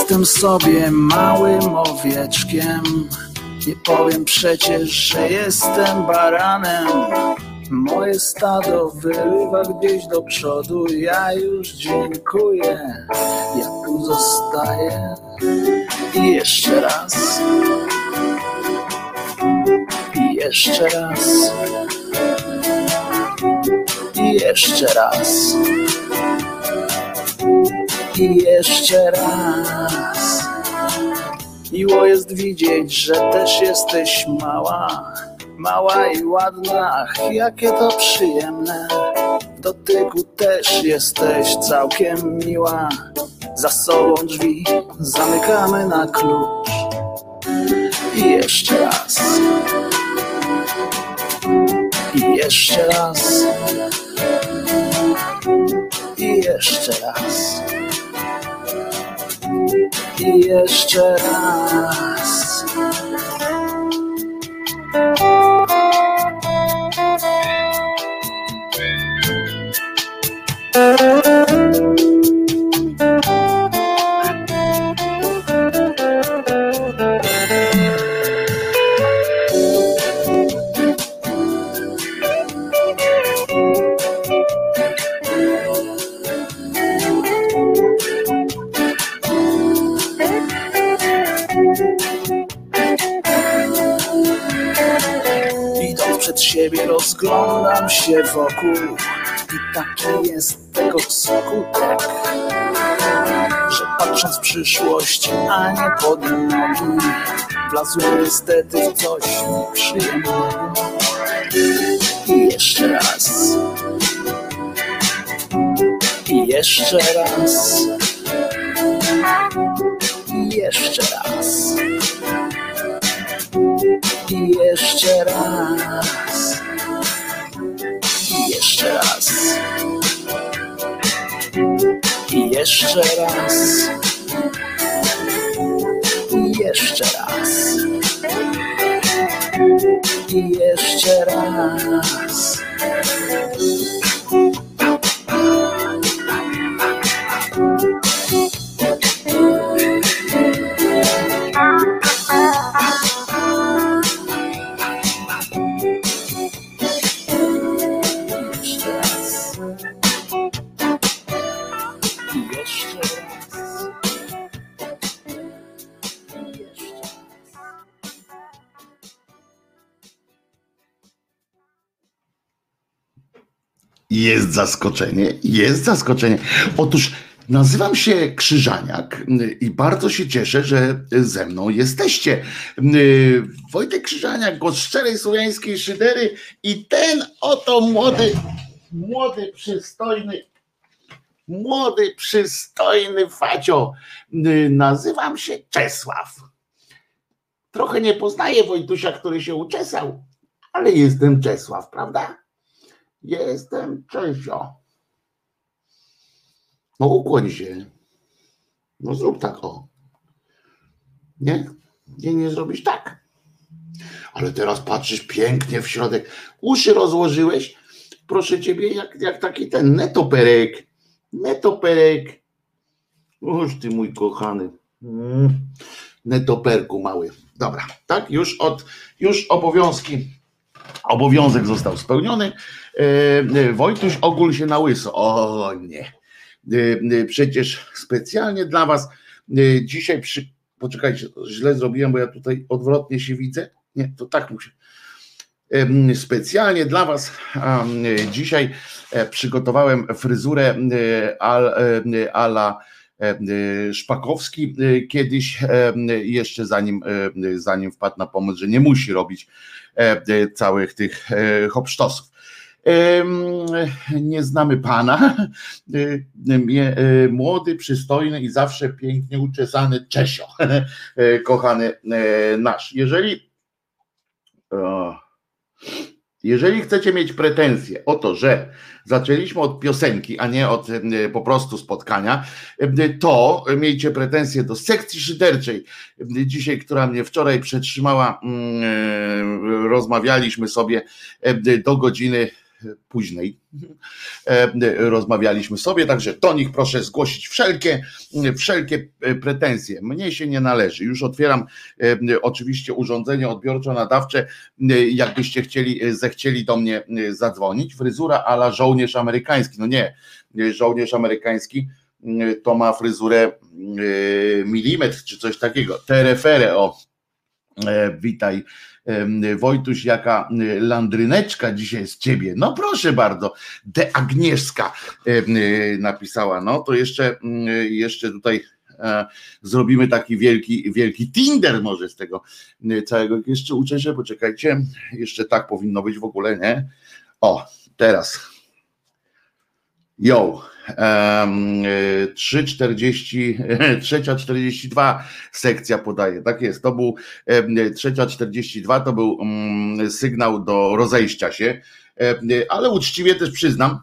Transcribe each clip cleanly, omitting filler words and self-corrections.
Jestem sobie małym owieczkiem, nie powiem przecież, że jestem baranem. Moje stado wyrywa gdzieś do przodu, ja już dziękuję, ja tu zostaję. I jeszcze raz, i jeszcze raz, i jeszcze raz, i jeszcze raz. Miło jest widzieć, że też jesteś mała, mała i ładna, ach, jakie to przyjemne. W dotyku też jesteś całkiem miła. Za sobą drzwi zamykamy na klucz. I jeszcze raz, i jeszcze raz, i jeszcze raz, i jeszcze raz. Przed siebie rozglądam się wokół i taki jest tego skutek, że patrząc w przyszłość, a nie pod nogi, wlazłem niestety w coś nieprzyjemnego. I jeszcze raz, i jeszcze raz, i jeszcze raz, i jeszcze raz, i jeszcze raz, i jeszcze raz, i jeszcze raz, i jeszcze raz. Jest zaskoczenie, jest zaskoczenie. Otóż nazywam się Krzyżaniak i bardzo się cieszę, że ze mną jesteście. Wojtek Krzyżaniak, głos szczerej słowiańskiej szydery i ten oto młody, przystojny facio. Nazywam się Czesław. Trochę nie poznaję Wojtusia, który się uczesał, ale jestem Czesław, prawda? Jestem Czesio. No ukłoń się. No zrób tak, o. Nie? Nie zrobisz tak. Ale teraz patrzysz pięknie w środek. Uszy rozłożyłeś? Proszę ciebie, jak taki ten netoperek. Netoperek. Oż ty mój kochany. Netoperku mały. Dobra, tak? Już obowiązek został spełniony. Wojtuś ogól się na łyso. O nie. Przecież specjalnie dla was dzisiaj poczekajcie, źle zrobiłem, bo ja tutaj odwrotnie się widzę. Nie, to tak muszę. Specjalnie dla was dzisiaj przygotowałem fryzurę ala Szpakowski kiedyś, jeszcze zanim wpadł na pomysł, że nie musi robić całych tych hopsztosów. Nie znamy pana, młody, przystojny i zawsze pięknie uczesany Czesio, kochany nasz. Jeżeli chcecie mieć pretensje o to, że zaczęliśmy od piosenki, a nie od po prostu spotkania, to miejcie pretensje do sekcji szyderczej. Dzisiaj, która mnie wczoraj przetrzymała, rozmawialiśmy sobie do godziny późnej rozmawialiśmy sobie, także do nich proszę zgłosić wszelkie pretensje. Mnie się nie należy. Już otwieram oczywiście urządzenie odbiorczo-nadawcze, jakbyście zechcieli do mnie zadzwonić. Fryzura a la żołnierz amerykański. No nie, żołnierz amerykański to ma fryzurę milimetr czy coś takiego. Terefere, o. Witaj Wojtuś, jaka landryneczka dzisiaj z ciebie. No proszę bardzo, de Agnieszka napisała. No to jeszcze tutaj zrobimy taki wielki Tinder może z tego całego. Jeszcze uczeszę, poczekajcie, jeszcze tak powinno być w ogóle, nie? O, teraz. Yo, 3:42 sekcja podaje, tak jest, to był 3:42, to był sygnał do rozejścia się, ale uczciwie też przyznam,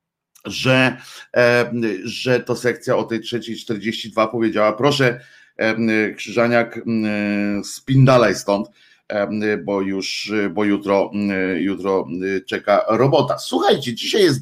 że to sekcja o tej 3:42 powiedziała, proszę Krzyżaniak, spindalaj stąd, bo jutro czeka robota. Słuchajcie, dzisiaj jest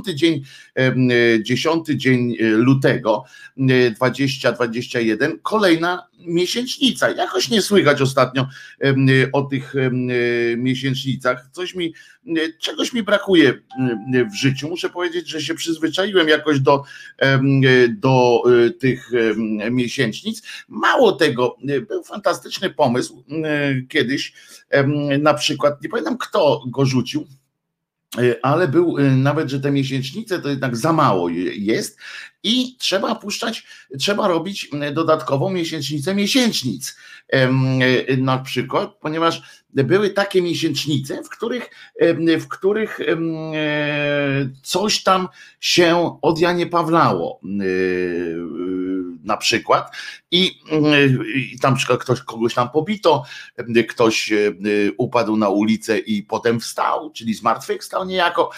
10 dzień lutego 2021, kolejna miesięcznica. Jakoś nie słychać ostatnio o tych miesięcznicach. Czegoś mi brakuje w życiu. Muszę powiedzieć, że się przyzwyczaiłem jakoś do tych miesięcznic. Mało tego, był fantastyczny pomysł kiedyś, na przykład, nie pamiętam kto go rzucił, ale był nawet, że te miesięcznice to jednak za mało jest i trzeba robić dodatkową miesięcznicę miesięcznic. Na przykład, ponieważ były takie miesięcznice, w których coś tam się od Janie Pawlało na przykład i tam przykład kogoś tam pobito, ktoś upadł na ulicę i potem wstał, czyli zmartwychwstał niejako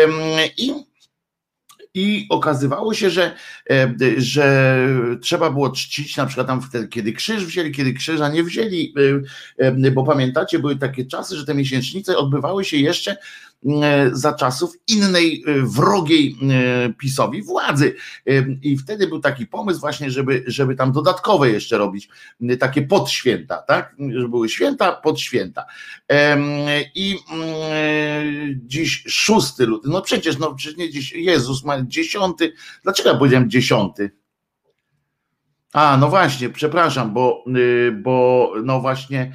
i okazywało się, że trzeba było czcić na przykład tam wtedy, kiedy krzyż wzięli, kiedy krzyża nie wzięli, bo pamiętacie, były takie czasy, że te miesięcznice odbywały się jeszcze za czasów innej wrogiej PiS-owi władzy. I wtedy był taki pomysł właśnie, żeby tam dodatkowe jeszcze robić, takie podświęta, tak? Żeby były święta, podświęta. I dziś 6 luty, no przecież nie dziś, Jezus ma 10, dlaczego ja powiedziałem 10? A, no właśnie, przepraszam, bo no właśnie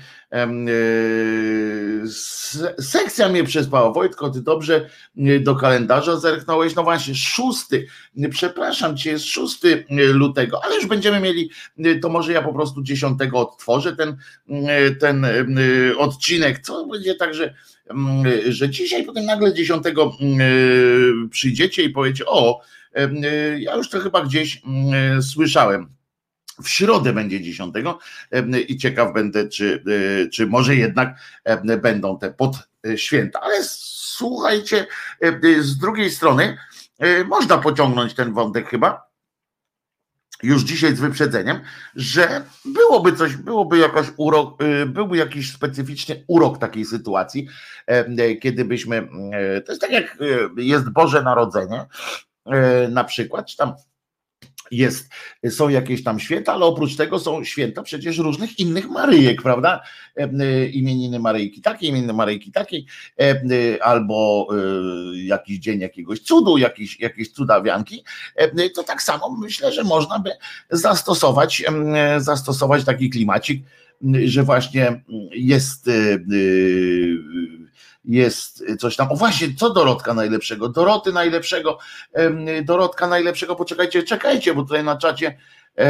sekcja mnie przespała. Wojtko, ty dobrze do kalendarza zerknąłeś? No właśnie, 6, przepraszam cię, jest 6 lutego, ale już będziemy mieli, to może ja po prostu 10 odtworzę ten odcinek, co będzie tak, że dzisiaj potem nagle 10 przyjdziecie i powiecie, o, ja już to chyba gdzieś słyszałem. W środę będzie 10 i ciekaw będę, czy może jednak będą te podświęta. Ale słuchajcie, z drugiej strony można pociągnąć ten wątek chyba już dzisiaj z wyprzedzeniem, że byłby jakiś specyficzny urok takiej sytuacji, kiedy byśmy, to jest tak jak jest Boże Narodzenie na przykład, czy tam są jakieś tam święta, ale oprócz tego są święta przecież różnych innych Maryjek, prawda? Imieniny Maryjki takiej, imieniny Maryjki takiej, albo jakiś dzień jakiegoś cudu, jakieś cudawianki, to tak samo myślę, że można by zastosować taki klimacik, że właśnie jest coś tam. O właśnie, co Dorotka najlepszego? Dorotka najlepszego, czekajcie, bo tutaj na czacie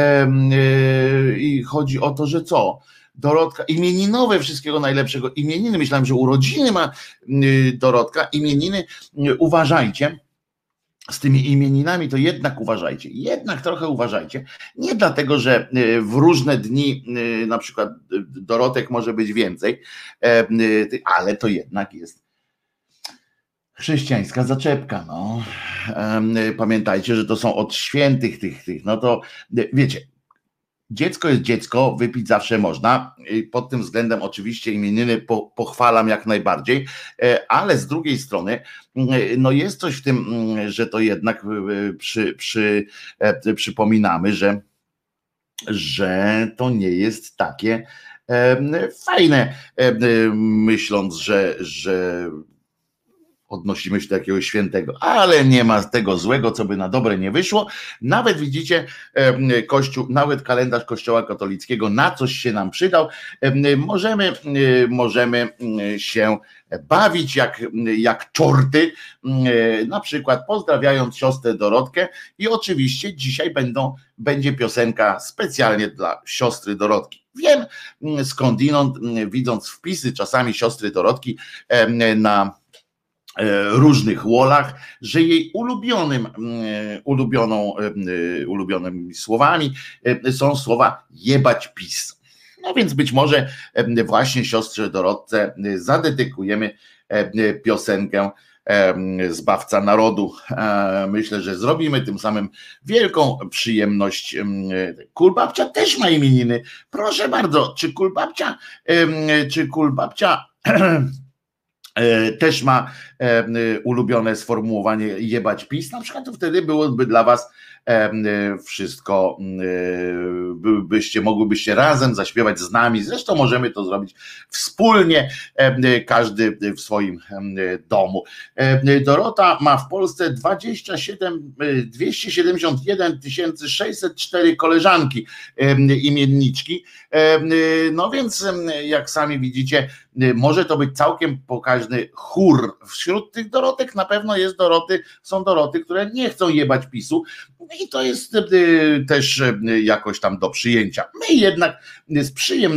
i chodzi o to, że co? Dorotka, imieninowe wszystkiego najlepszego. Imieniny, myślałem, że urodziny ma Dorotka. Imieniny, uważajcie. Z tymi imieninami to jednak trochę uważajcie. Nie dlatego, że w różne dni na przykład Dorotek może być więcej, ale to jednak jest chrześcijańska zaczepka. No. Pamiętajcie, że to są od świętych tych. No to wiecie, dziecko jest dziecko, wypić zawsze można. Pod tym względem oczywiście imieniny pochwalam jak najbardziej, ale z drugiej strony no jest coś w tym, że to jednak przypominamy, że to nie jest takie fajne, myśląc, że odnosimy się do jakiegoś świętego, ale nie ma tego złego, co by na dobre nie wyszło. Nawet widzicie, Kościół, nawet kalendarz Kościoła katolickiego na coś się nam przydał. Możemy się bawić jak czorty, na przykład pozdrawiając siostrę Dorotkę i oczywiście dzisiaj będzie piosenka specjalnie dla siostry Dorotki. Wiem skądinąd, widząc wpisy czasami siostry Dorotki na różnych wallach, że jej ulubionymi słowami są słowa jebać PiS. No więc być może właśnie siostrze Dorotce zadedykujemy piosenkę Zbawca Narodu. Myślę, że zrobimy tym samym wielką przyjemność. Kulbabcia też ma imieniny. Proszę bardzo, czy Kulbabcia też ma ulubione sformułowanie jebać PiS, na przykład to wtedy byłoby dla was wszystko, mogłybyście razem zaśpiewać z nami, zresztą możemy to zrobić wspólnie, każdy w swoim domu. Dorota ma w Polsce 271 604 koleżanki, imienniczki, no więc jak sami widzicie, może to być całkiem pokaźny chór. Wśród tych Dorotek na pewno są Doroty, które nie chcą jebać PiS-u i to jest też jakoś tam do przyjęcia. My jednak z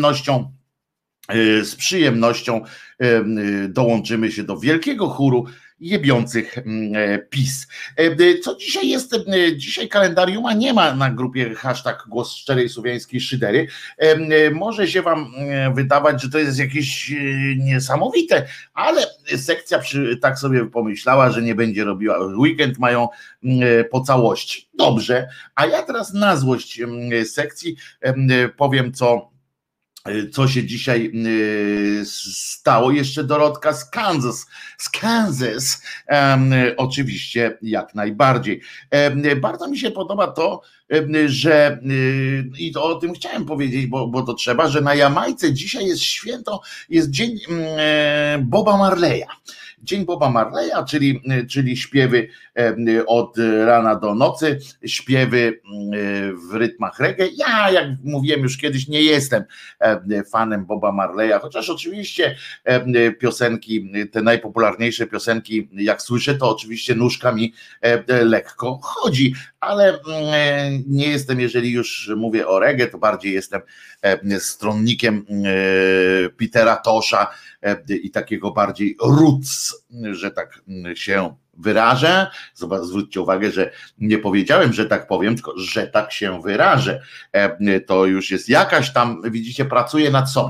przyjemnością dołączymy się do wielkiego chóru jebiących PiS. Co dzisiaj jest? Dzisiaj kalendarium nie ma na grupie hashtag Głos Szczerej Słowiańskiej Szydery. Może się wam wydawać, że to jest jakieś niesamowite, ale sekcja tak sobie pomyślała, że nie będzie robiła. Weekend mają po całości. Dobrze, a ja teraz na złość sekcji powiem, co się dzisiaj stało. Jeszcze Dorotka z Kansas, oczywiście jak najbardziej. Bardzo mi się podoba to, że i to o tym chciałem powiedzieć, bo to trzeba, że na Jamajce dzisiaj jest święto, jest dzień Boba Marleya. Dzień Boba Marleya, czyli śpiewy od rana do nocy, śpiewy w rytmach reggae. Ja, jak mówiłem już kiedyś, nie jestem fanem Boba Marleya, chociaż oczywiście piosenki, te najpopularniejsze piosenki, jak słyszę, to oczywiście nóżka mi lekko chodzi, ale nie jestem, jeżeli już mówię o reggae, to bardziej jestem stronnikiem Petera Tosha i takiego bardziej roots, że tak się wyrażę. Zwróćcie uwagę, że nie powiedziałem, że tak powiem, tylko że tak się wyrażę. To już jest jakaś tam, widzicie, praca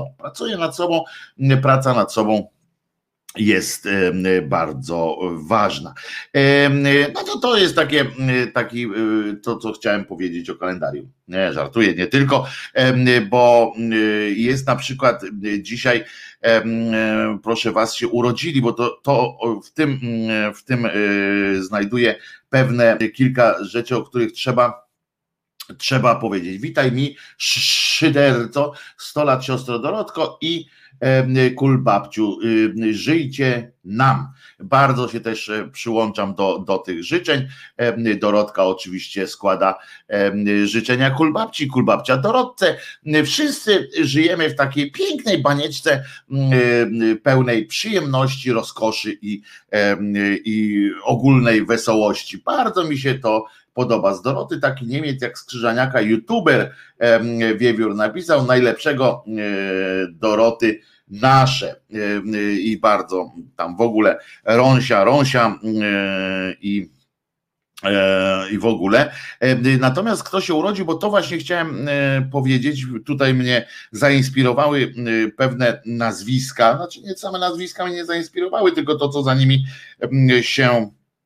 nad sobą jest bardzo ważna. No to jest to, co chciałem powiedzieć o kalendarium. Nie, żartuję, nie tylko, bo jest na przykład dzisiaj, proszę was, się urodzili, bo to w tym znajduję kilka rzeczy, o których trzeba powiedzieć. Witaj mi, szyderco, 100 lat siostro Dorotko i Kulbabciu, żyjcie nam. Bardzo się też przyłączam do tych życzeń. Dorotka oczywiście składa życzenia Kulbabci, Kulbabcia Dorotce. Wszyscy żyjemy w takiej pięknej banieczce pełnej przyjemności, rozkoszy i ogólnej wesołości. Bardzo mi się to podoba. Z Doroty taki Niemiec jak z Krzyżaniaka, youtuber Wiewiór napisał, najlepszego Doroty nasze i bardzo tam w ogóle Rąsia i w ogóle. Natomiast kto się urodził, bo to właśnie chciałem powiedzieć, tutaj mnie zainspirowały pewne nazwiska, znaczy nie same nazwiska mnie nie zainspirowały, tylko to, co za nimi się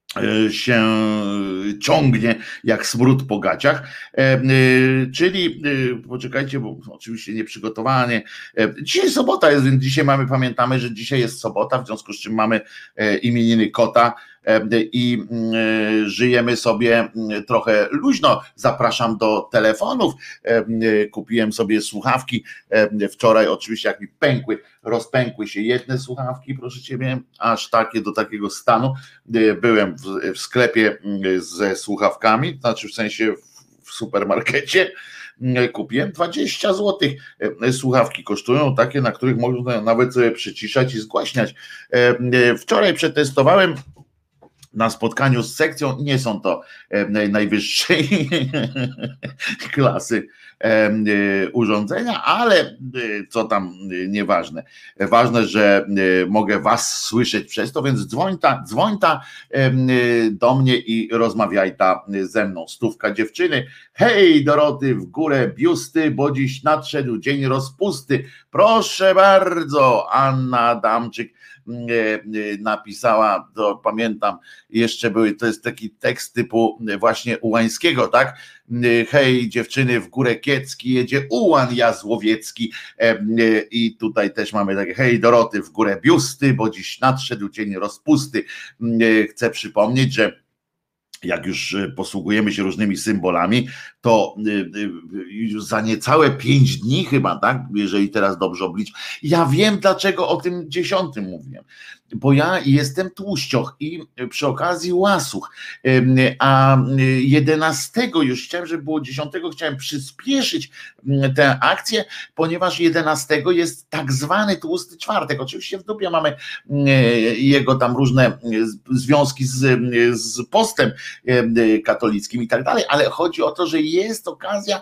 się ciągnie jak smród po gaciach, czyli poczekajcie, bo oczywiście nieprzygotowanie. Dzisiaj sobota jest, więc dzisiaj pamiętamy, że dzisiaj jest sobota, w związku z czym mamy imieniny kota i żyjemy sobie trochę luźno. Zapraszam do telefonów. Kupiłem sobie słuchawki wczoraj, oczywiście jak mi rozpękły się jedne słuchawki, proszę ciebie, aż takie do takiego stanu. Byłem w sklepie ze słuchawkami, znaczy w sensie w supermarkecie. Kupiłem 20 zł. Słuchawki kosztują takie, na których można nawet sobie przyciszać i zgłaśniać. Wczoraj przetestowałem na spotkaniu z sekcją, nie są to najwyższej klasy urządzenia, ale co tam nieważne. Ważne, że mogę was słyszeć przez to, więc dzwoń ta do mnie i rozmawiaj ta ze mną. Stówka dziewczyny. Hej Doroty, w górę biusty, bo dziś nadszedł dzień rozpusty. Proszę bardzo, Anna Adamczyk napisała, to pamiętam, jeszcze były, to jest taki tekst typu właśnie Ułańskiego, tak? Hej dziewczyny, w górę Kiecki jedzie Ułan Jazłowiecki i tutaj też mamy takie hej Doroty, w górę biusty, bo dziś nadszedł dzień rozpusty. Chcę przypomnieć, że jak już posługujemy się różnymi symbolami, to już za niecałe 5 dni chyba, tak, jeżeli teraz dobrze obliczę. Ja wiem, dlaczego o tym 10 mówiłem, bo ja jestem tłuścioch i przy okazji łasuch, a 11 już chciałem, żeby było 10, chciałem przyspieszyć tę akcję, ponieważ 11 jest tak zwany tłusty czwartek. Oczywiście w dupie mamy jego tam różne związki z postem katolickim i tak dalej, ale chodzi o to, że jest okazja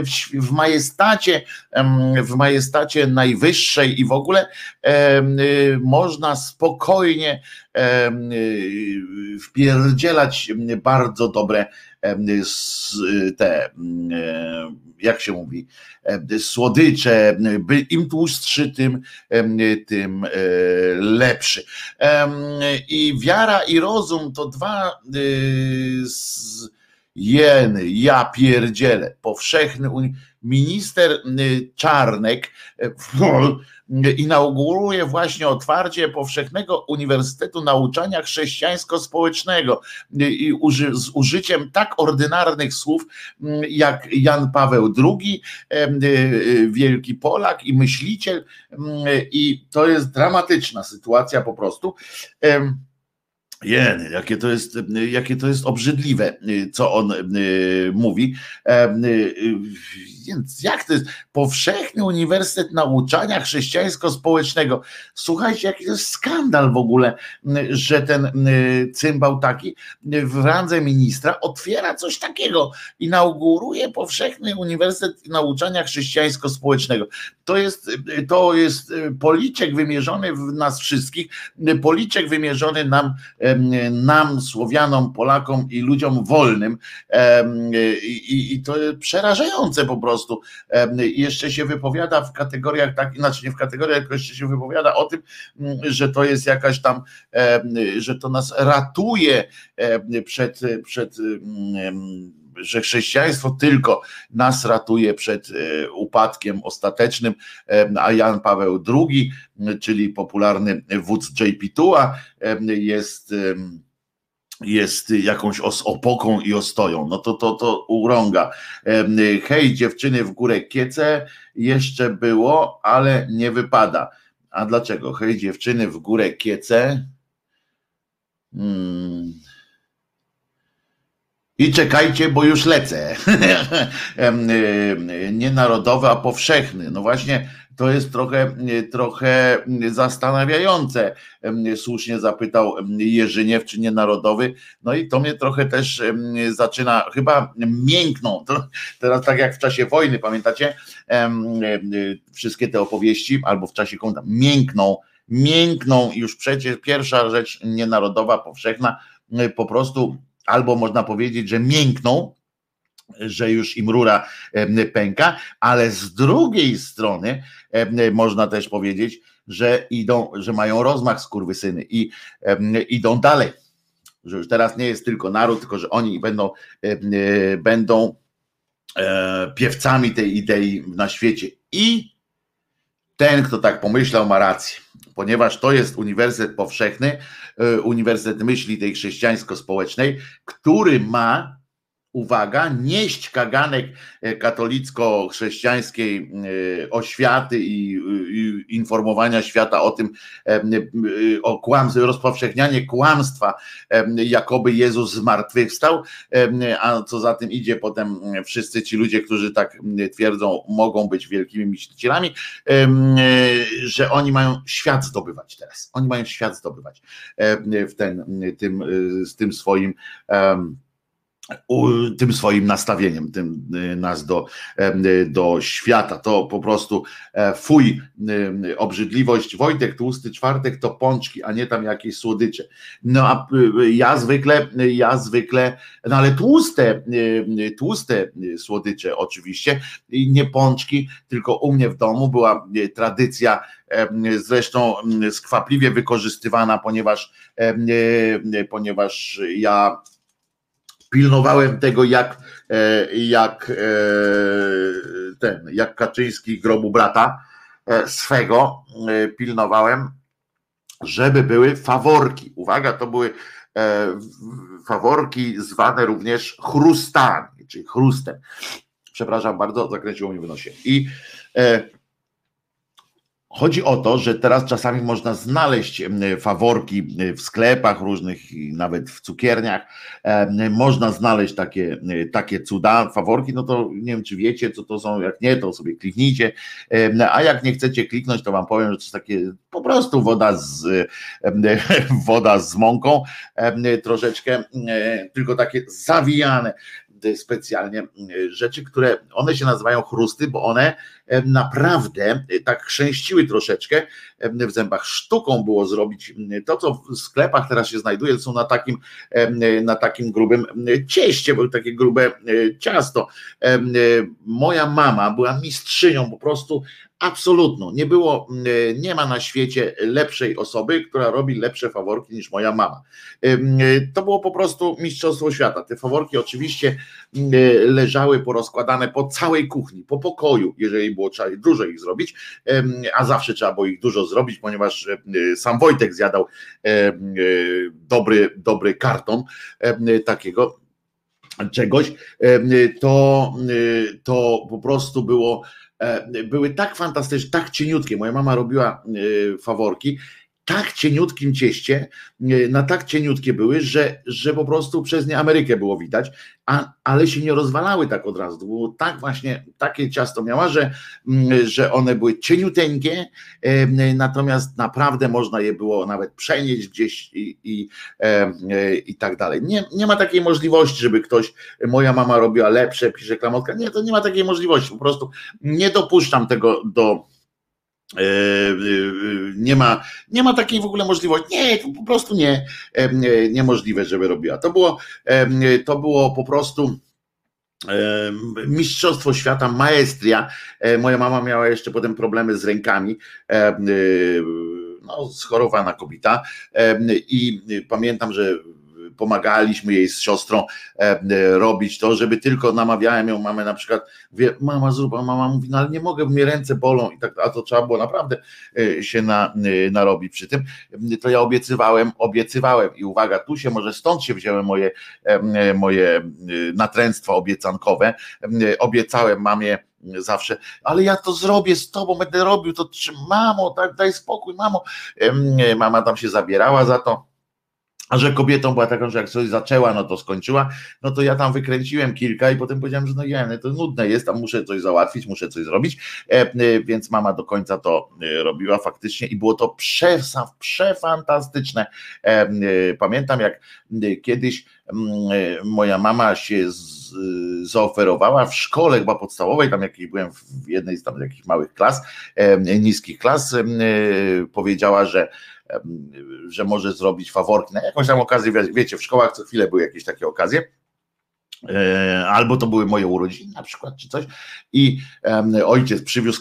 w majestacie najwyższej i w ogóle można spokojnie wpierdzielać bardzo dobre te, jak się mówi, słodycze, im tłustszy, tym lepszy. I wiara i rozum to dwa jeny, ja pierdzielę, powszechny minister Czarnek inauguruje właśnie otwarcie Powszechnego Uniwersytetu Nauczania Chrześcijańsko-Społecznego i z użyciem tak ordynarnych słów jak Jan Paweł II, wielki Polak i myśliciel, i to jest dramatyczna sytuacja po prostu. Jeny, jakie to jest obrzydliwe, co on mówi. Więc jak to jest? Powszechny Uniwersytet Nauczania Chrześcijańsko-Społecznego. Słuchajcie, jaki to jest skandal w ogóle, że ten cymbał taki w randze ministra otwiera coś takiego. Inauguruje Powszechny Uniwersytet Nauczania Chrześcijańsko-Społecznego. To jest policzek wymierzony w nas wszystkich, policzek wymierzony nam, Słowianom, Polakom i ludziom wolnym. I to jest przerażające po prostu. Jeszcze się wypowiada w kategoriach, tak, znaczy nie w kategoriach, tylko jeszcze się wypowiada o tym, że to jest jakaś tam, że to nas ratuje że chrześcijaństwo tylko nas ratuje przed upadkiem ostatecznym, a Jan Paweł II, czyli popularny wódz JP2, jest jakąś opoką i ostoją. No to urąga. Hej dziewczyny, w górę Kiece jeszcze było, ale nie wypada. A dlaczego? Hej dziewczyny, w górę Kiece. I czekajcie, bo już lecę. Nie narodowy, a powszechny. No właśnie, to jest trochę zastanawiające. Słusznie zapytał Jerzyniew, czy nie narodowy. No i to mnie trochę też zaczyna, chyba miękną. Teraz tak jak w czasie wojny, pamiętacie? Wszystkie te opowieści, albo w czasie komunizmu, miękną już przecież pierwsza rzecz nienarodowa, powszechna, po prostu albo można powiedzieć, że miękną, że już im rura pęka, ale z drugiej strony można też powiedzieć, że mają rozmach skurwysyny i idą dalej. że już teraz nie jest tylko naród, tylko że oni będą piewcami tej idei na świecie. I ten, kto tak pomyślał, ma rację, ponieważ to jest uniwersytet powszechny, uniwersytet myśli tej chrześcijańsko-społecznej, który ma, uwaga, nieść kaganek katolicko-chrześcijańskiej oświaty i informowania świata o tym, o kłamstwie, rozpowszechnianie kłamstwa, jakoby Jezus zmartwychwstał, a co za tym idzie, potem wszyscy ci ludzie, którzy tak twierdzą, mogą być wielkimi myślicielami, że oni mają świat zdobywać teraz. Oni mają świat zdobywać z tym swoim nastawieniem, tym nas do świata. To po prostu fuj, obrzydliwość. Wojtek Tłusty Czwartek to pączki, a nie tam jakieś słodycze. No a ja zwykle, no ale tłuste słodycze oczywiście, i nie pączki, tylko u mnie w domu była tradycja, zresztą skwapliwie wykorzystywana, ponieważ ja pilnowałem tego, jak Kaczyński grobu brata swego, pilnowałem, żeby były faworki. Uwaga, to były faworki zwane również chrustami, czyli chrustem. Przepraszam bardzo, zakręciło mnie w nosie. I chodzi o to, że teraz czasami można znaleźć faworki w sklepach różnych, nawet w cukierniach. Można znaleźć takie cuda, faworki. No to nie wiem, czy wiecie, co to są. Jak nie, to sobie kliknijcie. A jak nie chcecie kliknąć, to wam powiem, że to jest takie po prostu woda z mąką, troszeczkę, tylko takie zawijane specjalnie rzeczy, które one się nazywają chrusty, bo one naprawdę tak chrzęściły troszeczkę w zębach. Sztuką było zrobić to, co w sklepach teraz się znajduje, są na takim grubym cieście, bo takie grube ciasto. Moja mama była mistrzynią, po prostu absolutną. Nie ma na świecie lepszej osoby, która robi lepsze faworki niż moja mama. To było po prostu mistrzostwo świata. Te faworki oczywiście leżały porozkładane po całej kuchni, po pokoju, jeżeli było trzeba dużo ich zrobić, a zawsze trzeba było ich dużo zrobić, ponieważ sam Wojtek zjadał dobry karton takiego czegoś, to po prostu były tak fantastyczne, tak cieniutkie. Moja mama robiła faworki tak cieniutkim cieście, na tak cieniutkie były, że po prostu przez nie Amerykę było widać, ale się nie rozwalały tak od razu. To było tak właśnie, takie ciasto miała, że one były cieniuteńkie, natomiast naprawdę można je było nawet przenieść gdzieś i tak dalej. Nie ma takiej możliwości, żeby ktoś, moja mama robiła lepsze, pisze Klamotka, nie, to nie ma takiej możliwości, po prostu nie dopuszczam tego nie ma takiej w ogóle możliwości. Nie, po prostu niemożliwe, żeby robiła. To było po prostu mistrzostwo świata, maestria. Moja mama miała jeszcze potem problemy z rękami, schorowana kobieta, i pamiętam, że pomagaliśmy jej z siostrą robić to, żeby tylko namawiałem ją, mamę na przykład, mówię, mama zrób, a mama mówi, no ale nie mogę, bo mnie ręce bolą i tak, a to trzeba było naprawdę się narobić przy tym, to ja obiecywałem i uwaga, może stąd się wzięły moje natręctwa obiecankowe, obiecałem mamie zawsze, ale ja to zrobię z tobą, będę robił to, mamo, daj spokój, mamo. Mama tam się zabierała za to. A że kobietą była taką, że jak coś zaczęła, no to skończyła, no to ja tam wykręciłem kilka i potem powiedziałem, że to nudne jest, tam muszę coś załatwić, muszę coś zrobić, więc mama do końca to robiła faktycznie i było to przefantastyczne. Pamiętam, jak kiedyś moja mama się zaoferowała w szkole chyba podstawowej, tam jakiej byłem w jednej z tam jakichś małych klas, niskich klas, powiedziała, że może zrobić faworki na jakąś tam okazję, wiecie, w szkołach co chwilę były jakieś takie okazje, albo to były moje urodziny na przykład, czy coś, i ojciec przywiózł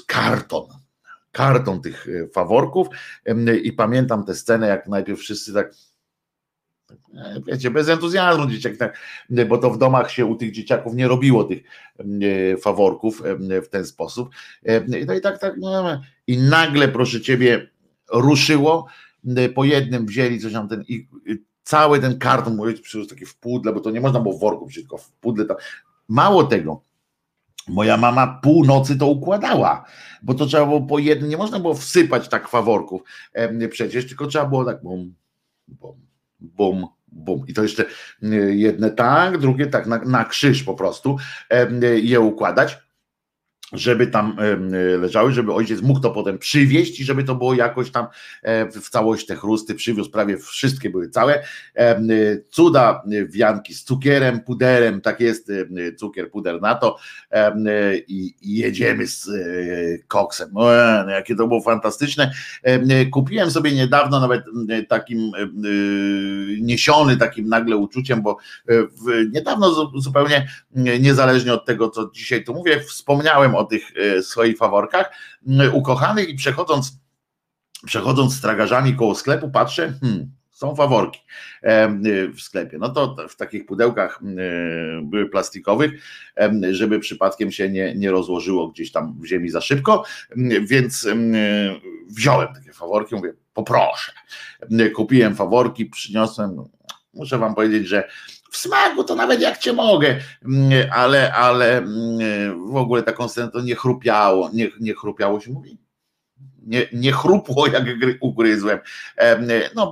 karton tych faworków i pamiętam tę scenę, jak najpierw wszyscy tak wiecie, bez entuzjazmu dzieciaki, bo to w domach się u tych dzieciaków nie robiło tych faworków w ten sposób. No i tak, no, i nagle, proszę ciebie, ruszyło, po jednym wzięli coś tam i cały ten karton, mój ojciec przyniósł takie w pudle, bo to nie można było w worku, tylko w pudle. Tam. Mało tego, moja mama północy to układała, bo to trzeba było po jednym, nie można było wsypać tak faworków przecież, tylko trzeba było tak bum, bum, bum, bum. I to jeszcze jedne tak, drugie tak, na krzyż po prostu je układać, żeby tam leżały, żeby ojciec mógł to potem przywieźć i żeby to było jakoś tam w całość te chrusty przywiózł, prawie wszystkie były całe. Cuda wianki z cukierem, puderem, tak jest, cukier, puder na to i jedziemy z koksem. Jakie to było fantastyczne. Kupiłem sobie niedawno nawet takim niesiony takim nagle uczuciem, bo niedawno zupełnie niezależnie od tego, co dzisiaj tu mówię, wspomniałem o tych swoich faworkach ukochanych i przechodząc z tragarzami koło sklepu patrzę, są faworki w sklepie. No to w takich pudełkach były plastikowych, żeby przypadkiem się nie rozłożyło gdzieś tam w ziemi za szybko, więc wziąłem takie faworki, mówię, poproszę. Kupiłem faworki, przyniosłem, muszę wam powiedzieć, że w smaku to nawet jak cię mogę, ale w ogóle taką scenę to nie chrupiało, nie chrupiało się mówi? Nie chrupło jak ugryzłem. No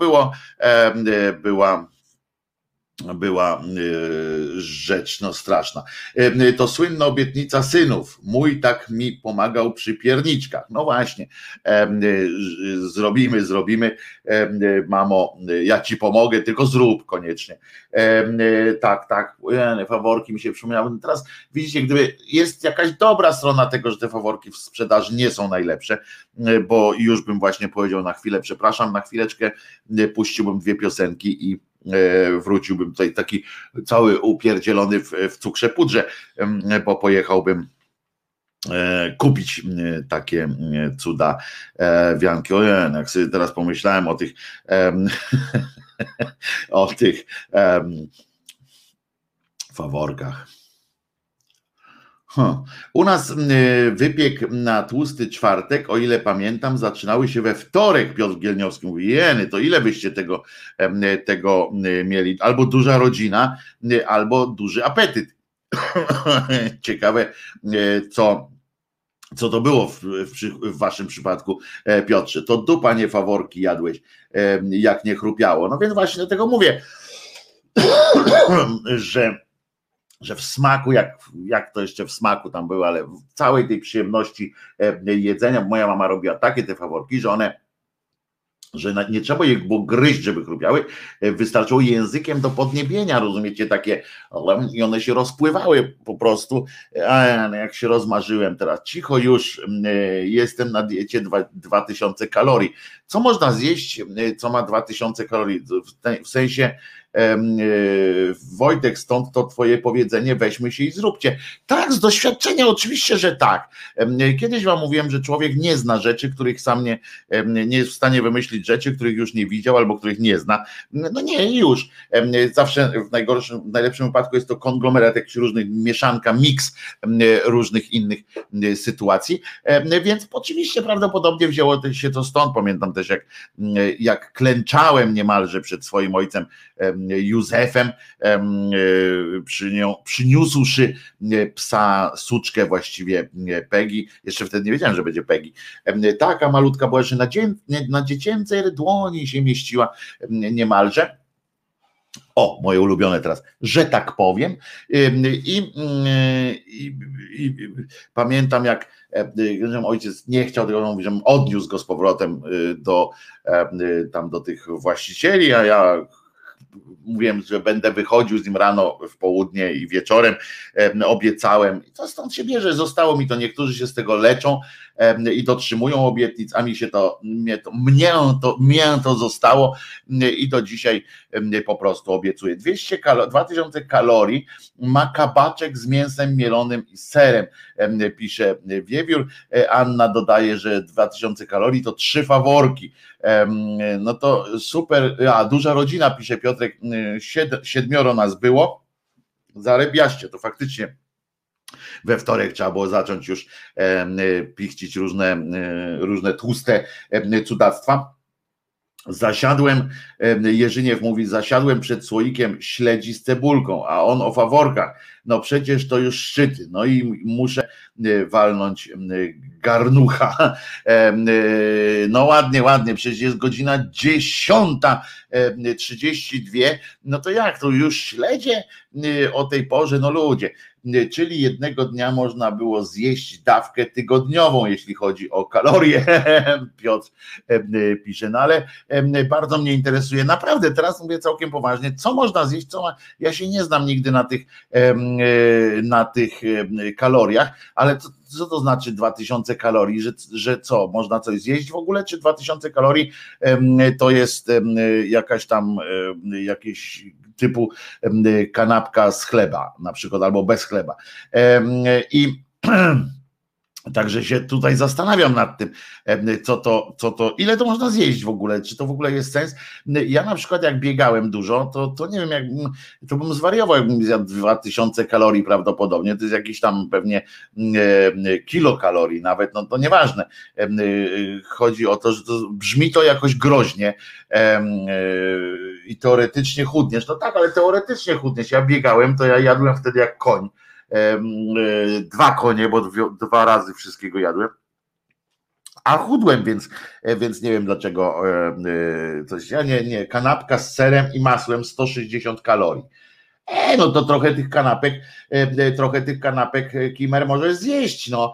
była rzecz no straszna. To słynna obietnica synów. Mój tak mi pomagał przy pierniczkach. No właśnie, zrobimy. Mamo, ja ci pomogę, tylko zrób koniecznie. Tak, faworki mi się przypomniały. Teraz widzicie, gdyby jest jakaś dobra strona tego, że te faworki w sprzedaży nie są najlepsze, bo już bym właśnie powiedział na chwilę, przepraszam, na chwileczkę puściłbym 2 piosenki i wróciłbym tutaj taki cały upierdzielony w cukrze pudrze, bo pojechałbym kupić takie cuda wianki. Ojej, jak sobie teraz pomyślałem o tych o tych faworkach. U nas wypiek na tłusty czwartek, o ile pamiętam, zaczynały się we wtorek. Piotr Gielniowski mówi, jeny, to ile byście tego mieli? Albo duża rodzina, albo duży apetyt. Ciekawe, co to było w waszym przypadku, Piotrze. To dupa, nie faworki jadłeś, jak nie chrupiało. No więc właśnie dlatego mówię, że w smaku, jak to jeszcze w smaku tam było, ale w całej tej przyjemności jedzenia, moja mama robiła takie te faworki, że nie trzeba je było gryźć, żeby chrupiały, wystarczyło językiem do podniebienia, rozumiecie, takie, i one się rozpływały po prostu, jak się rozmarzyłem teraz, cicho już, jestem na diecie 2000 kalorii. Co można zjeść, co ma 2000 kalorii? W sensie, Wojtek, stąd to twoje powiedzenie, weźmy się i zróbcie. Tak, z doświadczenia oczywiście, że tak. Kiedyś wam mówiłem, że człowiek nie zna rzeczy, których sam nie jest w stanie wymyślić rzeczy, których już nie widział albo których nie zna. No nie, już. Zawsze w najlepszym wypadku jest to konglomerat jakichś różnych, mieszanka, miks różnych innych sytuacji, więc oczywiście prawdopodobnie wzięło się to stąd. Pamiętam też jak klęczałem niemalże przed swoim ojcem Józefem, przyniósłszy psa, suczkę właściwie Peggy, jeszcze wtedy nie wiedziałem, że będzie Peggy, taka malutka była, że na dziecięcej dłoni się mieściła niemalże. O, moje ulubione teraz, że tak powiem. I pamiętam, jak ojciec nie chciał tego, żebym odniósł go z powrotem do tych właścicieli, a ja mówiłem, że będę wychodził z nim rano, w południe i wieczorem, obiecałem. I to stąd się bierze, zostało mi to, niektórzy się z tego leczą i dotrzymują obietnic, a mnie to zostało i do dzisiaj po prostu obiecuję. 2000 kalorii ma kabaczek z mięsem mielonym i serem, pisze Wiewiór. Anna dodaje, że 2000 kalorii to 3 faworki. No to super, a duża rodzina, pisze Piotrek, 7 nas było, zarybiaście, to faktycznie we wtorek trzeba było zacząć już pichcić różne tłuste cudactwa. Zasiadłem, Jerzyniew mówi, zasiadłem przed słoikiem śledzi z cebulką, a on o faworkach. No przecież to już szczyty. No i muszę walnąć garnucha. No ładnie, przecież jest godzina 10:32. No to jak to już śledzie o tej porze? No ludzie. Czyli jednego dnia można było zjeść dawkę tygodniową, jeśli chodzi o kalorie. Piotr pisze, no ale bardzo mnie interesuje, naprawdę teraz mówię całkiem poważnie, co można zjeść, ja się nie znam nigdy na tych kaloriach, ale co to znaczy 2000 kalorii, że co, można coś zjeść w ogóle, czy 2000 kalorii to jest jakaś tam jakieś typu kanapka z chleba na przykład, albo bez chleba. I także się tutaj zastanawiam nad tym, co to, ile to można zjeść w ogóle, czy to w ogóle jest sens. Ja na przykład jak biegałem dużo, to nie wiem, to bym zwariował, jakbym zjadł 2000 kalorii prawdopodobnie, to jest jakieś tam pewnie kilokalorii nawet, no to nieważne. Chodzi o to, że to brzmi to jakoś groźnie i teoretycznie chudniesz, no tak, ale teoretycznie chudniesz. Ja biegałem, to ja jadłem wtedy jak koń. 2 konie, bo 2 razy wszystkiego jadłem, a chudłem, więc nie wiem dlaczego coś. Ja nie, kanapka z serem i masłem 160 kalorii. No to trochę tych kanapek Kimer możesz zjeść, no.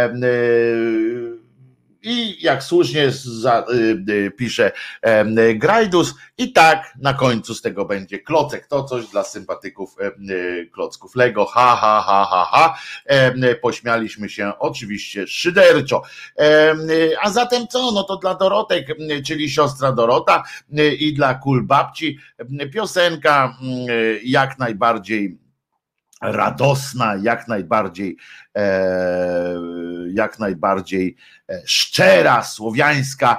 I jak słusznie pisze Grajdus, i tak na końcu z tego będzie klocek, to coś dla sympatyków klocków Lego, ha. Pośmialiśmy się oczywiście szyderczo. A zatem co? No to dla Dorotek, czyli siostra Dorota, i dla Kulbabci piosenka jak najbardziej radosna, jak najbardziej szczera, słowiańska,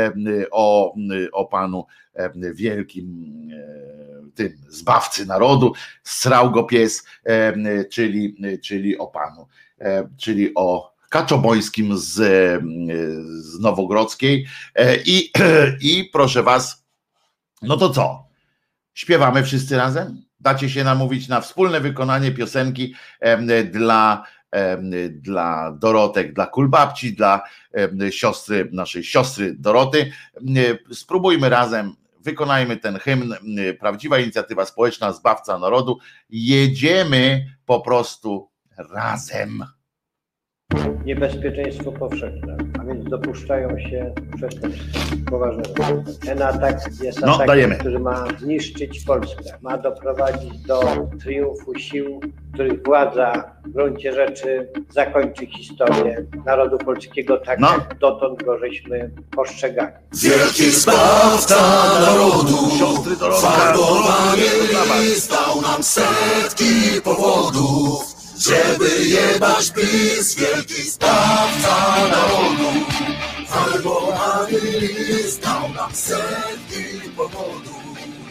o Panu wielkim tym zbawcy narodu, srał go pies, czyli o Panu, czyli o Kaczobońskim z Nowogrodzkiej i proszę was, no to co? Śpiewamy wszyscy razem? Dacie się namówić na wspólne wykonanie piosenki dla Dorotek, dla Kulbabci, dla naszej siostry Doroty. Spróbujmy razem, wykonajmy ten hymn, prawdziwa inicjatywa społeczna, zbawca narodu. Jedziemy po prostu razem. Niebezpieczeństwo powszechne, a więc dopuszczają się przestępstwa poważnego. Ten atak jest atakiem, który ma zniszczyć Polskę, ma doprowadzić do triumfu sił, których władza w gruncie rzeczy zakończy historię narodu polskiego tak, jak dotąd go żeśmy postrzegali. Wielki zbawca narodu, farbowany stał nam setki powodów, żeby jebać PiS, wielki zbawca narodu. Farbowany list dał nam setki powodów.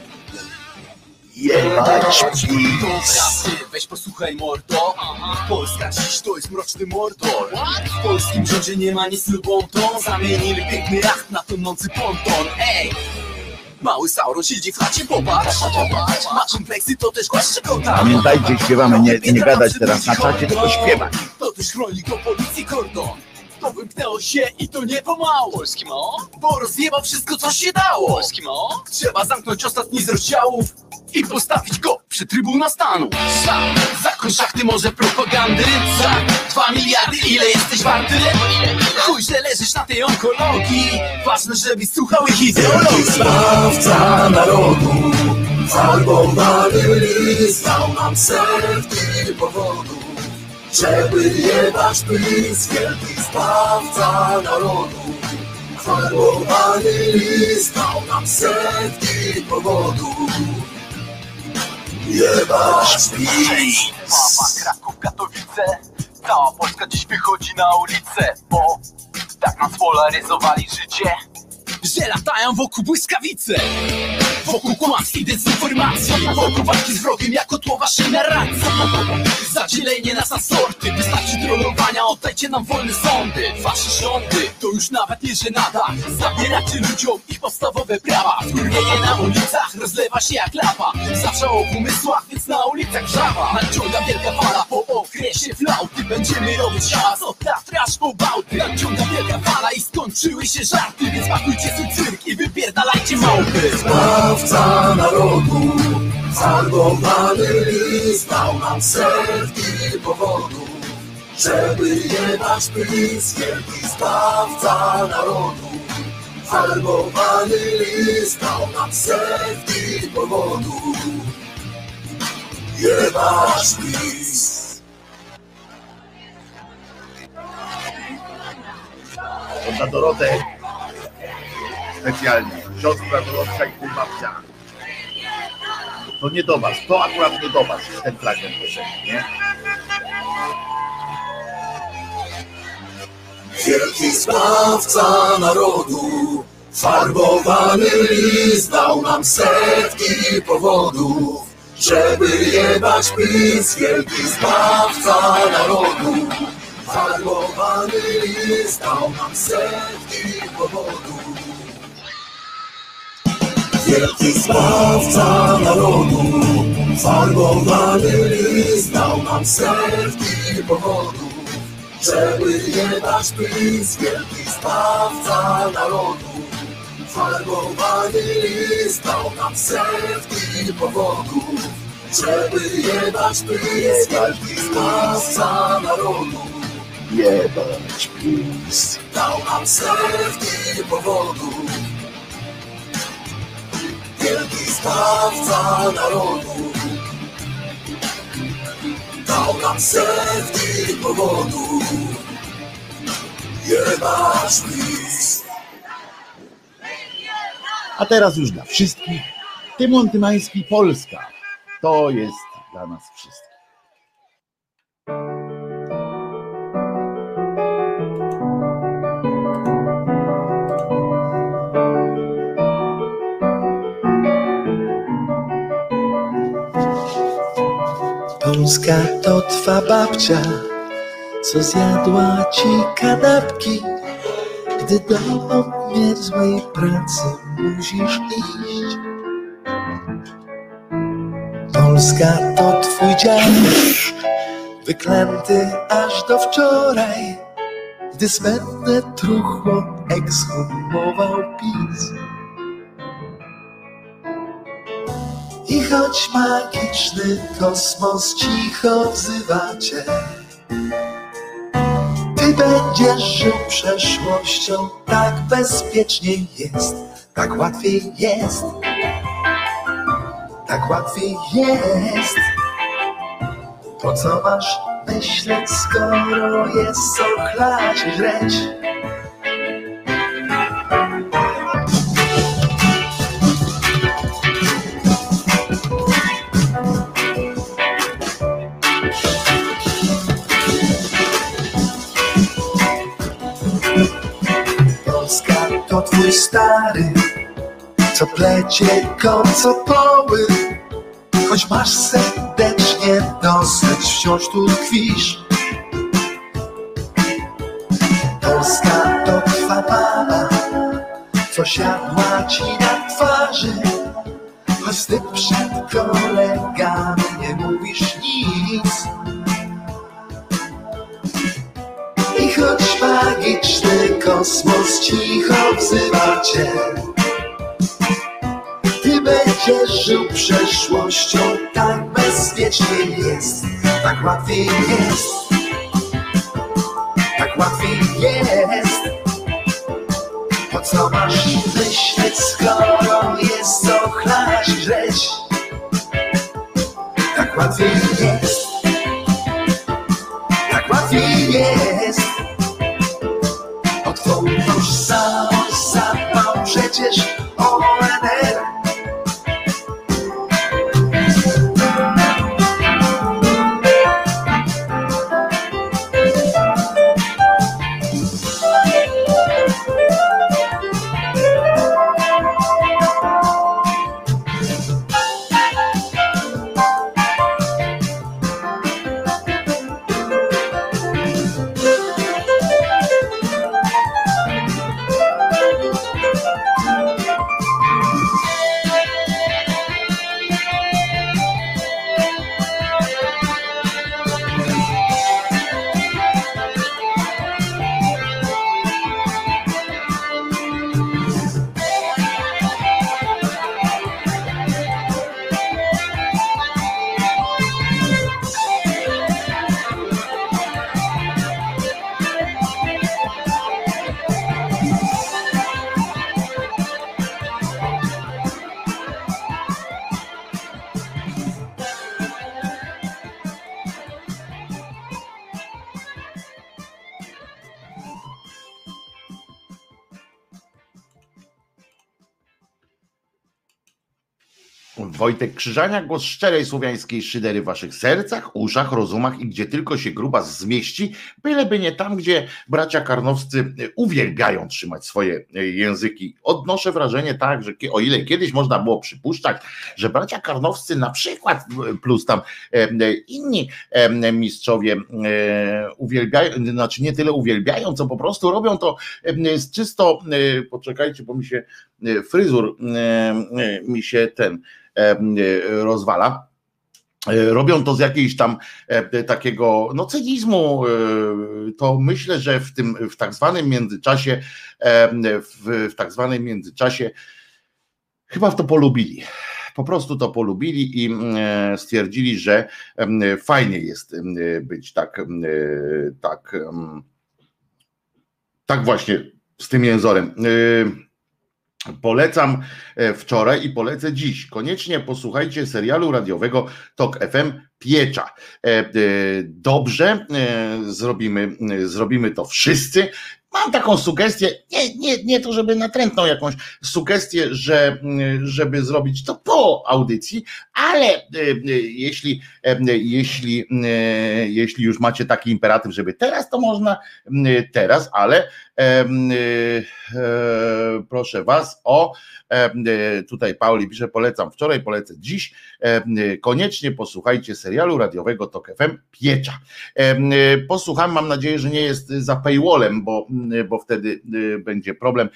Jebać PiS. Weź posłuchaj mordo, Polska dziś to jest mroczny mordor. W polskim rządzie nie ma nic lubą tą. Zamienili piękny jacht na tonący ponton. Ej! Mały Sauron siedzi w chacie, popatrz. Ma kompleksy, to też głaszcze kota. Pamiętajcie, śpiewamy, nie gadać teraz na czacie, tylko śpiewać. To też chroni go policji kordon. To wymknęło się i to nie pomału. Polski mo? Bo rozjebał wszystko, co się dało. Polski mo? Trzeba zamknąć ostatni z rozdziałów i postawić go przy Trybunał Stanu. Zakoń szachty, może propagandy. Za 2 miliardy, ile jesteś warty? Chuj, że leżysz na tej onkologii. Ważne, żebyś słuchał ich ideologii. Zbawca narodu, farbowany list dał nam setki powodów, żeby jebać PiS, wielki zbawca narodu. Farbowany list dał nam setki powodów, jebać PiS. Warszawa, Kraków, Katowice, cała Polska dziś wychodzi na ulicę, bo tak nas polaryzowali życie. że latają wokół błyskawice, wokół kłamstw i dezinformacji, wokół walki z wrogiem jako tło waszej narracji. Zadzielenie nas na sorty, wystarczy trollowania, oddajcie nam wolne sądy. Wasze rządy to już nawet nie żenada, zabieracie ludziom ich podstawowe prawa. Wkurwienie na ulicach rozlewa się jak lapa, zawsze o umysłach, więc na ulicach żaba. Nadciąga wielka fala po okresie flauty, będziemy robić hałas od Tatra aż po Bałty. Nadciąga wielka fala i skończyły się żarty, więc pakujcie swój cyrk i wypierdalajcie małpy. Zbawca narodu, farbowany list dał nam setki powodów, żeby jebać PiS. Wielki zbawca narodu, farbowany list dał nam setki powodów, jebać PiS. To dla Dorotę specjalnie, siostra Dorotka i pół babcia. To nie do was, to akurat nie do was jest ten fragment piosenki, nie? Wielki zbawca narodu, farbowany list dał nam setki powodów, żeby jebać PiS. Wielki zbawca narodu, farbowany list dał nam setki powodów. Wielki zbawca narodu, farbowany list dał nam setki powodów, żeby jebać PiS. Wielki zbawca narodu, farbowany list dał nam setki powodów, żeby jebać PiS. Wielki zbawca narodu, Jebać PiS. dał nam setki powodów. Wielki zbawca narodu, dał nam setki powodów, jebać PiS. A teraz już dla wszystkich. Tymon Tymański, Polska. To jest dla nas wszystkich. Polska to twa babcia, co zjadła ci kanapki, gdy do obmierzłej pracy musisz iść. Polska to twój dziadek, wyklęty aż do wczoraj, gdy smętne truchło ekshumował PiS. I choć magiczny kosmos cicho wzywa cię, ty będziesz żył przeszłością, tak bezpiecznie jest, tak łatwiej jest, tak łatwiej jest. Po co masz myśleć, skoro jest co chlać i żreć? To twój stary, co plecie kocopoły, choć masz serdecznie dosyć, wciąż tu tkwisz. Polska to twa baba, co siadła ci na twarzy, choć ty przed kolegami nie mówisz nic. I choć magiczny kosmos cicho wzywa cię, ty będziesz żył przeszłością, tak bezpiecznie jest, tak łatwiej jest, tak łatwiej jest. Po co masz myśleć, skoro jest co chlać i żreć? Tak łatwiej jest, tak łatwiej jest. O twą tożsamość zadbał przecież ONR. Wojtek Krzyżania, głos szczerej słowiańskiej szydery w waszych sercach, uszach, rozumach i gdzie tylko się grubas zmieści, byleby nie tam, gdzie bracia karnowscy uwielbiają trzymać swoje języki. Odnoszę wrażenie tak, że o ile kiedyś można było przypuszczać, że bracia karnowscy na przykład, plus tam inni mistrzowie uwielbiają, znaczy nie tyle uwielbiają, co po prostu robią to z czysto, poczekajcie, bo mi się fryzur mi się rozwala. Robią to z jakiejś tam takiego cynizmu, to myślę, że w tak zwanym międzyczasie chyba to polubili. Po prostu to polubili i stwierdzili, że fajnie jest być tak właśnie z tym jęzorem. Polecam wczoraj i polecę dziś. Koniecznie posłuchajcie serialu radiowego TOK FM Piecza. Dobrze, zrobimy to wszyscy. Mam taką sugestię, nie to żeby natrętną jakąś sugestię, żeby zrobić to po audycji, ale jeśli już macie taki imperatyw, żeby teraz, to można teraz, ale proszę was tutaj Pauli pisze, polecam wczoraj, polecę dziś, koniecznie posłuchajcie serialu radiowego TOK FM Piecza. Posłucham, mam nadzieję, że nie jest za paywallem, bo wtedy będzie problem,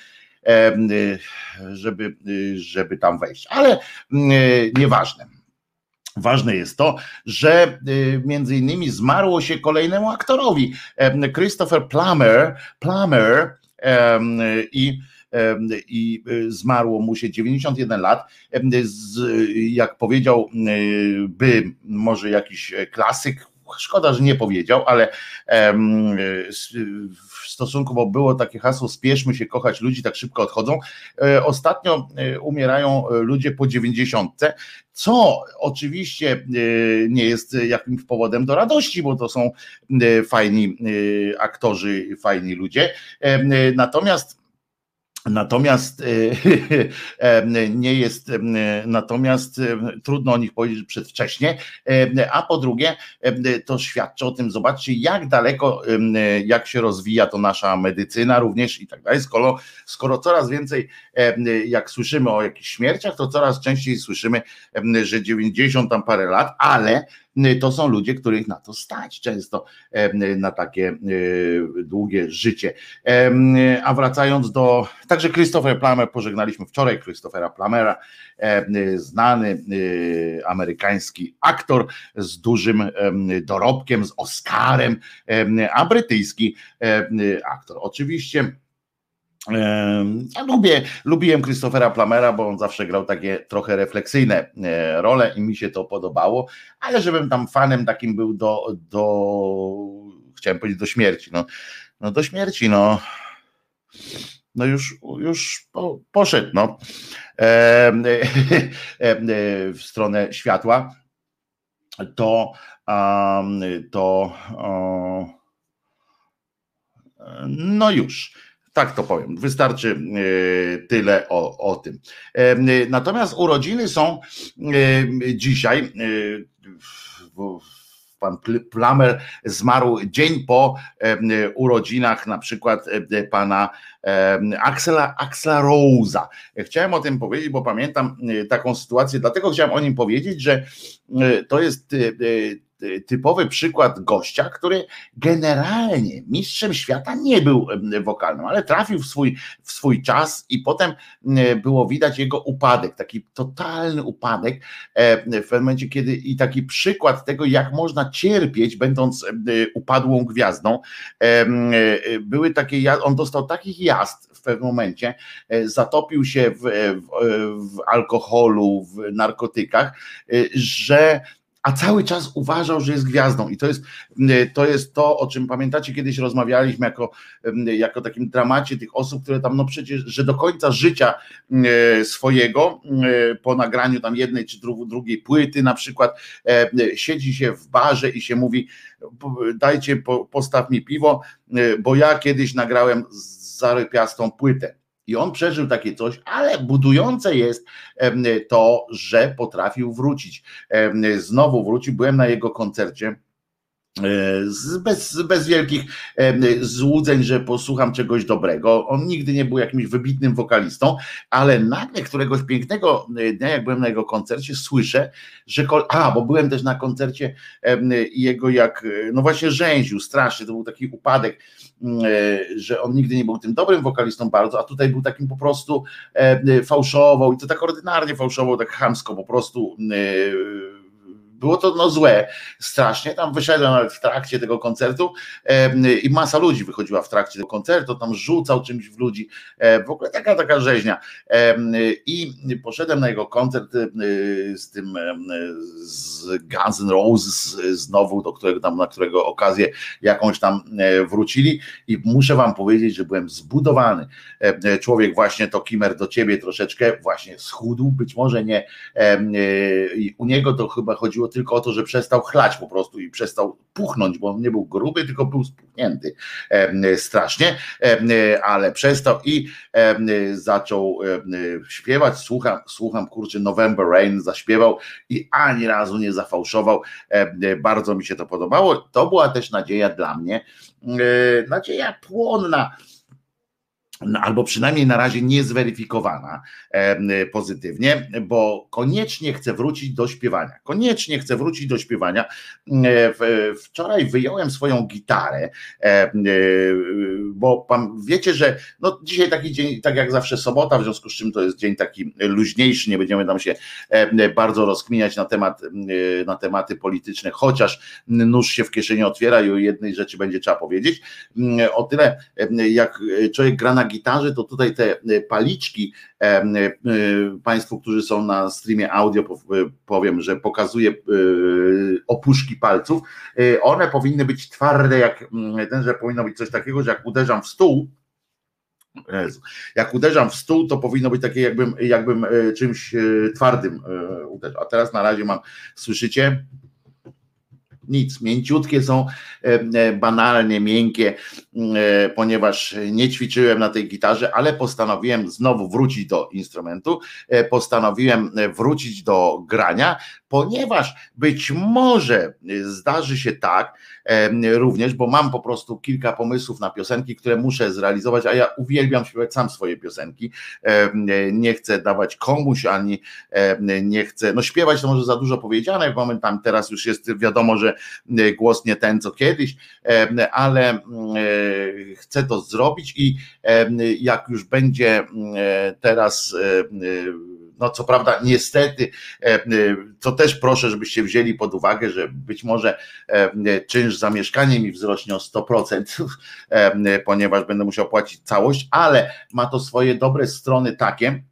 żeby tam wejść, ale nieważne. Ważne jest to, że między innymi zmarło się kolejnemu aktorowi, Christopher Plummer i zmarło mu się 91 lat, jak powiedział może jakiś klasyk, szkoda, że nie powiedział, ale w stosunku, bo było takie hasło, spieszmy się kochać ludzi, tak szybko odchodzą. Ostatnio umierają ludzie po 90, co oczywiście nie jest jakimś powodem do radości, bo to są fajni aktorzy, fajni ludzie. Natomiast nie jest, trudno o nich powiedzieć przedwcześnie, a po drugie to świadczy o tym, zobaczcie jak daleko, jak się rozwija to nasza medycyna również i tak dalej, skoro coraz więcej, jak słyszymy o jakichś śmierciach, to coraz częściej słyszymy, że 90 tam parę lat, ale to są ludzie, których na to stać często, na takie długie życie. A wracając także Christopher Plummer, pożegnaliśmy wczoraj Christophera Plummera, znany amerykański aktor z dużym dorobkiem, z Oscarem, a brytyjski aktor. Oczywiście ja lubiłem Christophera Plummera, bo on zawsze grał takie trochę refleksyjne role i mi się to podobało, ale żebym tam fanem takim był chciałem powiedzieć do śmierci, no do śmierci, no już poszedł, w stronę światła, no już. Tak to powiem, wystarczy tyle o tym. Natomiast urodziny są dzisiaj, pan Plummer zmarł dzień po urodzinach na przykład pana Axla Rose'a. Chciałem o tym powiedzieć, bo pamiętam taką sytuację, dlatego chciałem o nim powiedzieć, że to jest typowy przykład gościa, który generalnie mistrzem świata nie był wokalnym, ale trafił w swój czas i potem było widać jego upadek, taki totalny upadek w momencie, kiedy i taki przykład tego, jak można cierpieć, będąc upadłą gwiazdą. Były takie, on dostał takich jazd w pewnym momencie, zatopił się w alkoholu, w narkotykach, a cały czas uważał, że jest gwiazdą i to jest to, o czym pamiętacie, kiedyś rozmawialiśmy jako takim dramacie tych osób, które tam przecież, że do końca życia swojego, po nagraniu tam jednej czy drugiej płyty na przykład, siedzi się w barze i się mówi, dajcie, postaw mi piwo, bo ja kiedyś nagrałem zarypiastą płytę. I on przeżył takie coś, ale budujące jest to, że potrafił wrócić. Znowu wrócił, byłem na jego koncercie. Bez wielkich złudzeń, że posłucham czegoś dobrego. On nigdy nie był jakimś wybitnym wokalistą, ale nagle któregoś pięknego dnia, jak byłem na jego koncercie, słyszę, że bo byłem też na koncercie jego, jak no właśnie rzęził strasznie, to był taki upadek, że on nigdy nie był tym dobrym wokalistą bardzo, a tutaj był takim po prostu fałszował i to tak ordynarnie fałszował, tak chamsko po prostu. Było to złe, strasznie. Tam wyszedłem nawet w trakcie tego koncertu i masa ludzi wychodziła w trakcie tego koncertu, tam rzucał czymś w ludzi, w ogóle taka rzeźnia. I poszedłem na jego koncert z Guns N' Roses znowu, na którego okazję jakąś tam wrócili i muszę wam powiedzieć, że byłem zbudowany. Człowiek właśnie, to Kimer, do ciebie troszeczkę właśnie schudł, być może nie. U niego to chyba chodziło tylko o to, że przestał chlać po prostu i przestał puchnąć, bo on nie był gruby, tylko był spuchnięty strasznie, ale przestał i zaczął śpiewać. Słucham, kurczę, November Rain zaśpiewał i ani razu nie zafałszował. Bardzo mi się to podobało. To była też nadzieja dla mnie, nadzieja płonna, albo przynajmniej na razie niezweryfikowana pozytywnie, bo koniecznie chcę wrócić do śpiewania. Wczoraj wyjąłem swoją gitarę, bo wiecie, że no dzisiaj taki dzień, tak jak zawsze sobota, w związku z czym to jest dzień taki luźniejszy, nie będziemy tam się bardzo rozkminiać na tematy polityczne, chociaż nóż się w kieszeni otwiera i o jednej rzeczy będzie trzeba powiedzieć. O tyle, jak człowiek gra na gitarze, to tutaj te paliczki, Państwu, którzy są na streamie audio, powiem, że pokazuje opuszki palców, one powinny być twarde, że powinno być coś takiego, że jak uderzam w stół, to powinno być takie, jakbym czymś twardym uderzał. A teraz na razie mam, słyszycie? Nic, mięciutkie są, banalnie miękkie, ponieważ nie ćwiczyłem na tej gitarze, ale postanowiłem znowu wrócić do instrumentu, postanowiłem wrócić do grania, ponieważ być może zdarzy się tak również, bo mam po prostu kilka pomysłów na piosenki, które muszę zrealizować, a ja uwielbiam śpiewać sam swoje piosenki, nie chcę dawać komuś, ani nie chcę, śpiewać to może za dużo powiedziane, momentami teraz już jest wiadomo, że głos nie ten co kiedyś, ale chcę to zrobić i jak już będzie teraz, no co prawda niestety, to też proszę, żebyście wzięli pod uwagę, że być może czynsz za mieszkanie mi wzrośnie o 100%, ponieważ będę musiał płacić całość, ale ma to swoje dobre strony takie,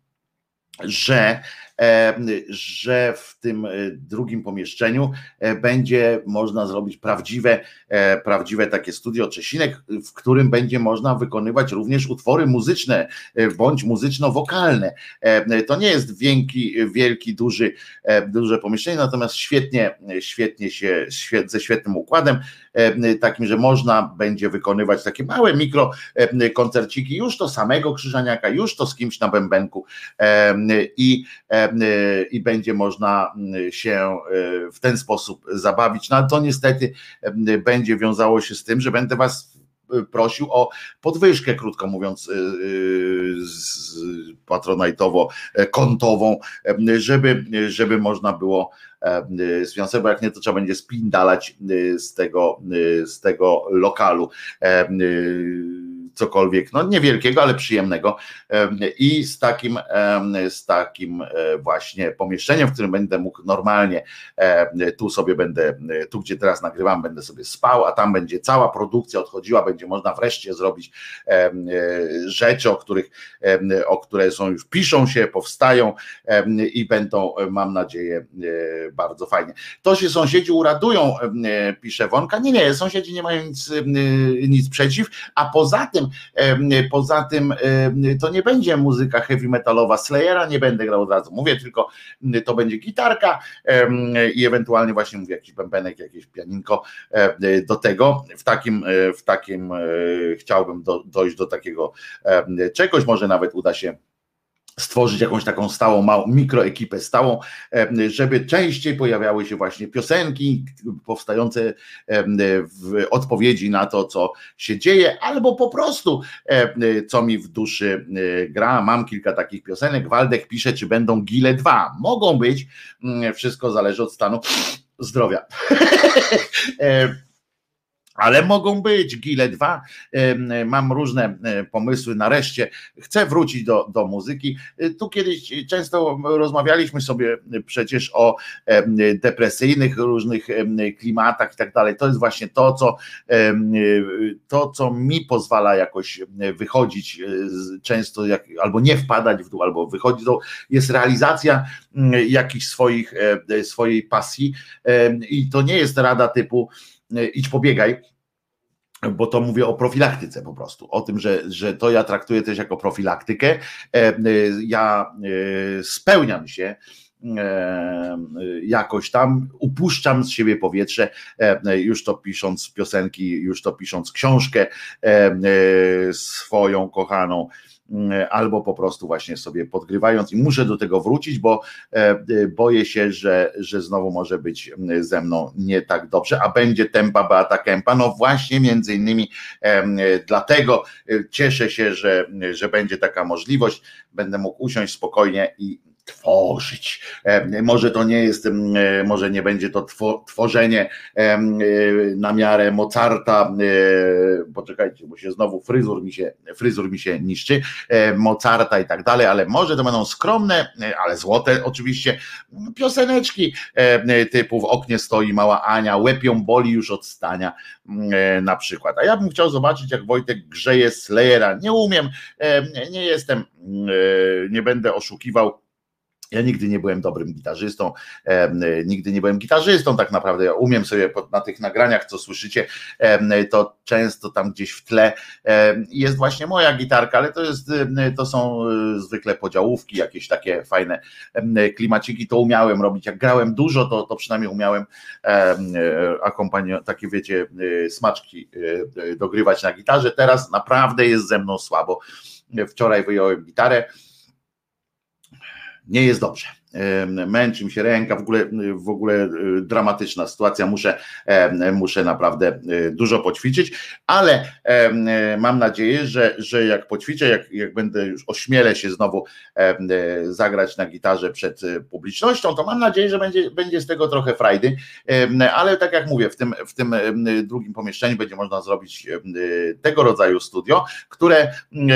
że w tym drugim pomieszczeniu będzie można zrobić prawdziwe takie studio Czesinek, w którym będzie można wykonywać również utwory muzyczne bądź muzyczno-wokalne. To nie jest wielki, duże pomieszczenie, natomiast świetnie się, ze świetnym układem, takim, że można będzie wykonywać takie małe mikro koncerciki, już to samego Krzyżaniaka, już to z kimś na bębenku i będzie można się w ten sposób zabawić. No ale to niestety będzie wiązało się z tym, że będę was prosił o podwyżkę, krótko mówiąc, patronajtowo-kontową, żeby można było związek, bo jak nie, to trzeba będzie spindalać z tego lokalu cokolwiek, no niewielkiego, ale przyjemnego i z takim właśnie pomieszczeniem, w którym będę mógł normalnie, tu gdzie teraz nagrywam, będę sobie spał, a tam będzie cała produkcja odchodziła, będzie można wreszcie zrobić rzeczy, które są już, piszą się, powstają i będą, mam nadzieję, bardzo fajnie. To się sąsiedzi uradują, pisze Wonka. Nie, sąsiedzi nie mają nic przeciw, a poza tym to nie będzie muzyka heavy metalowa, Slayera nie będę grał od razu, mówię tylko, to będzie gitarka i ewentualnie właśnie mówię jakiś bębenek, jakieś pianinko do tego, w takim chciałbym dojść do takiego czegoś, może nawet uda się stworzyć jakąś taką stałą, małą mikroekipę stałą, żeby częściej pojawiały się właśnie piosenki powstające w odpowiedzi na to, co się dzieje, albo po prostu co mi w duszy gra. Mam kilka takich piosenek. Waldek pisze, czy będą Gile 2. Mogą być, wszystko zależy od stanu zdrowia. Ale mogą być Gile 2, mam różne pomysły, nareszcie chcę wrócić do muzyki. Tu kiedyś często rozmawialiśmy sobie przecież o depresyjnych różnych klimatach i tak dalej. To jest właśnie to, co mi pozwala jakoś wychodzić często, albo nie wpadać w dół, albo wychodzić jest realizacja jakichś swojej pasji i to nie jest rada typu idź pobiegaj, bo to mówię o profilaktyce po prostu, o tym, że to ja traktuję też jako profilaktykę. Ja spełniam się jakoś tam, upuszczam z siebie powietrze, już to pisząc piosenki, już to pisząc książkę swoją kochaną, albo po prostu właśnie sobie podgrywając i muszę do tego wrócić, bo boję się, że znowu może być ze mną nie tak dobrze, a będzie tempa Beata Kempa, no właśnie między innymi dlatego cieszę się, że będzie taka możliwość, będę mógł usiąść spokojnie i tworzyć. Może to nie jest, może nie będzie to tworzenie na miarę Mozarta, poczekajcie, bo się znowu fryzur mi się niszczy, Mozarta i tak dalej, ale może to będą skromne, ale złote oczywiście pioseneczki typu w oknie stoi mała Ania, łeb ją boli już od stania na przykład. A ja bym chciał zobaczyć, jak Wojtek grzeje Slayera. Nie umiem, nie jestem, nie będę oszukiwał. Ja nigdy nie byłem dobrym gitarzystą, tak naprawdę. Ja umiem sobie na tych nagraniach, co słyszycie, to często tam gdzieś w tle jest właśnie moja gitarka, ale to są zwykle podziałówki, jakieś takie fajne klimaciki, to umiałem robić. Jak grałem dużo, to przynajmniej umiałem takie wiecie, smaczki dogrywać na gitarze. Teraz naprawdę jest ze mną słabo. Wczoraj wyjąłem gitarę. Nie jest dobrze. Męczy mi się ręka, w ogóle dramatyczna sytuacja, muszę naprawdę dużo poćwiczyć, ale mam nadzieję, że jak poćwiczę, jak będę już ośmielę się znowu zagrać na gitarze przed publicznością, to mam nadzieję, że będzie z tego trochę frajdy, ale tak jak mówię, w tym drugim pomieszczeniu będzie można zrobić tego rodzaju studio, które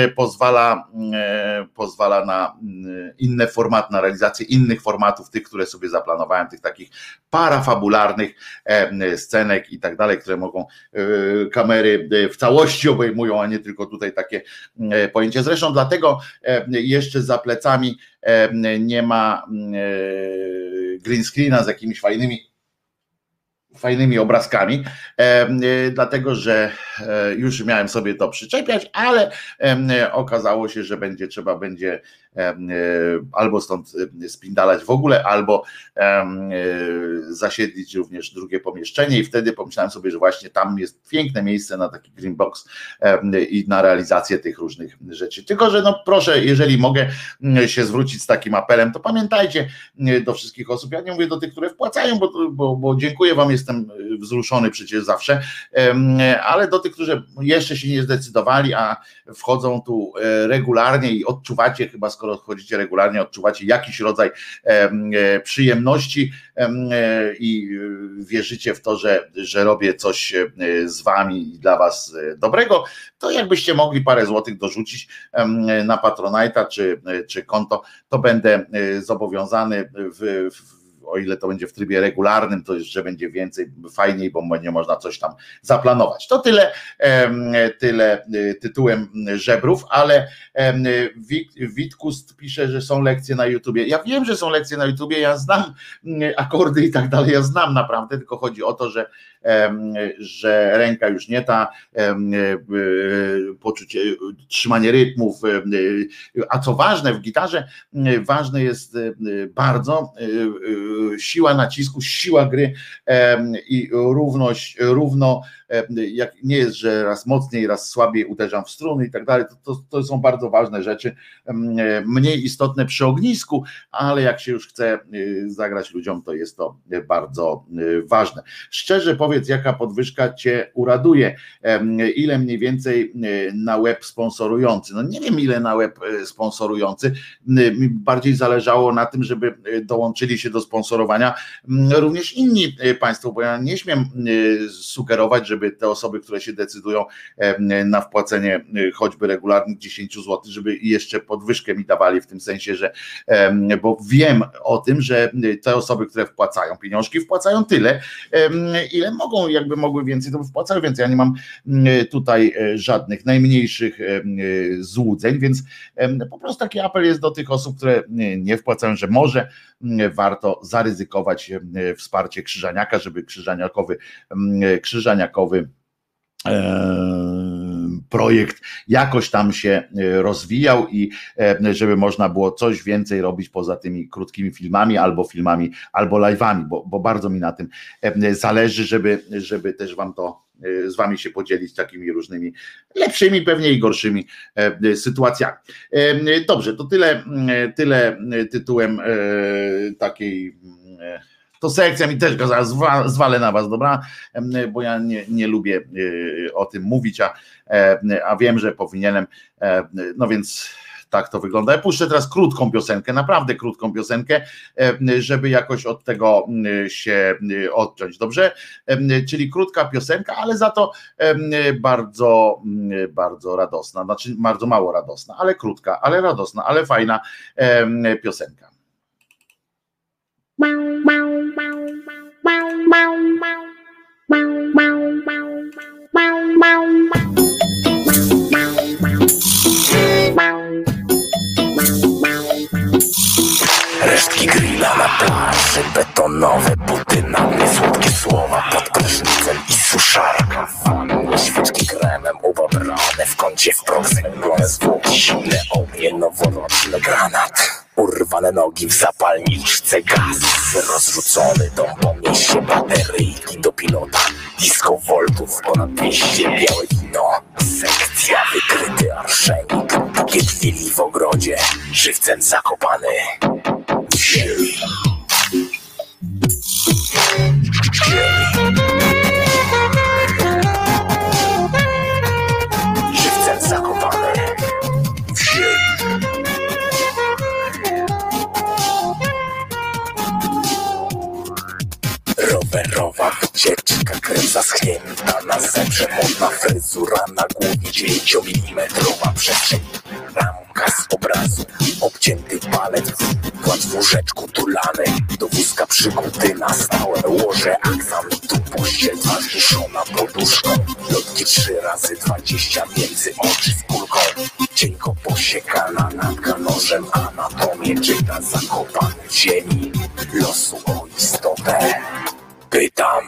pozwala na inne formaty, na realizację innych formatów, tych, które sobie zaplanowałem, tych takich parafabularnych scenek i tak dalej, które mogą kamery w całości obejmują, a nie tylko tutaj takie pojęcie. Zresztą dlatego jeszcze za plecami nie ma green screena z jakimiś fajnymi obrazkami, dlatego że już miałem sobie to przyczepiać, ale okazało się, że trzeba będzie albo stąd spindalać w ogóle, albo zasiedlić również drugie pomieszczenie i wtedy pomyślałem sobie, że właśnie tam jest piękne miejsce na taki green box i na realizację tych różnych rzeczy. Tylko że no proszę, jeżeli mogę się zwrócić z takim apelem, to pamiętajcie do wszystkich osób, ja nie mówię do tych, które wpłacają, bo dziękuję wam, jestem wzruszony przecież zawsze, ale do tych, którzy jeszcze się nie zdecydowali, a wchodzą tu regularnie i odczuwacie, chyba skoro odchodzicie regularnie, odczuwacie jakiś rodzaj przyjemności i wierzycie w to, że robię coś z wami i dla was dobrego, to jakbyście mogli parę złotych dorzucić na Patronite'a czy konto, to będę zobowiązany o ile to będzie w trybie regularnym, to jeszcze będzie więcej, fajniej, bo będzie można coś tam zaplanować. To tyle tytułem żebrów, ale Witkust pisze, że są lekcje na YouTubie. Ja wiem, że są lekcje na YouTubie, ja znam akordy i tak dalej, ja znam naprawdę, tylko chodzi o to, że że ręka już nie ta, poczucie, trzymanie rytmów, a co ważne w gitarze, ważne jest bardzo siła nacisku, siła gry i równo, jak nie jest, że raz mocniej, raz słabiej uderzam w struny i tak dalej, to są bardzo ważne rzeczy, mniej istotne przy ognisku, ale jak się już chce zagrać ludziom, to jest to bardzo ważne. Szczerze powiedz, jaka podwyżka cię uraduje, ile mniej więcej na web sponsorujący? No nie wiem, ile na web sponsorujący, mi bardziej zależało na tym, żeby dołączyli się do sponsorowania również inni państwo, bo ja nie śmiem sugerować, żeby te osoby, które się decydują na wpłacenie choćby regularnych 10 zł, żeby jeszcze podwyżkę mi dawali, w tym sensie, że bo wiem o tym, że te osoby, które wpłacają pieniążki, wpłacają tyle, ile mogą, jakby mogły więcej, to wpłacają więcej. Ja nie mam tutaj żadnych najmniejszych złudzeń, więc po prostu taki apel jest do tych osób, które nie wpłacają, że może warto zaryzykować wsparcie Krzyżaniaka, żeby Krzyżaniakowy projekt jakoś tam się rozwijał i żeby można było coś więcej robić poza tymi krótkimi filmami, albo live'ami, bo bardzo mi na tym zależy, żeby też wam to z wami się podzielić takimi różnymi lepszymi pewnie i gorszymi sytuacjami. Dobrze, to tyle tytułem takiej. To sekcja mi też go zaraz zwalę na was, dobra? Bo ja nie lubię o tym mówić, a wiem, że powinienem, no więc tak to wygląda. Ja puszczę teraz krótką piosenkę, naprawdę krótką piosenkę, żeby jakoś od tego się odciąć, dobrze? Czyli krótka piosenka, ale za to bardzo, bardzo radosna, znaczy bardzo mało radosna, ale krótka, ale radosna, ale fajna piosenka. Resztki grilla na plaży, betonowe buty na mnie, słodkie słowa pod prysznicem i suszarka w wannie, świeczki kremem ubabrane w kącie wprost węglone zwłoki, zimne ognie, noworoczny granat. Urwane nogi w zapalniczce, gaz rozrzucony dom po mieście, bateryjki do pilota, disco voltów ponad 200, białe wino, sekcja, wykryty arszenik, bukiet willi w ogrodzie, żywcem zakopany w ziemi. Żywcem zakopany w ziemi. Rowerowa wycieczka, krew zaschnięta na zebrze, modna fryzura na głowie, 9-milimetrowa przestrzeń, ramka z obrazu, obcięty palec, płat w łóżeczku tulany, do wózka przykuty na stałe łoże aksamitu, pościel zwieszona poduszką, lotki 3x20 między oczy z kulką, cienko posiekana natka nożem, anatomię czyta, zakopany w ziemi, losu o istotę. Pytam.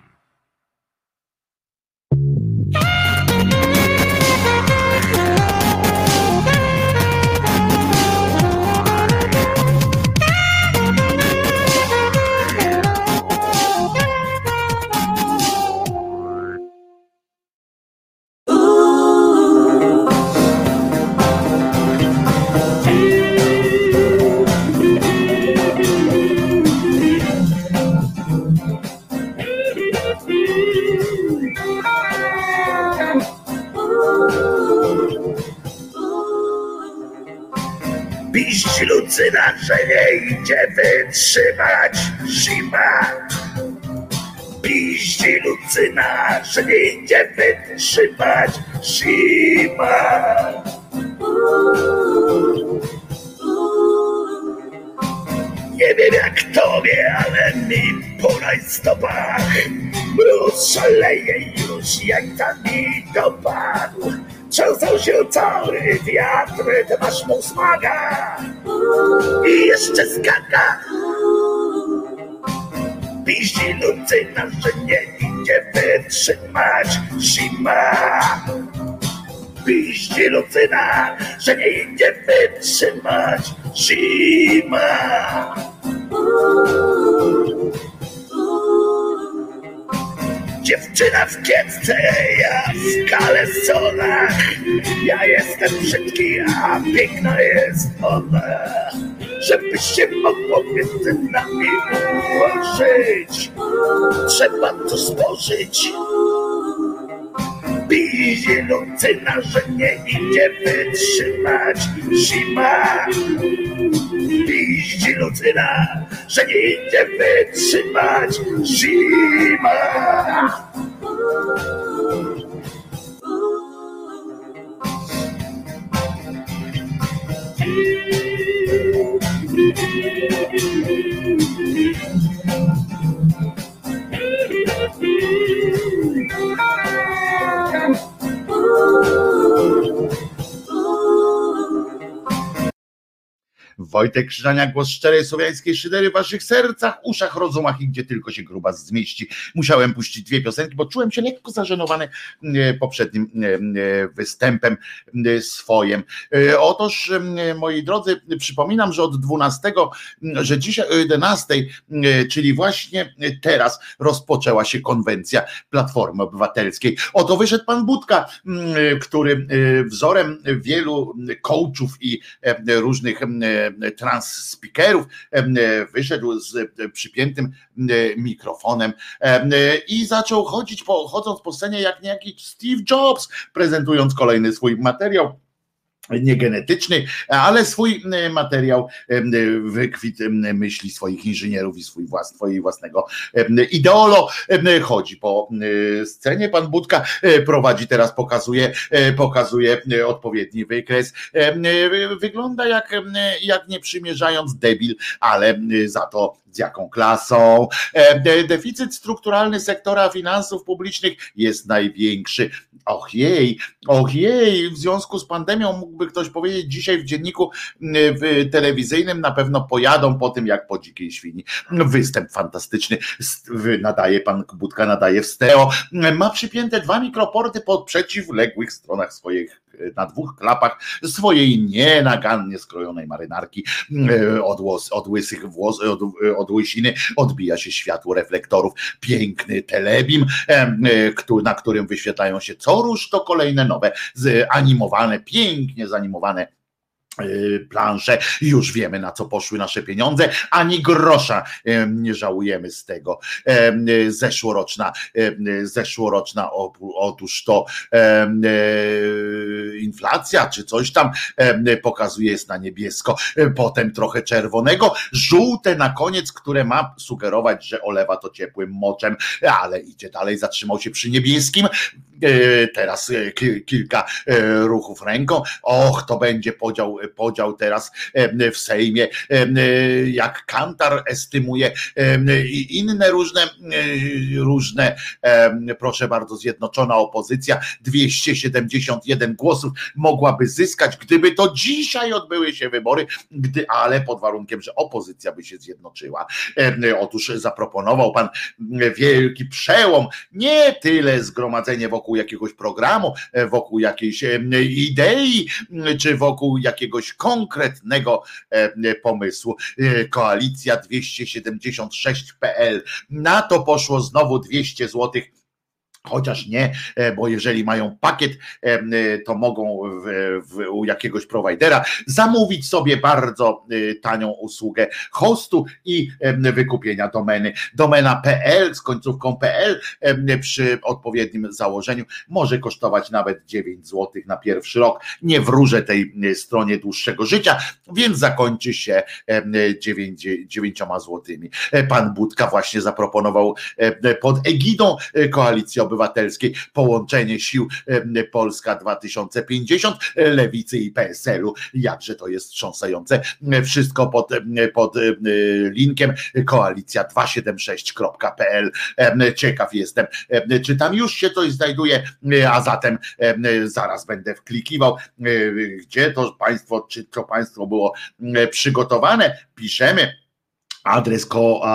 Piść Lucyna, że nie idzie wytrzymać zima. Piść Lucyna, że nie idzie wytrzymać zima. Nie wiem jak tobie, ale mi po rajstopach mróz szaleje już, jak tam mi dopadł. Trzęsał się cały wiatr, ty masz mu smaga i jeszcze skaka. Piści Lucyna, że nie idzie wytrzymać zima. Piździ Lucyna, że nie idzie wytrzymać zima. Dziewczyna w kiecce, ja w kalesonach. Ja jestem brzydki, a piękna jest ona. Żeby się mogło między nami ułożyć, trzeba to spożyć. Piździ Lucyna, że nie idzie wytrzymać zima. Piździ Lucyna, że nie idzie wytrzymać zima. Wojtek Krzyżania, głos szczerej słowiańskiej szydery w waszych sercach, uszach, rozumach i gdzie tylko się grubas zmieści. Musiałem puścić dwie piosenki, bo czułem się lekko zażenowany poprzednim występem swoim. Otóż, moi drodzy, przypominam, że od 12, że dzisiaj o 11, czyli właśnie teraz rozpoczęła się konwencja Platformy Obywatelskiej. Oto wyszedł pan Budka, który wzorem wielu coachów i różnych transspeakerów wyszedł z przypiętym mikrofonem i zaczął chodząc po scenie jak niejaki Steve Jobs, prezentując kolejny swój materiał. Nie genetyczny, ale swój materiał, wykwit myśli swoich inżynierów i swojej własnego ideolo. Chodzi po scenie, pan Budka prowadzi teraz, pokazuje odpowiedni wykres. Wygląda jak nie przymierzając debil, ale za to z jaką klasą. Deficyt strukturalny sektora finansów publicznych jest największy. Och jej, w związku z pandemią mógłby ktoś powiedzieć, dzisiaj w dzienniku telewizyjnym na pewno pojadą po tym jak po dzikiej świni. Występ fantastyczny, pan Budka nadaje w stereo, ma przypięte 2 mikroporty po przeciwległych stronach swoich, na 2 klapach swojej nienagannie skrojonej marynarki. Od łysych włosów, od łysiny odbija się światło reflektorów. Piękny telebim, na którym wyświetlają się co rusz to kolejne nowe, animowane, pięknie zanimowane plansze. Już wiemy, na co poszły nasze pieniądze, ani grosza nie żałujemy z tego. Zeszłoroczna otóż to inflacja czy coś tam pokazuje, jest na niebiesko, potem trochę czerwonego, żółte na koniec, które ma sugerować, że olewa to ciepłym moczem, ale idzie dalej, zatrzymał się przy niebieskim. Teraz kilka ruchów ręką. Och, to będzie podział teraz w Sejmie, jak Kantar estymuje i inne różne, proszę bardzo, zjednoczona opozycja 271 głosów mogłaby zyskać, gdyby to dzisiaj odbyły się wybory, ale pod warunkiem, że opozycja by się zjednoczyła. Otóż zaproponował pan wielki przełom, nie tyle zgromadzenie wokół jakiegoś programu, wokół jakiejś idei, czy wokół jakiegoś konkretnego pomysłu. Koalicja 276.pl. Na to poszło znowu 200 złotych. Chociaż nie, bo jeżeli mają pakiet, to mogą u jakiegoś prowajdera zamówić sobie bardzo tanią usługę hostu i wykupienia domeny. Domena.pl z końcówką .pl przy odpowiednim założeniu może kosztować nawet 9 zł na pierwszy rok. Nie wróżę tej stronie dłuższego życia, więc zakończy się 9 złotymi. Pan Budka właśnie zaproponował pod egidą Koalicji Obywatelskiej połączenie sił Polska 2050, Lewicy i PSL-u. Jakże to jest wstrząsające. Wszystko pod linkiem koalicja276.pl. Ciekaw jestem, czy tam już się coś znajduje, a zatem zaraz będę wklikiwał, gdzie to państwo, czy to państwo było przygotowane. Piszemy Adres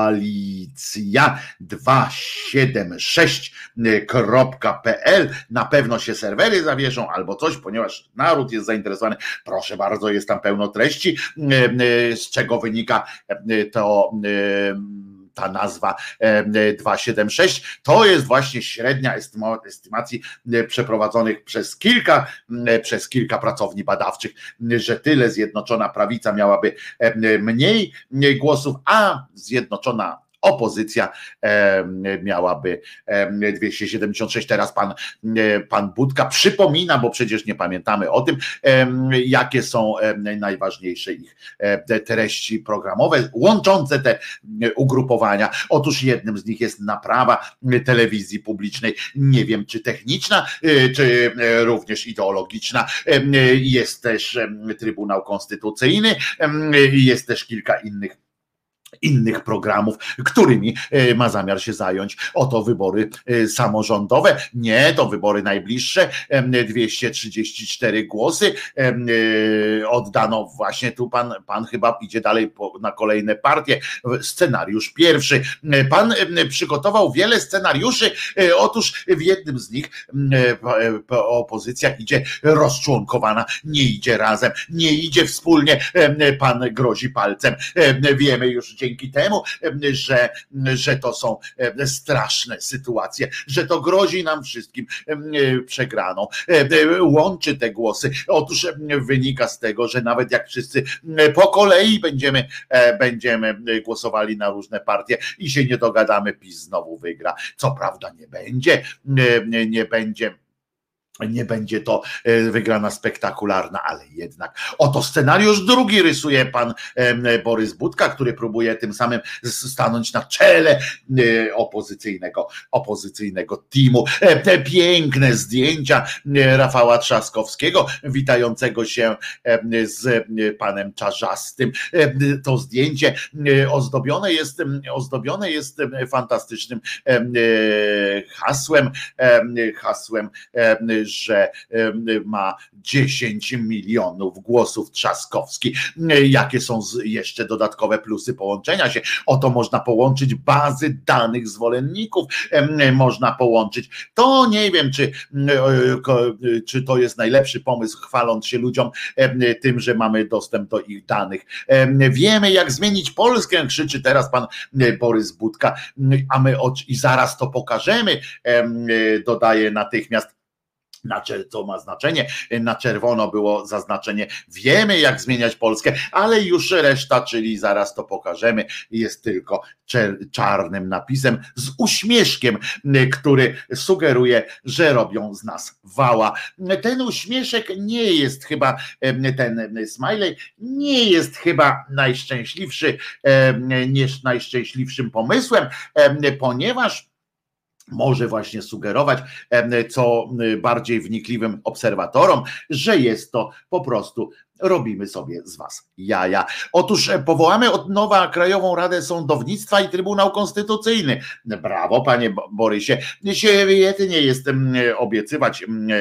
koalicja276.pl. Na pewno się serwery zawieszą albo coś, ponieważ naród jest zainteresowany. Proszę bardzo, jest tam pełno treści, z czego wynika to ta nazwa 276, to jest właśnie średnia estymacji przeprowadzonych przez kilka pracowni badawczych, że tyle Zjednoczona Prawica miałaby mniej głosów, a Zjednoczona Opozycja miałaby 276. Teraz pan Budka przypomina, bo przecież nie pamiętamy o tym, jakie są najważniejsze ich treści programowe łączące te ugrupowania. Otóż jednym z nich jest naprawa telewizji publicznej. Nie wiem, czy techniczna, czy również ideologiczna. Jest też Trybunał Konstytucyjny, jest też kilka innych programów, którymi ma zamiar się zająć. Oto wybory samorządowe, nie, to wybory najbliższe, 234 głosy oddano właśnie tu, pan chyba idzie dalej na kolejne partie, scenariusz pierwszy. Pan przygotował wiele scenariuszy, otóż w jednym z nich opozycja idzie rozczłonkowana, nie idzie razem, nie idzie wspólnie, pan grozi palcem. Wiemy już dzięki temu, że to są straszne sytuacje, że to grozi nam wszystkim przegraną. Łączy te głosy. Otóż wynika z tego, że nawet jak wszyscy po kolei będziemy głosowali na różne partie i się nie dogadamy, PiS znowu wygra. Co prawda nie będzie to wygrana spektakularna, ale jednak. Oto scenariusz drugi rysuje pan Borys Budka, który próbuje tym samym stanąć na czele opozycyjnego teamu. Te piękne zdjęcia Rafała Trzaskowskiego, witającego się z panem Czarzastym. To zdjęcie ozdobione jest fantastycznym hasłem, że ma 10 milionów głosów Trzaskowski. Jakie są jeszcze dodatkowe plusy połączenia się? Oto można połączyć bazy danych zwolenników, można połączyć. To nie wiem, czy to jest najlepszy pomysł, chwaląc się ludziom tym, że mamy dostęp do ich danych. Wiemy, jak zmienić Polskę, krzyczy teraz pan Borys Budka, a my i zaraz to pokażemy, dodaje natychmiast. Co ma znaczenie, na czerwono było zaznaczenie, wiemy jak zmieniać Polskę, ale już reszta, czyli zaraz to pokażemy, jest tylko czarnym napisem z uśmieszkiem, który sugeruje, że robią z nas wała. Ten uśmieszek nie jest chyba, ten smiley nie jest chyba najszczęśliwszym pomysłem, ponieważ może właśnie sugerować co bardziej wnikliwym obserwatorom, że jest to po prostu robimy sobie z was jaja. Otóż powołamy od nowa Krajową Radę Sądownictwa i Trybunał Konstytucyjny. Brawo, panie Borysie. Się jedynie jestem obiecywać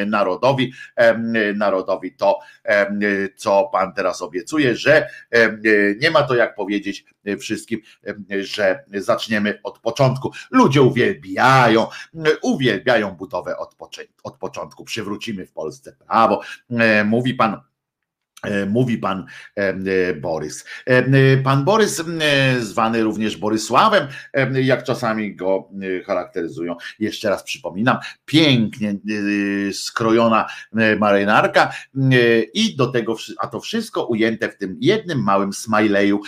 narodowi to, co pan teraz obiecuje, że nie ma to jak powiedzieć wszystkim, że zaczniemy od początku. Ludzie uwielbiają budowę od początku. Przywrócimy w Polsce prawo. Mówi pan Borys. Pan Borys, zwany również Borysławem, jak czasami go charakteryzują. Jeszcze raz przypominam, pięknie skrojona marynarka i do tego, a to wszystko ujęte w tym jednym małym smajleju,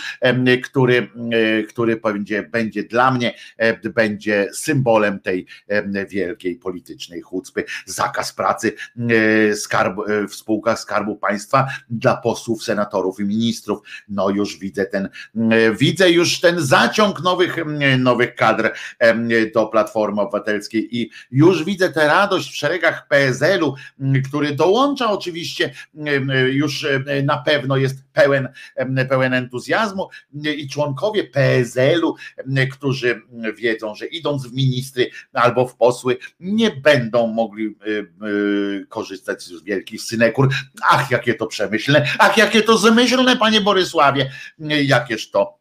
który będzie dla mnie, będzie symbolem tej wielkiej politycznej chucpy. Zakaz pracy w spółkach Skarbu Państwa dla posłów, senatorów i ministrów. No już widzę już ten zaciąg nowych kadr do Platformy Obywatelskiej i już widzę tę radość w szeregach PSL-u, który dołącza oczywiście, już na pewno jest pełen entuzjazmu i członkowie PSL-u, którzy wiedzą, że idąc w ministry albo w posły nie będą mogli korzystać z wielkich synekur. Ach, jakie to przemyślne, ach, jakie to zmyślne, panie Borysławie, jakież to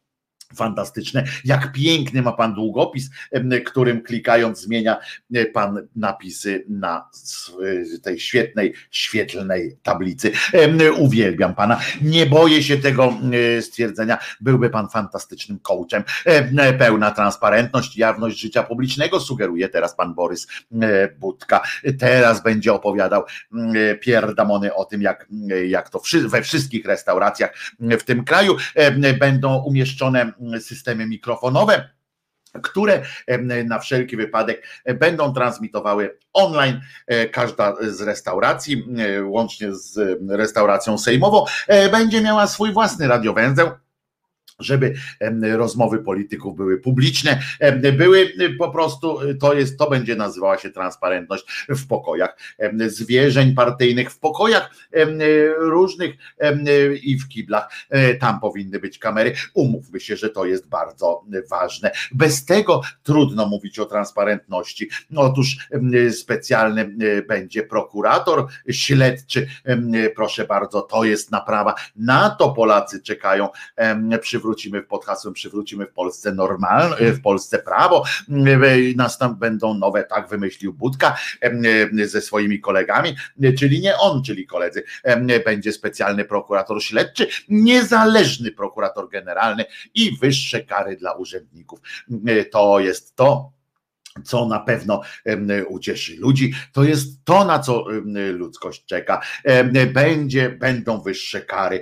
Fantastyczne. Jak piękny ma pan długopis, którym klikając zmienia pan napisy na tej świetlnej tablicy. Uwielbiam pana. Nie boję się tego stwierdzenia. Byłby pan fantastycznym coachem. Pełna transparentność, jawność życia publicznego sugeruje teraz pan Borys Budka. Teraz będzie opowiadał pierdamony o tym, jak to we wszystkich restauracjach w tym kraju będą umieszczone systemy mikrofonowe, które na wszelki wypadek będą transmitowały online. Każda z restauracji, łącznie z restauracją sejmową, będzie miała swój własny radiowęzeł, żeby rozmowy polityków były publiczne, były po prostu, to będzie nazywała się transparentność w pokojach zwierzeń partyjnych, w pokojach różnych i w kiblach, tam powinny być kamery. Umówmy się, że to jest bardzo ważne. Bez tego trudno mówić o transparentności. Otóż specjalny będzie prokurator śledczy, proszę bardzo, to jest naprawa. Na to Polacy czekają. Pod hasłem przywrócimy w Polsce w Polsce prawo, będą nowe, tak wymyślił Budka ze swoimi kolegami, czyli nie on, czyli koledzy, będzie specjalny prokurator śledczy, niezależny prokurator generalny i wyższe kary dla urzędników. To jest to, co na pewno ucieszy ludzi, to jest to, na co ludzkość czeka. Będą wyższe kary.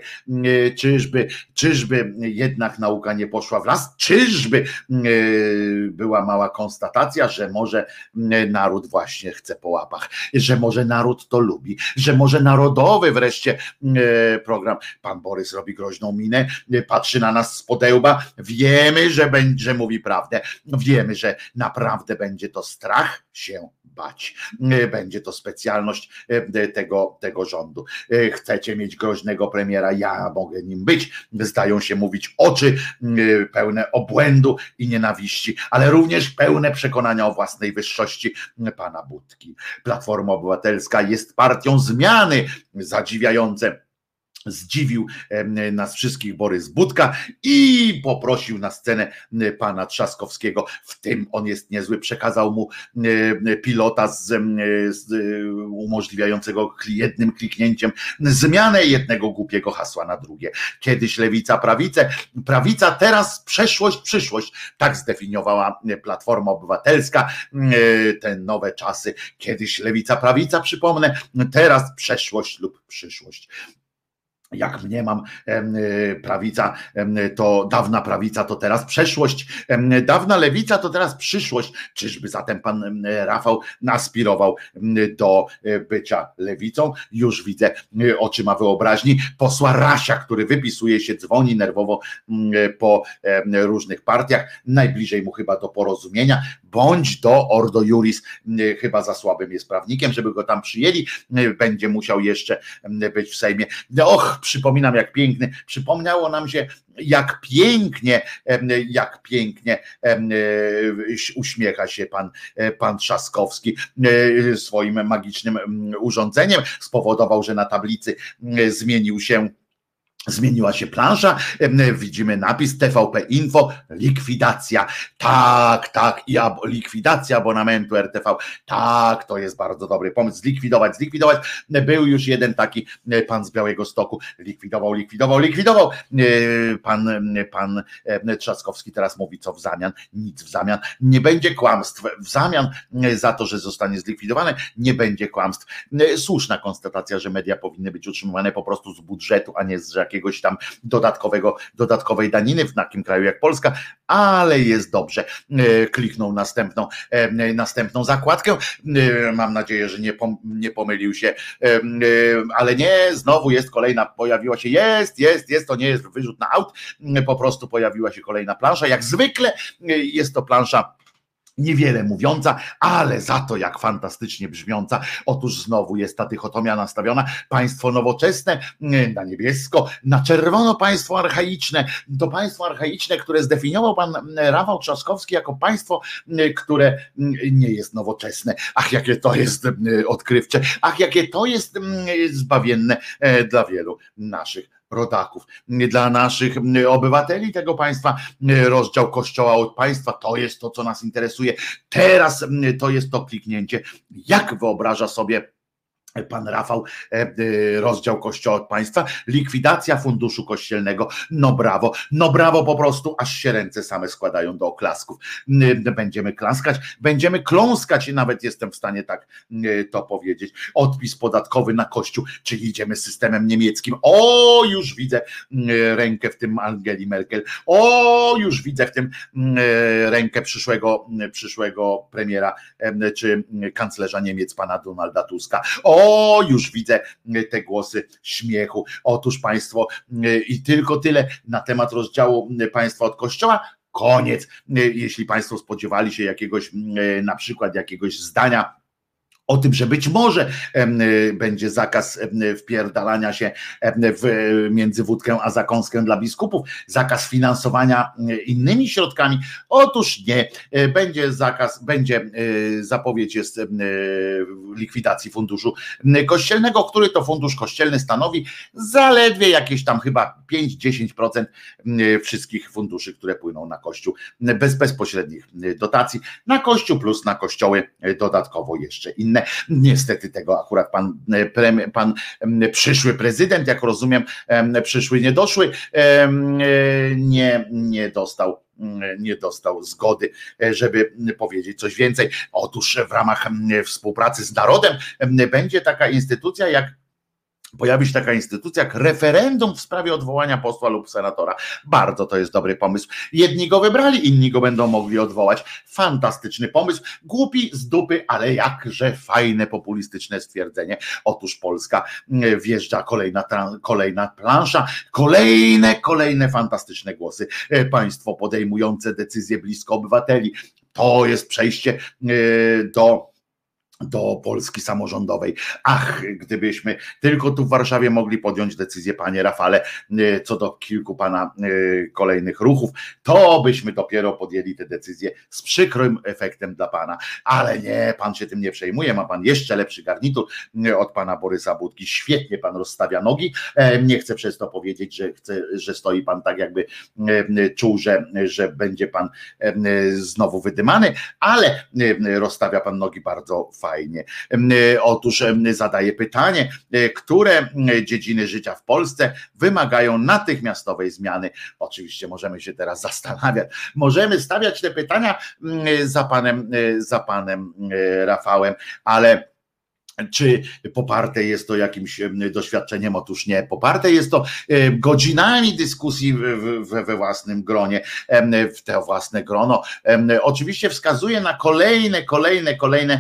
Czyżby jednak nauka nie poszła w las? Czyżby była mała konstatacja, że może naród właśnie chce po łapach, że może naród to lubi, że może narodowy wreszcie program. Pan Borys robi groźną minę, patrzy na nas z podełba. Wiemy, że mówi prawdę. Wiemy, że naprawdę będzie to strach się bać. Będzie to specjalność tego rządu. Chcecie mieć groźnego premiera? Ja mogę nim być. Zdają się mówić oczy pełne obłędu i nienawiści, ale również pełne przekonania o własnej wyższości pana Budki. Platforma Obywatelska jest partią zmiany. Zadziwiające. Zdziwił nas wszystkich Borys Budka i poprosił na scenę pana Trzaskowskiego. W tym on jest niezły. Przekazał mu pilota umożliwiającego jednym kliknięciem zmianę jednego głupiego hasła na drugie. Kiedyś lewica, prawica, teraz przeszłość, przyszłość. Tak zdefiniowała Platforma Obywatelska te nowe czasy. Kiedyś lewica, prawica, przypomnę, teraz przeszłość lub przyszłość. Jak mniemam, prawica to dawna prawica, to teraz przeszłość, dawna lewica to teraz przyszłość. Czyżby zatem pan Rafał aspirował do bycia lewicą? Już widzę oczyma wyobraźni posła Rasia, który wypisuje się, dzwoni nerwowo po różnych partiach, najbliżej mu chyba do Porozumienia, bądź do Ordo Iuris, chyba za słabym jest prawnikiem, żeby go tam przyjęli, będzie musiał jeszcze być w Sejmie. Przypominam, jak piękny, przypomniało nam się, jak pięknie uśmiecha się pan Trzaskowski swoim magicznym urządzeniem. Spowodował, że na tablicy zmieniła się plansza, widzimy napis TVP Info, likwidacja. Tak, likwidacja abonamentu RTV. Tak, to jest bardzo dobry pomysł. Zlikwidować. Był już jeden taki pan z Białegostoku. Likwidował. Pan Trzaskowski teraz mówi, co w zamian? Nic w zamian. Nie będzie kłamstw. W zamian za to, że zostanie zlikwidowane, nie będzie kłamstw. Słuszna konstatacja, że media powinny być utrzymywane po prostu z budżetu, a nie z jakiegoś tam dodatkowej daniny w takim kraju jak Polska, ale jest dobrze. Kliknął następną zakładkę. Mam nadzieję, że nie pomylił się, ale nie, znowu jest kolejna, pojawiła się, jest, to nie jest wyrzut na aut, po prostu pojawiła się kolejna plansza. Jak zwykle jest to plansza niewiele mówiąca, ale za to jak fantastycznie brzmiąca. Otóż znowu jest ta dychotomia nastawiona. Państwo nowoczesne na niebiesko, na czerwono państwo archaiczne. To państwo archaiczne, które zdefiniował pan Rafał Trzaskowski jako państwo, które nie jest nowoczesne. Ach, jakie to jest odkrywcze. Ach, jakie to jest zbawienne dla wielu naszych rodaków, dla naszych obywateli tego państwa. Rozdział Kościoła od państwa, to jest to, co nas interesuje. Teraz to jest to kliknięcie. Jak wyobraża sobie pan Rafał rozdział Kościoła od państwa, likwidacja funduszu kościelnego, no brawo po prostu, aż się ręce same składają do oklasków. Będziemy klaskać, będziemy kląskać, nawet jestem w stanie tak to powiedzieć. Odpis podatkowy na Kościół, czyli idziemy systemem niemieckim. O, już widzę rękę w tym Angeli Merkel, o, już widzę w tym rękę przyszłego premiera czy kanclerza Niemiec, pana Donalda Tuska. O, już widzę te głosy śmiechu. Otóż państwo, i tylko tyle na temat rozdziału państwa od Kościoła. Koniec. Jeśli państwo spodziewali się na przykład jakiegoś zdania o tym, że być może będzie zakaz wpierdalania się między wódkę a zakąskę dla biskupów, zakaz finansowania innymi środkami. Otóż nie, będzie zakaz, będzie zapowiedź jest likwidacji funduszu kościelnego, który to fundusz kościelny stanowi zaledwie jakieś tam chyba 5-10% wszystkich funduszy, które płyną na Kościół, bez bezpośrednich dotacji na Kościół plus na kościoły dodatkowo jeszcze inne. Niestety tego akurat pan przyszły prezydent, jak rozumiem, przyszły niedoszły, nie dostał zgody, żeby powiedzieć coś więcej. Otóż w ramach współpracy z narodem pojawi się taka instytucja jak referendum w sprawie odwołania posła lub senatora. Bardzo to jest dobry pomysł. Jedni go wybrali, inni go będą mogli odwołać. Fantastyczny pomysł. Głupi z dupy, ale jakże fajne, populistyczne stwierdzenie. Otóż Polska wjeżdża kolejna plansza, kolejne fantastyczne głosy. Państwo podejmujące decyzje blisko obywateli. To jest przejście do Polski samorządowej. Ach, gdybyśmy tylko tu w Warszawie mogli podjąć decyzję, panie Rafale, co do kilku pana kolejnych ruchów, to byśmy dopiero podjęli te decyzje z przykrym efektem dla pana. Ale nie, pan się tym nie przejmuje, ma pan jeszcze lepszy garnitur od pana Borysa Budki. Świetnie pan rozstawia nogi. Nie chcę przez to powiedzieć, że stoi pan tak, jakby czuł, że będzie pan znowu wydymany, ale rozstawia pan nogi bardzo fajnie. Otóż zadaję pytanie, które dziedziny życia w Polsce wymagają natychmiastowej zmiany. Oczywiście możemy się teraz zastanawiać, możemy stawiać te pytania za panem Rafałem, ale czy poparte jest to jakimś doświadczeniem? Otóż nie. Poparte jest to godzinami dyskusji we własnym gronie, w to własne grono. Oczywiście wskazuje na kolejne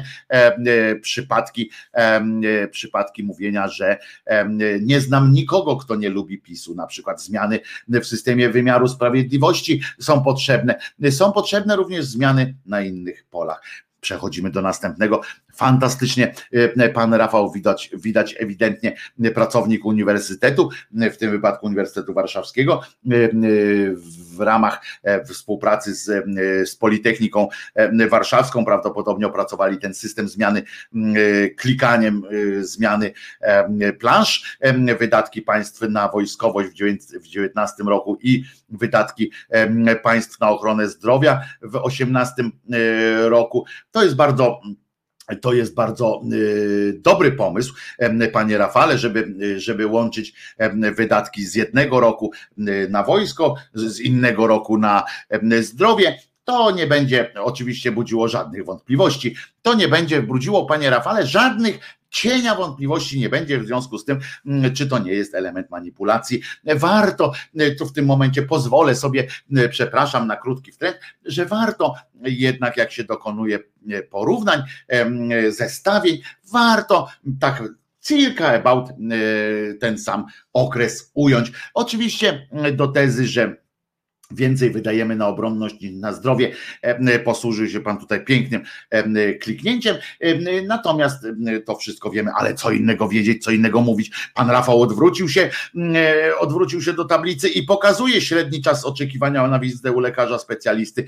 przypadki mówienia, że nie znam nikogo, kto nie lubi PiS-u. Na przykład zmiany w systemie wymiaru sprawiedliwości są potrzebne. Są potrzebne również zmiany na innych polach. Przechodzimy do następnego. Fantastycznie pan Rafał widać ewidentnie pracownik uniwersytetu, w tym wypadku Uniwersytetu Warszawskiego, w ramach współpracy z Politechniką Warszawską prawdopodobnie opracowali ten system zmiany klikaniem zmiany plansz, wydatki państw na wojskowość w 2019 roku i wydatki państw na ochronę zdrowia w 2018 roku. To jest bardzo dobry pomysł, panie Rafale, żeby łączyć wydatki z jednego roku na wojsko, z innego roku na zdrowie. To nie będzie oczywiście budziło żadnych wątpliwości. To nie będzie budziło, panie Rafale, żadnych cienia wątpliwości nie będzie w związku z tym, czy to nie jest element manipulacji. Warto, tu w tym momencie pozwolę sobie, przepraszam na krótki wtręt, że warto jednak, jak się dokonuje porównań, zestawień, warto tak circa about ten sam okres ująć. Oczywiście do tezy, że więcej wydajemy na obronność niż na zdrowie, posłużył się pan tutaj pięknym kliknięciem, natomiast to wszystko wiemy, ale co innego wiedzieć, co innego mówić. Pan Rafał odwrócił się do tablicy i pokazuje średni czas oczekiwania na wizytę u lekarza specjalisty.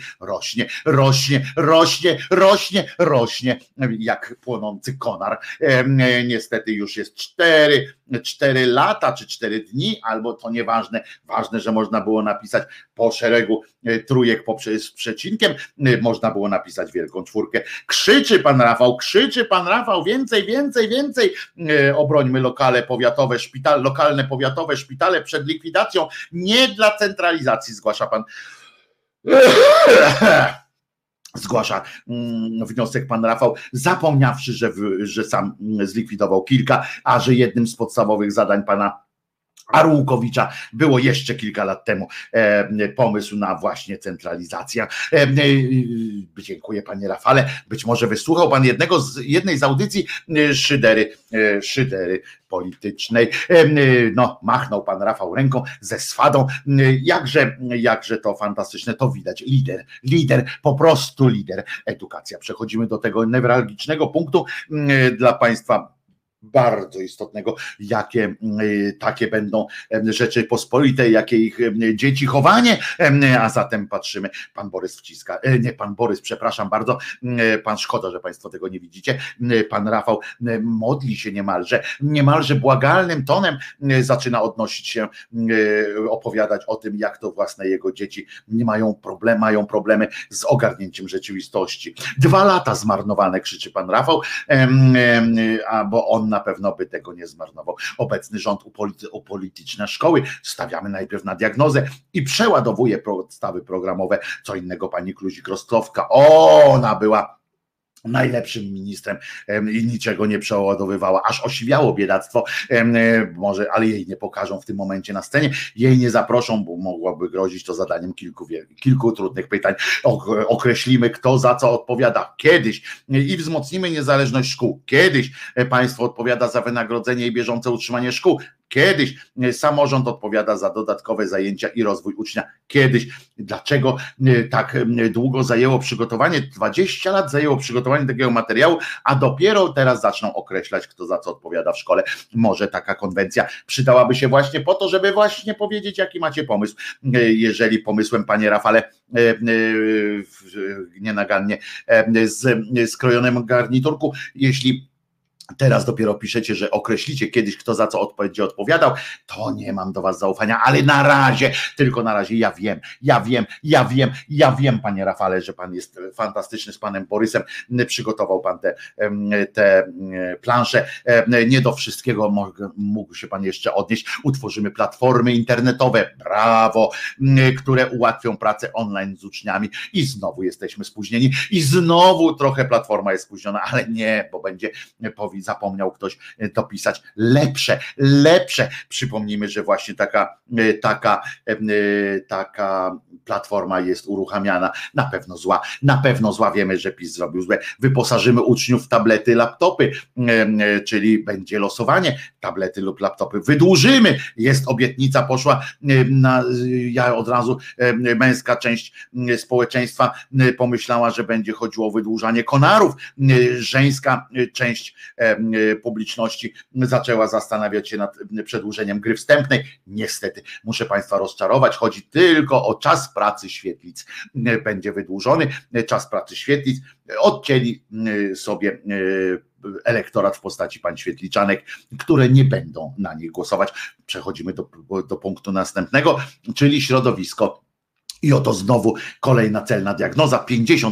Rośnie, jak płonący konar. Niestety już jest 4 4 lata czy 4 dni, albo to nieważne, ważne, że można było napisać po szeregu trójek z przecinkiem, można było napisać wielką czwórkę. Krzyczy pan Rafał, więcej, obrońmy lokalne powiatowe szpitale przed likwidacją, nie dla centralizacji, zgłasza pan. Zgłasza wniosek pan Rafał, zapomniawszy, że sam zlikwidował kilka, a że jednym z podstawowych zadań pana Arłukowicza było jeszcze kilka lat temu pomysł na właśnie centralizację. Dziękuję panie Rafale. Być może wysłuchał pan jednej z audycji szydery politycznej. No, machnął pan Rafał ręką ze swadą. Jakże to fantastyczne, to widać. Lider, po prostu lider. Edukacja. Przechodzimy do tego newralgicznego punktu dla państwa bardzo istotnego, jakie takie będą Rzeczypospolite, jakie ich dzieci chowanie, a zatem patrzymy, pan Borys wciska, nie pan Borys, przepraszam bardzo, pan, szkoda, że państwo tego nie widzicie, pan Rafał modli się niemalże błagalnym tonem zaczyna odnosić się, opowiadać o tym, jak to własne jego dzieci mają problemy z ogarnięciem rzeczywistości. 2 lata zmarnowane, krzyczy pan Rafał, bo on na pewno by tego nie zmarnował. Obecny rząd upolitycznia szkoły, stawiamy najpierw na diagnozę i przeładowuje podstawy programowe. Co innego pani Kluzik-Rostkowska, ona była najlepszym ministrem i niczego nie przeładowywała, aż osiwiało biedactwo, może, ale jej nie pokażą w tym momencie na scenie, jej nie zaproszą, bo mogłoby grozić to zadaniem kilku trudnych pytań. Określimy, kto za co odpowiada kiedyś i wzmocnimy niezależność szkół. Kiedyś państwo odpowiada za wynagrodzenie i bieżące utrzymanie szkół. Kiedyś samorząd odpowiada za dodatkowe zajęcia i rozwój ucznia. Kiedyś. Dlaczego tak długo zajęło przygotowanie? 20 lat zajęło przygotowanie takiego materiału, a dopiero teraz zaczną określać, kto za co odpowiada w szkole. Może taka konwencja przydałaby się właśnie po to, żeby właśnie powiedzieć, jaki macie pomysł. Jeżeli pomysłem, panie Rafale, nienagannie skrojonym garniturku, jeśli teraz dopiero piszecie, że określicie kiedyś, kto za co będzie odpowiadał, to nie mam do was zaufania, ale tylko na razie ja wiem, panie Rafale, że pan jest fantastyczny z panem Borysem, przygotował pan te plansze, nie do wszystkiego mógł się pan jeszcze odnieść, utworzymy platformy internetowe, brawo, które ułatwią pracę online z uczniami i znowu jesteśmy spóźnieni i znowu trochę platforma jest spóźniona, ale nie, bo będzie zapomniał ktoś dopisać lepsze. Przypomnijmy, że właśnie taka platforma jest uruchamiana, na pewno zła, wiemy, że PiS zrobił złe, wyposażymy uczniów w tablety, laptopy, czyli będzie losowanie, tablety lub laptopy wydłużymy, jest obietnica, poszła ja od razu, męska część społeczeństwa pomyślała, że będzie chodziło o wydłużanie konarów, żeńska część publiczności zaczęła zastanawiać się nad przedłużeniem gry wstępnej. Niestety, muszę państwa rozczarować, chodzi tylko o czas pracy świetlic. Będzie wydłużony czas pracy świetlic, odcięli sobie elektorat w postaci pań świetliczanek, które nie będą na nich głosować. Przechodzimy do punktu następnego, czyli środowisko. I oto znowu kolejna celna diagnoza, 50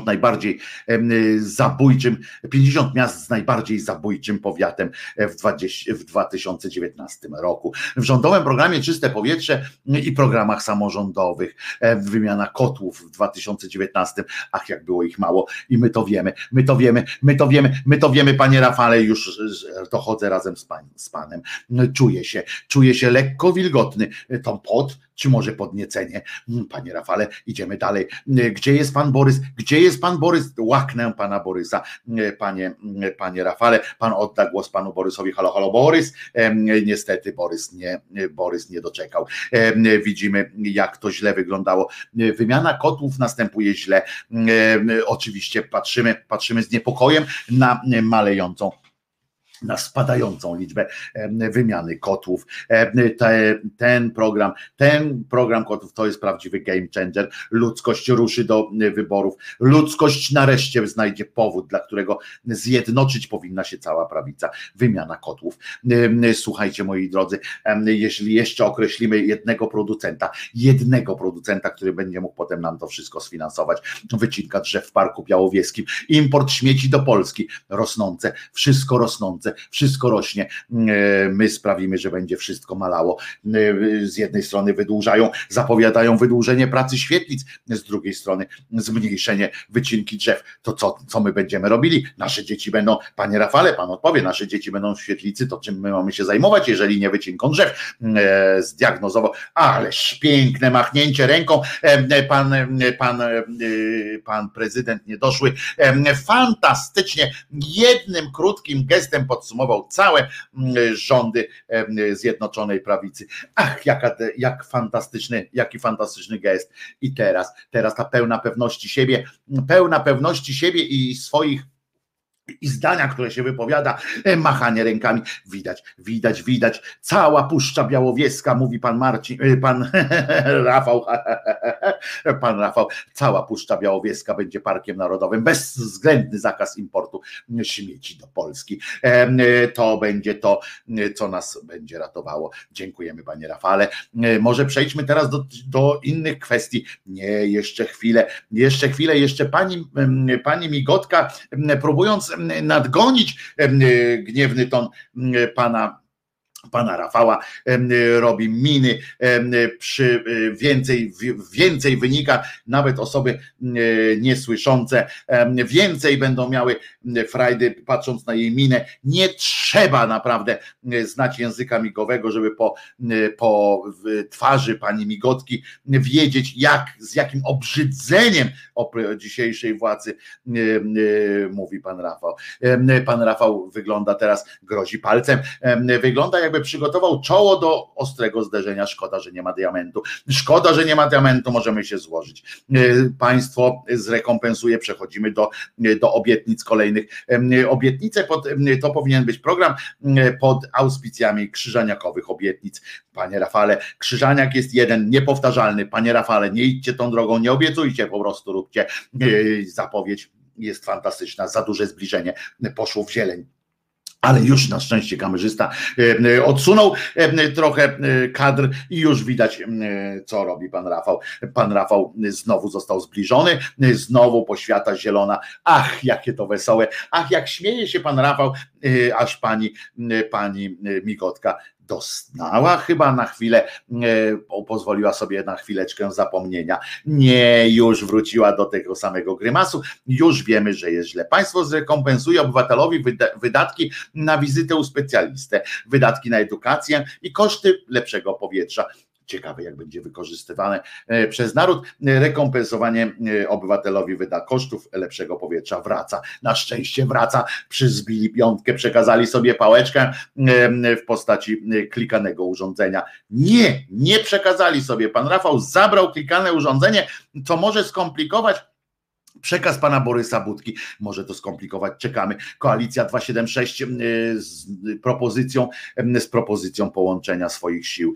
miast z najbardziej zabójczym powiatem w 2019 roku. W rządowym programie Czyste Powietrze i programach samorządowych wymiana kotłów w 2019, ach jak było ich mało i my to wiemy, panie Rafale, już dochodzę razem z panem. Czuję się lekko wilgotny, to pot, czy może podniecenie? Panie Rafale, idziemy dalej. Gdzie jest pan Borys? Łaknę pana Borysa. Panie Rafale, pan odda głos panu Borysowi. Halo Borys. Niestety Borys nie doczekał. Widzimy, jak to źle wyglądało. Wymiana kotłów następuje źle. Oczywiście patrzymy z niepokojem na malejącą na spadającą liczbę wymiany kotłów. Ten program kotłów to jest prawdziwy game changer. Ludzkość ruszy do wyborów. Ludzkość nareszcie znajdzie powód, dla którego zjednoczyć powinna się cała prawica. Wymiana kotłów. Słuchajcie, moi drodzy, jeśli jeszcze określimy jednego producenta, który będzie mógł potem nam to wszystko sfinansować, wycinka drzew w Parku Białowieskim, import śmieci do Polski, rosnące, wszystko rosnące, wszystko rośnie, my sprawimy, że będzie wszystko malało. Z jednej strony zapowiadają wydłużenie pracy świetlic, z drugiej strony zmniejszenie wycinki drzew. To co my będziemy robili? Nasze dzieci będą, panie Rafale, pan odpowie, nasze dzieci będą w świetlicy, to czym my mamy się zajmować, jeżeli nie wycinką drzew? Zdiagnozował, ależ piękne machnięcie ręką, pan prezydent niedoszły fantastycznie, jednym krótkim gestem podsumował całe rządy Zjednoczonej Prawicy. Ach, jaki fantastyczny gest. I teraz ta pełna pewności siebie i swoich i zdania, które się wypowiada, machanie rękami, widać, cała Puszcza Białowieska, mówi pan Rafał, cała Puszcza Białowieska będzie parkiem narodowym, bezwzględny zakaz importu śmieci do Polski. To będzie to, co nas będzie ratowało. Dziękujemy, panie Rafale. Może przejdźmy teraz do innych kwestii. Nie, jeszcze pani Migotka, próbując nadgonić gniewny ton pana Rafała, robi miny, więcej wynika, nawet osoby niesłyszące więcej będą miały frajdy patrząc na jej minę. Nie trzeba naprawdę znać języka migowego, żeby po twarzy pani Migotki wiedzieć, z jakim obrzydzeniem o dzisiejszej władzy mówi pan Rafał. Pan Rafał wygląda teraz, grozi palcem, wygląda jakby przygotował czoło do ostrego zderzenia. Szkoda, że nie ma diamentu, możemy się złożyć. Państwo zrekompensuje, przechodzimy do obietnic kolejnych. Obietnice to powinien być program pod auspicjami krzyżaniakowych obietnic. Panie Rafale, krzyżaniak jest jeden, niepowtarzalny. Panie Rafale, nie idźcie tą drogą, nie obiecujcie, po prostu róbcie. Zapowiedź jest fantastyczna, za duże zbliżenie, poszło w zieleń. Ale już na szczęście kamerzysta odsunął trochę kadr i już widać, co robi pan Rafał. Pan Rafał znowu został zbliżony, znowu poświata zielona. Ach, jakie to wesołe. Ach, jak śmieje się pan Rafał, aż pani Migotka dostała chyba na chwilę, pozwoliła sobie na chwileczkę zapomnienia. Nie, już wróciła do tego samego grymasu. Już wiemy, że jest źle. Państwo zrekompensuje obywatelowi wydatki na wizytę u specjalisty, wydatki na edukację i koszty lepszego powietrza. Ciekawe, jak będzie wykorzystywane przez naród. Rekompensowanie obywatelowi kosztów lepszego powietrza wraca. Na szczęście wraca. Przyzbili piątkę, przekazali sobie pałeczkę w postaci klikanego urządzenia. Nie przekazali sobie. Pan Rafał zabrał klikane urządzenie, co może skomplikować przekaz pana Borysa Budki, może to skomplikować, czekamy. Koalicja 276 z propozycją połączenia swoich sił.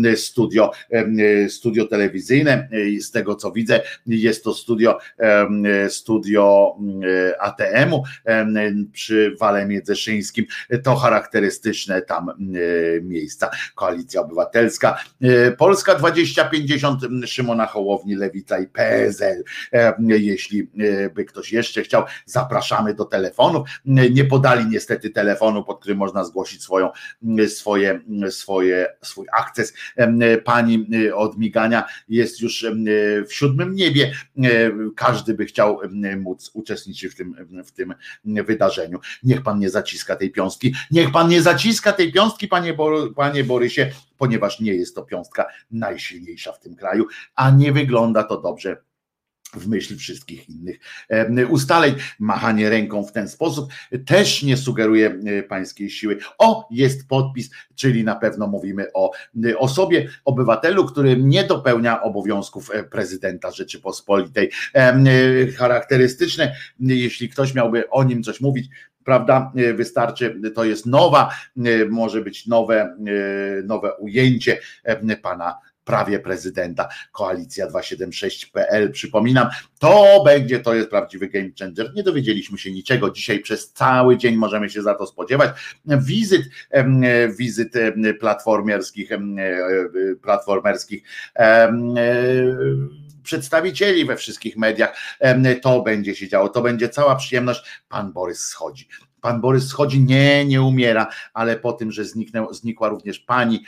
Studio telewizyjne, z tego co widzę, jest to studio ATM-u przy Wale Miedzeszyńskim, to charakterystyczne tam miejsca. Koalicja Obywatelska, Polska 2050, Szymona Hołowni, Lewica i PSL. Jeśli by ktoś jeszcze chciał, zapraszamy do telefonów. Nie podali niestety telefonu, pod którym można zgłosić swój akces. Pani od migania jest już w 7. niebie. Każdy by chciał móc uczestniczyć w tym wydarzeniu. Niech pan nie zaciska tej piąstki. Niech pan nie zaciska tej piąstki, panie Borysie, ponieważ nie jest to piąstka najsilniejsza w tym kraju, a nie wygląda to dobrze w myśl wszystkich innych ustaleń. Machanie ręką w ten sposób też nie sugeruje pańskiej siły. Jest podpis, czyli na pewno mówimy o osobie, obywatelu, który nie dopełnia obowiązków prezydenta Rzeczypospolitej. Charakterystyczne, jeśli ktoś miałby o nim coś mówić, prawda? Wystarczy, to jest może być nowe ujęcie pana prawie prezydenta, Koalicja 276.pl, przypominam, to jest prawdziwy game changer. Nie dowiedzieliśmy się niczego dzisiaj, przez cały dzień możemy się za to spodziewać. Wizyt platformerskich przedstawicieli we wszystkich mediach, to będzie się działo, to będzie cała przyjemność. Pan Borys schodzi. Pan Borys schodzi, nie umiera, ale po tym, że znikła również pani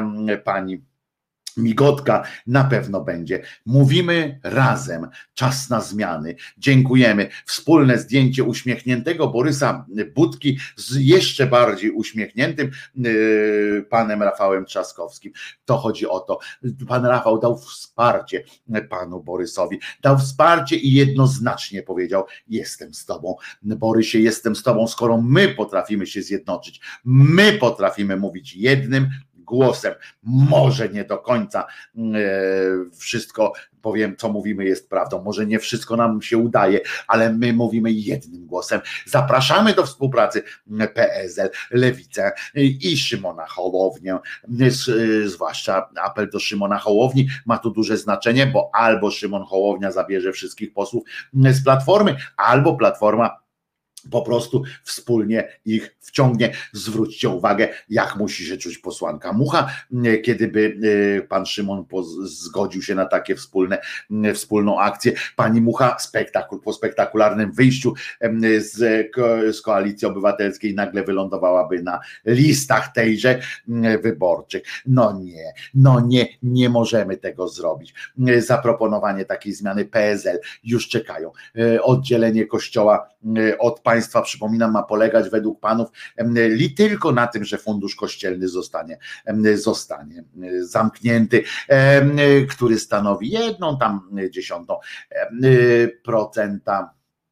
migotka, na pewno będzie. Mówimy razem, czas na zmiany. Dziękujemy. Wspólne zdjęcie uśmiechniętego Borysa Budki z jeszcze bardziej uśmiechniętym panem Rafałem Trzaskowskim. To chodzi o to. Pan Rafał dał wsparcie panu Borysowi. Dał wsparcie i jednoznacznie powiedział: jestem z tobą. Borysie, jestem z tobą, skoro my potrafimy się zjednoczyć. My potrafimy mówić jednym głosem. Może nie do końca wszystko, powiem, co mówimy, jest prawdą. Może nie wszystko nam się udaje, ale my mówimy jednym głosem. Zapraszamy do współpracy PSL, Lewicę i Szymona Hołownię. Zwłaszcza apel do Szymona Hołowni ma tu duże znaczenie, bo albo Szymon Hołownia zabierze wszystkich posłów z Platformy, albo Platforma po prostu wspólnie ich wciągnie. Zwróćcie uwagę, jak musi się czuć posłanka Mucha, kiedy by pan Szymon zgodził się na takie wspólną akcję. Pani Mucha po spektakularnym wyjściu z Koalicji Obywatelskiej nagle wylądowałaby na listach tejże wyborczych. Nie możemy tego zrobić. Zaproponowanie takiej zmiany PSL już czekają. Oddzielenie Kościoła od państwa, przypominam, ma polegać według panów tylko na tym, że fundusz kościelny zostanie zamknięty, który stanowi 1/10%.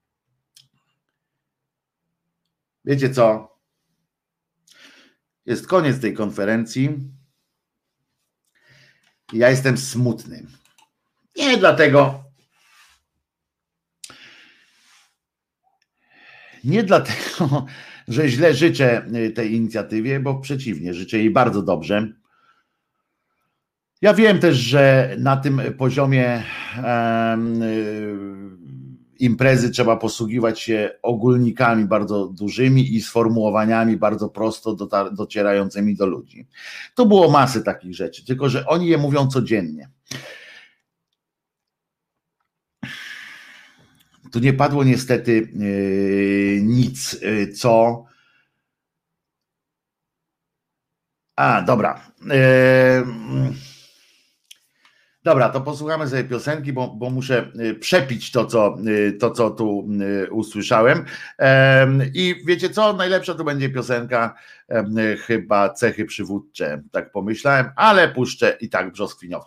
Wiecie co? Jest koniec tej konferencji. Ja jestem smutny. Nie dlatego, że źle życzę tej inicjatywie, bo przeciwnie, życzę jej bardzo dobrze. Ja wiem też, że na tym poziomie imprezy trzeba posługiwać się ogólnikami bardzo dużymi i sformułowaniami bardzo prosto docierającymi do ludzi. To było masy takich rzeczy, tylko że oni je mówią codziennie. Tu nie padło niestety nic, co... Dobra. Dobra, to posłuchamy sobie piosenki, bo muszę przepić to, co tu usłyszałem. I wiecie co? Najlepsza to będzie piosenka chyba Cechy przywódcze. Tak pomyślałem, ale puszczę i tak brzoskwiniową.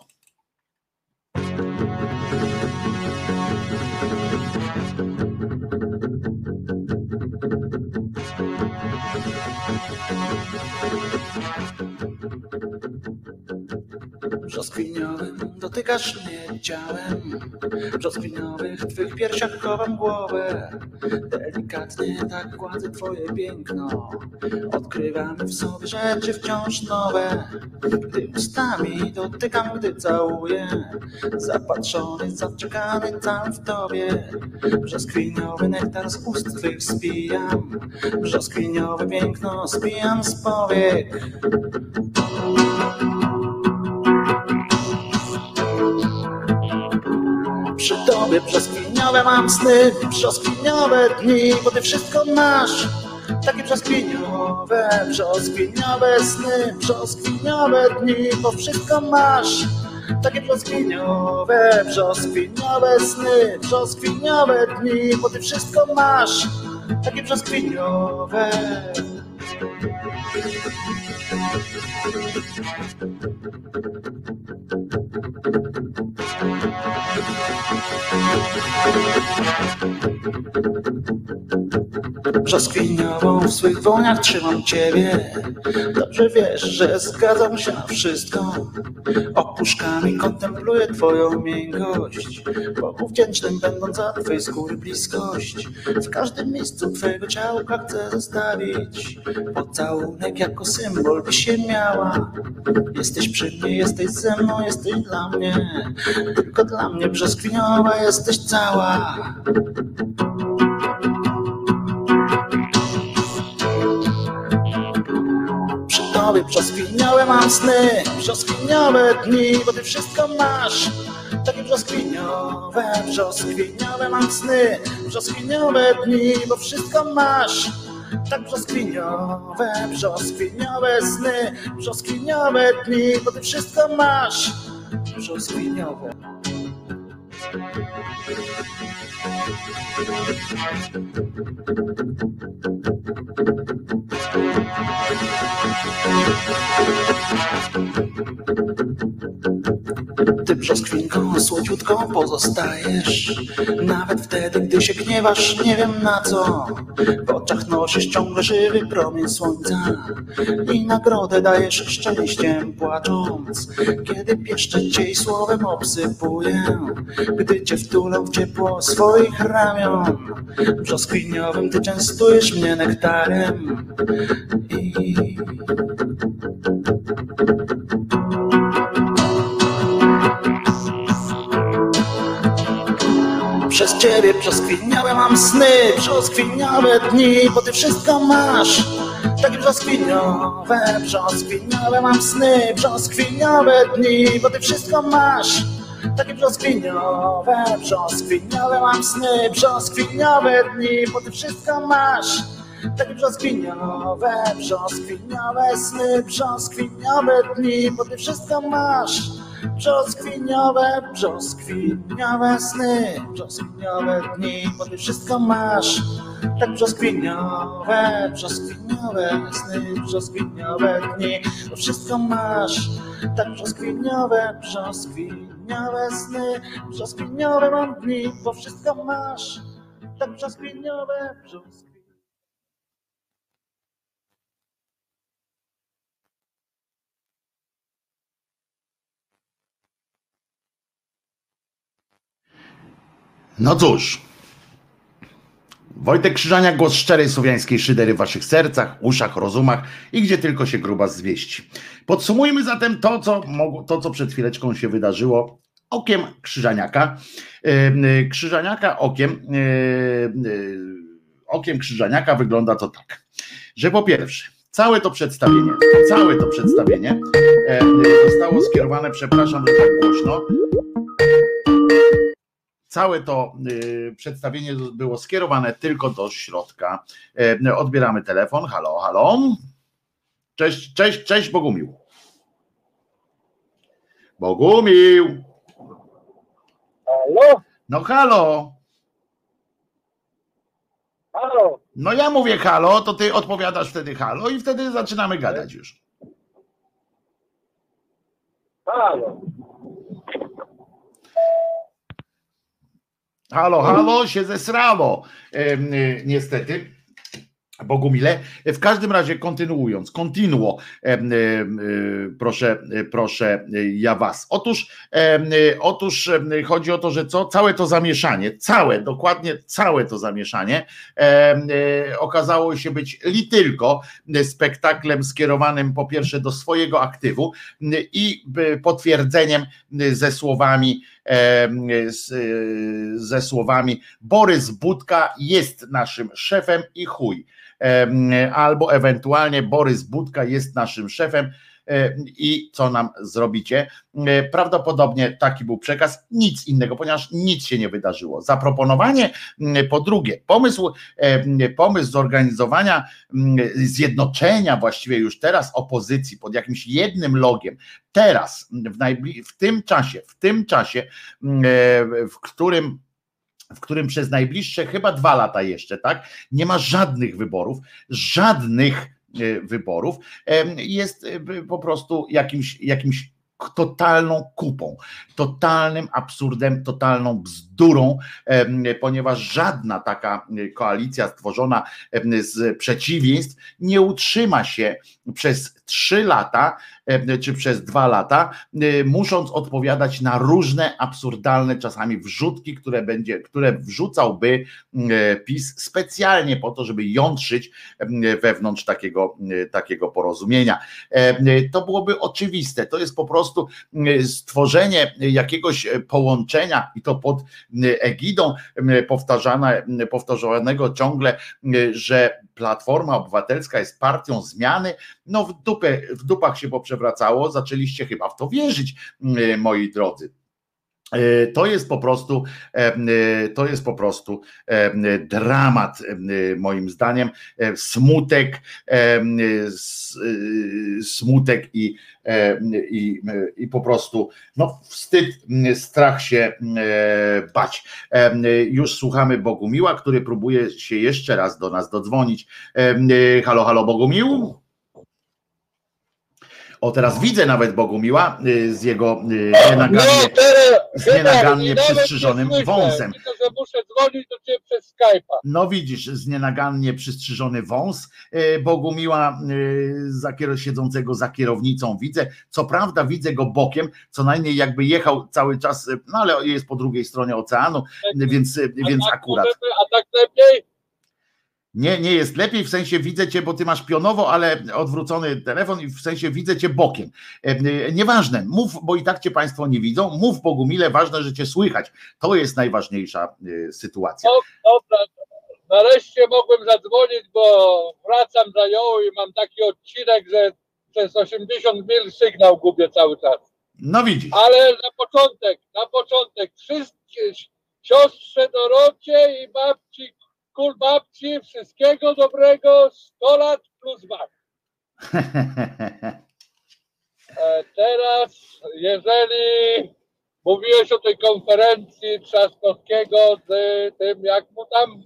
Brzoskwiniowym dotykasz mnie ciałem, w brzoskwiniowych twych piersiach chowam głowę. Delikatnie tak gładzę twoje piękno, odkrywamy w sobie rzeczy wciąż nowe. Gdy ustami dotykam, gdy całuję, zapatrzony, zaczekany tam w tobie. Brzoskwiniowy nektar z ust twych spijam, brzoskwiniowe piękno spijam z powiek. Przy tobie brzoskwiniowe mam sny, brzoskwiniowe dni, bo ty wszystko masz. Takie brzoskwiniowe sny, brzoskwiniowe dni, bo wszystko masz. Takie brzoskwiniowe sny, brzoskwiniowe dni, bo ty wszystko masz. Takie brzoskwiniowe. Brzoskwiniową w swych dłoniach trzymam ciebie. Dobrze wiesz, że zgadzam się na wszystko. Opuszkami kontempluję twoją miękkość. Bogu wdzięcznym będąc za twej skóry bliskość. W każdym miejscu twojego ciałka chcę zostawić pocałunek jako symbol by się miała. Jesteś przy mnie, jesteś ze mną, jesteś dla mnie. Tylko dla mnie brzoskwiniowa jesteś cała. Przy tobie brzoskwiniowe mam sny, brzoskwiniowe dni, bo ty wszystko masz. Takie brzoskwiniowe mam sny, brzoskwiniowe dni, bo wszystko masz. Tak brzoskwiniowe sny, brzoskwiniowe dni, bo ty wszystko masz. Brzoskwiniowe. Ty brzoskwinką słodziutką pozostajesz, nawet wtedy, gdy się gniewasz, nie wiem na co. W oczach nosisz ciągle żywy promień słońca i nagrodę dajesz szczęściem płacząc. Kiedy pieszczę cię i słowem obsypuję, gdy cię wtulę w ciepło swoich ramion. Brzoskwiniowym ty częstujesz mnie nektarem i... Przez ciebie brzoskwiniowe mam sny, brzoskwiniowe dni, bo ty wszystko masz. Takie brzoskwiniowe mam sny, brzoskwiniowe dni, bo ty wszystko masz. Takie brzoskwiniowe mam sny, brzoskwiniowe dni, bo ty wszystko masz. Takie brzoskwiniowe sny, brzoskwiniowe dni, bo ty wszystko masz. Brzoskwiniowe sny, brzoskwiniowe dni, bo ty wszystko masz. Tak brzoskwiniowe sny, brzoskwiniowe dni, bo wszystko masz. Tak brzoskwiniowe sny, brzoskwiniowe mam dni, bo wszystko masz. Tak brzoskwiniowe. No cóż, Wojtek Krzyżaniak, głos szczerej słowiańskiej szydery w waszych sercach, uszach, rozumach i gdzie tylko się grubas zwieści. Podsumujmy zatem to, co przed chwileczką się wydarzyło okiem Krzyżaniaka. Okiem Krzyżaniaka wygląda to tak, że po pierwsze, całe to przedstawienie zostało skierowane, przepraszam, że tak głośno, całe to przedstawienie było skierowane tylko do środka. Odbieramy telefon. Halo, halo. Cześć Bogumił. Bogumił. Halo? No halo. Halo? No ja mówię halo, to ty odpowiadasz wtedy halo i wtedy zaczynamy gadać już. Halo? Halo, się zesrało. Niestety. Bogumile. W każdym razie proszę ja was. Otóż chodzi o to, że całe to zamieszanie, dokładnie całe to zamieszanie okazało się być li tylko spektaklem skierowanym po pierwsze do swojego aktywu i potwierdzeniem ze słowami Borys Budka jest naszym szefem i chuj. Albo ewentualnie Borys Budka jest naszym szefem i co nam zrobicie? Prawdopodobnie taki był przekaz, nic innego, ponieważ nic się nie wydarzyło. Zaproponowanie, po drugie, pomysł zorganizowania, zjednoczenia właściwie już teraz opozycji pod jakimś jednym logiem, teraz, w tym czasie, w którym przez najbliższe chyba 2 lata jeszcze, tak, nie ma żadnych wyborów, jest po prostu jakimś totalną kupą, totalnym absurdem, totalną bzdurą, ponieważ żadna taka koalicja stworzona z przeciwieństw nie utrzyma się przez 3 lata czy przez 2 lata, musząc odpowiadać na różne absurdalne czasami wrzutki, które wrzucałby PiS specjalnie po to, żeby jątrzyć wewnątrz takiego porozumienia. To byłoby oczywiste. To jest po prostu stworzenie jakiegoś połączenia i to pod egidą powtarzanego ciągle, że Platforma Obywatelska jest partią zmiany. No w dupach się poprzewracało, zaczęliście chyba w to wierzyć, moi drodzy. To jest po prostu dramat, moim zdaniem, smutek i po prostu no, wstyd, strach się bać. Już słuchamy Bogumiła, który próbuje się jeszcze raz do nas dodzwonić. Halo, halo, Bogumił? O, teraz widzę nawet Bogumiła z jego nienagannie przystrzyżonym wąsem. Tylko, że muszę dzwonić do ciebie przez Skype'a. No widzisz, nienagannie przystrzyżony wąs Bogumiła siedzącego za kierownicą widzę. Co prawda widzę go bokiem, co najmniej jakby jechał cały czas, no ale jest po drugiej stronie oceanu, więc akurat. A tak lepiej? Nie jest lepiej, w sensie widzę cię, bo ty masz pionowo, ale odwrócony telefon i w sensie widzę cię bokiem. Nieważne, mów, bo i tak cię państwo nie widzą, mów Bogumile, ważne, że cię słychać. To jest najważniejsza sytuacja. No, dobra, nareszcie mogłem zadzwonić, bo wracam za nią i mam taki odcinek, że przez 80 mil sygnał gubię cały czas. No widzisz. Ale na początek wszystkie siostrze Dorocie i babci babci, wszystkiego dobrego, 100 lat plus mak. Teraz, jeżeli mówiłeś o tej konferencji Trzaskowskiego z tym, jak mu tam,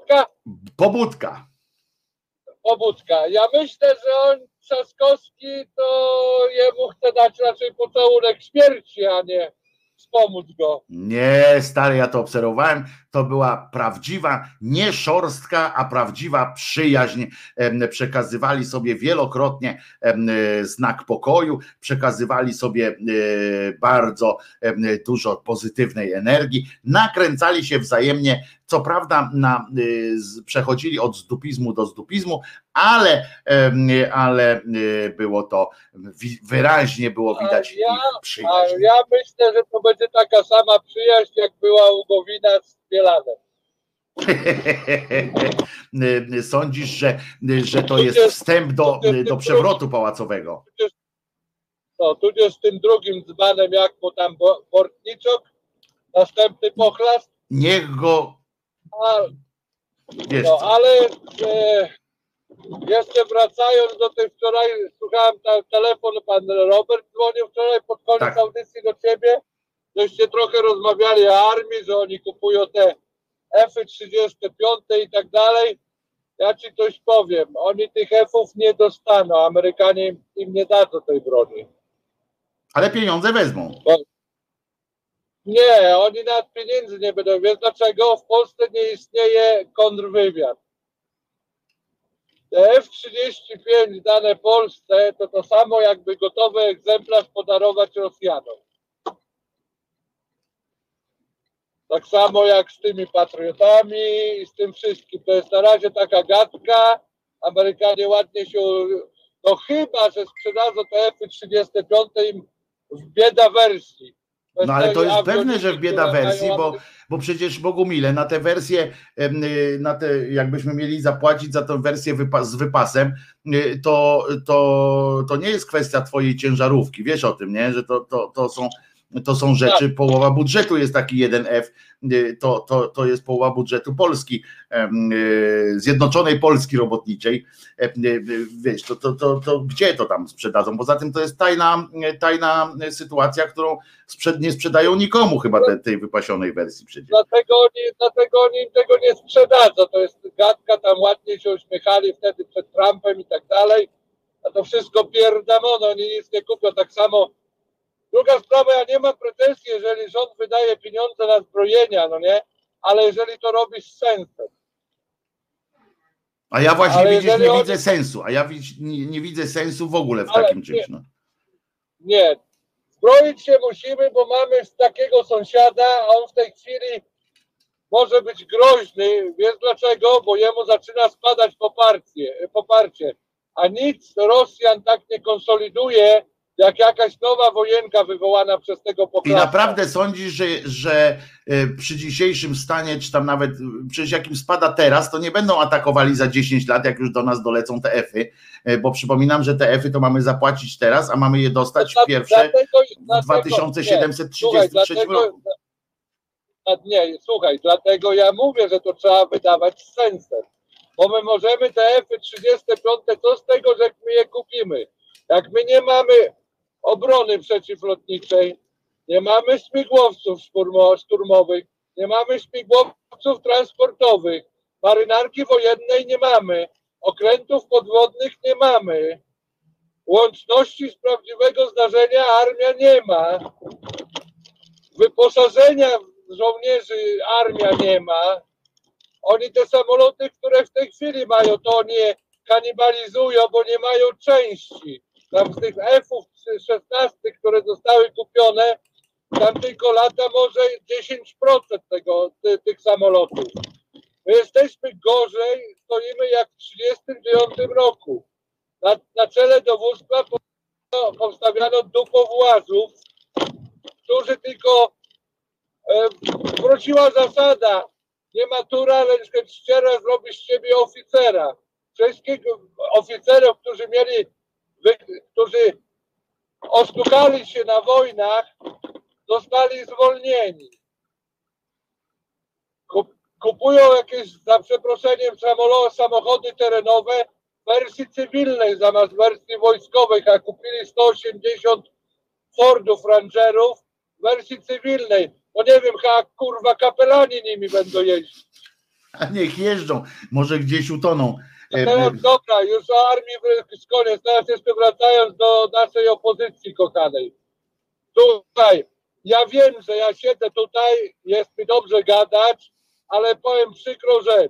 Pobudka. Ja myślę, że on, Trzaskowski, to jemu chce dać raczej pocałunek śmierci, a nie wspomóc go. Nie, stary, ja to obserwowałem. To była prawdziwa, nie szorstka, a prawdziwa przyjaźń. Przekazywali sobie wielokrotnie znak pokoju, przekazywali sobie bardzo dużo pozytywnej energii, nakręcali się wzajemnie, co prawda przechodzili od zdupizmu do zdupizmu, ale było to, wyraźnie było widać ich przyjaźń. Ja myślę, że to będzie taka sama przyjaźń, jak była u Gowina z Bielanem. Sądzisz, że to jest wstęp do przewrotu pałacowego? No, tudzież z tym drugim dzbanem, jak mu tam Bortniczok, następny pochlast. Niech go... No, ale jeszcze wracając do tej wczoraj, słuchałem telefon, pan Robert dzwonił wczoraj pod koniec audycji do ciebie, żeście trochę rozmawiali o armii, że oni kupują te F-35 i tak dalej. Ja ci coś powiem, oni tych F-ów nie dostaną, Amerykanie im nie dadzą tej broni. Ale pieniądze wezmą. Nie, oni nawet pieniędzy nie będą. Wiesz dlaczego? W Polsce nie istnieje kontrwywiad. Te F-35 dane Polsce to samo jakby gotowy egzemplarz podarować Rosjanom. Tak samo jak z tymi patriotami i z tym wszystkim. To jest na razie taka gadka. Amerykanie ładnie się... No chyba, że sprzedadzą te F-35 im w bieda wersji. No ale to jest pewne, że w bieda wersji, bo przecież Bogumile na te wersje, jakbyśmy mieli zapłacić za tę wersję z wypasem, to nie jest kwestia twojej ciężarówki, wiesz o tym, nie? Że to są rzeczy, połowa budżetu jest taki 1F, to jest połowa budżetu Polski, Zjednoczonej Polski Robotniczej, wiesz, to gdzie to tam sprzedadzą? Poza tym to jest tajna sytuacja, którą nie sprzedają nikomu chyba tej wypasionej wersji przecież. Dlatego oni tego nie sprzedadzą, to jest gadka, tam ładnie się uśmiechali wtedy przed Trumpem i tak dalej, a to wszystko pierdamono, oni nic nie kupią, tak samo Druga sprawa, ja nie mam pretensji, jeżeli rząd wydaje pieniądze na zbrojenia, no nie? Ale jeżeli to robi z sensem. A ja właśnie widzisz, nie widzę sensu. A ja nie widzę sensu w ogóle w takim czymś. No. Nie. Zbroić się musimy, bo mamy takiego sąsiada, a on w tej chwili może być groźny. Wiesz dlaczego? Bo jemu zaczyna spadać poparcie. A nic Rosjan tak nie konsoliduje, jak jakaś nowa wojenka wywołana przez tego pokraczka. I naprawdę sądzisz, że przy dzisiejszym stanie, czy tam nawet przecież jakim spada teraz, to nie będą atakowali za 10 lat, jak już do nas dolecą te F-y, bo przypominam, że te F-y to mamy zapłacić teraz, a mamy je dostać pierwsze w 2733 roku. Nie, słuchaj, dlatego ja mówię, że to trzeba wydawać z sensem, bo my możemy te F-y 35, co z tego, że my je kupimy? Jak my nie mamy obrony przeciwlotniczej, nie mamy śmigłowców szturmowych, nie mamy śmigłowców transportowych, marynarki wojennej nie mamy, okrętów podwodnych nie mamy, łączności z prawdziwego zdarzenia armia nie ma, wyposażenia żołnierzy armia nie ma. Oni te samoloty, które w tej chwili mają, to nie kanibalizują, bo nie mają części. Tam z tych F-ów 16, które zostały kupione, tam tylko lata może 10% tych samolotów. My jesteśmy gorzej, stoimy jak w 1939 roku. Na czele dowództwa powstawiano dupowłazów, którzy tylko wróciła zasada, nie matura, lecz ściera zrobi z ciebie oficera. Wszystkich oficerów, którzy ostukali się na wojnach, zostali zwolnieni. Kupują jakieś, za przeproszeniem, samochody terenowe w wersji cywilnej zamiast wersji wojskowych, a kupili 180 Fordów Rangerów w wersji cywilnej. No nie wiem, kurwa, kapelani nimi będą jeździć. A niech jeżdżą, może gdzieś utoną. Teraz dobra, już o armii koniec. Teraz jeszcze wracając do naszej opozycji kochanej. Tutaj, ja wiem, że ja siedzę tutaj, jest mi dobrze gadać, ale powiem przykrą rzecz.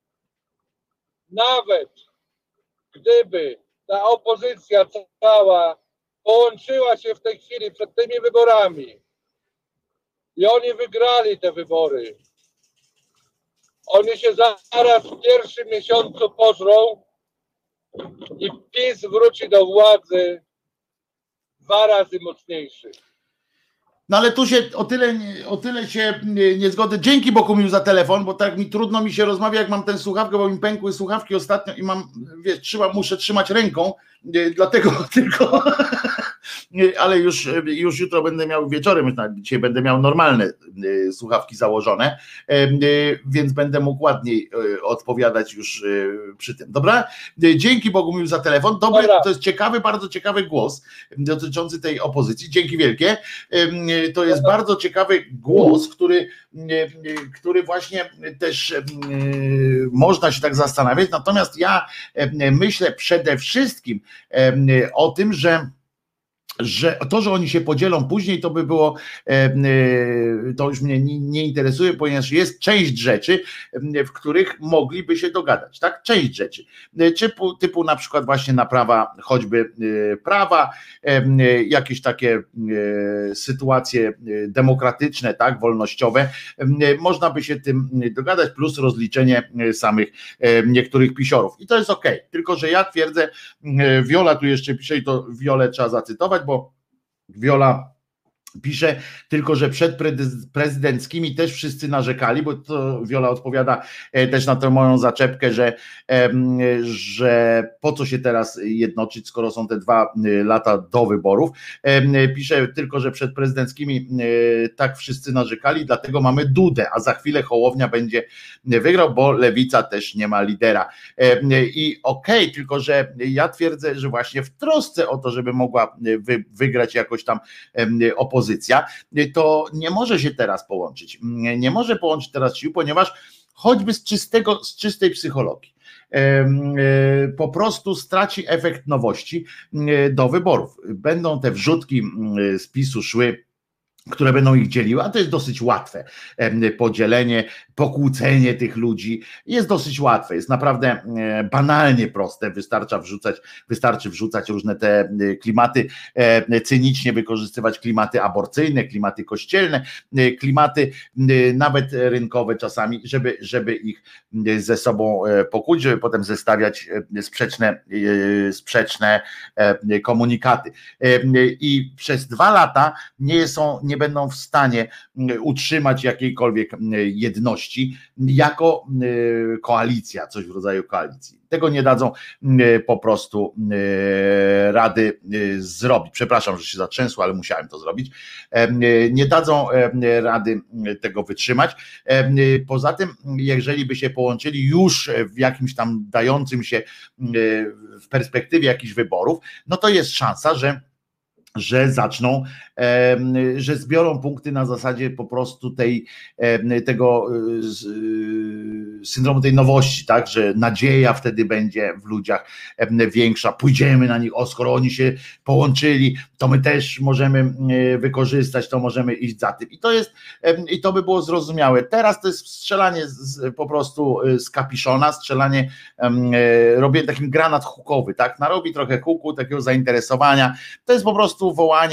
Nawet gdyby ta opozycja cała połączyła się w tej chwili przed tymi wyborami i oni wygrali te wybory, oni się zaraz w pierwszym miesiącu pożrą i PiS wróci do władzy 2 razy mocniejszy. No ale tu się o tyle się nie zgodzę. Dzięki Bogumił za telefon, bo tak trudno mi się rozmawia, jak mam tę słuchawkę, bo mi pękły słuchawki ostatnio i mam, wiesz, muszę trzymać ręką, dlatego tylko, ale już jutro będę miał wieczorem, dzisiaj będę miał normalne słuchawki założone, więc będę mógł ładniej odpowiadać już przy tym. Dobra? Dzięki Bogumił za telefon. Dobry, to jest ciekawy, bardzo ciekawy głos dotyczący tej opozycji. Dzięki wielkie. To jest bardzo ciekawy głos, który właśnie też można się tak zastanawiać. Natomiast ja myślę przede wszystkim o tym, że to, że oni się podzielą później, to by było, to już mnie nie interesuje, ponieważ jest część rzeczy, w których mogliby się dogadać, tak? Część rzeczy, typu na przykład właśnie naprawa choćby prawa, jakieś takie sytuacje demokratyczne, tak? Wolnościowe, można by się tym dogadać, plus rozliczenie samych niektórych pisiorów i to jest okej. Tylko że ja twierdzę, Wiola tu jeszcze pisze i to Wiolę trzeba zacytować, bo Wiola pisze tylko, że przed prezydenckimi też wszyscy narzekali, bo to Wiola odpowiada też na tę moją zaczepkę, że po co się teraz jednoczyć, skoro są te 2 lata do wyborów. Pisze tylko, że przed prezydenckimi tak wszyscy narzekali, dlatego mamy Dudę, a za chwilę Hołownia będzie wygrał, bo Lewica też nie ma lidera. I okej, tylko że ja twierdzę, że właśnie w trosce o to, żeby mogła wygrać jakoś tam opozycja, to nie może się teraz połączyć. Nie może połączyć teraz sił, ponieważ choćby z czystej psychologii. po prostu straci efekt nowości do wyborów. Będą te wrzutki z PiS-u szły, które będą ich dzieliły, a to jest dosyć łatwe. Podzielenie, pokłócenie tych ludzi jest dosyć łatwe, jest naprawdę banalnie proste, wystarczy wrzucać różne te klimaty, cynicznie wykorzystywać klimaty aborcyjne, klimaty kościelne, klimaty nawet rynkowe czasami, żeby ich ze sobą pokłócić, żeby potem zestawiać sprzeczne komunikaty. I przez 2 lata nie będą w stanie utrzymać jakiejkolwiek jedności jako koalicja, coś w rodzaju koalicji. Tego nie dadzą po prostu rady zrobić. Przepraszam, że się zatrzęsło, ale musiałem to zrobić. Nie dadzą rady tego wytrzymać. Poza tym, jeżeli by się połączyli już w jakimś tam dającym się w perspektywie jakichś wyborów, no to jest szansa, że zaczną, że zbiorą punkty na zasadzie po prostu tego syndromu tej nowości, tak, że nadzieja wtedy będzie w ludziach większa, pójdziemy na nich, skoro oni się połączyli, to my też możemy wykorzystać, to możemy iść za tym. I to by było zrozumiałe. Teraz to jest strzelanie po prostu z kapiszona, strzelanie, robienie takim granat hukowy, tak, narobi trochę huku, takiego zainteresowania, to jest po prostu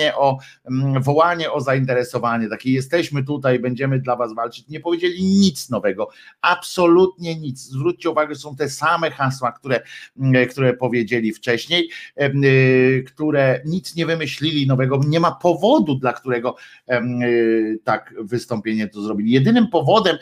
wołanie o zainteresowanie, takie jesteśmy tutaj, będziemy dla was walczyć. Nie powiedzieli nic nowego, absolutnie nic. Zwróćcie uwagę, są te same hasła, które powiedzieli wcześniej, które nic nie wymyślili nowego, nie ma powodu, dla którego tak wystąpienie to zrobili. Jedynym powodem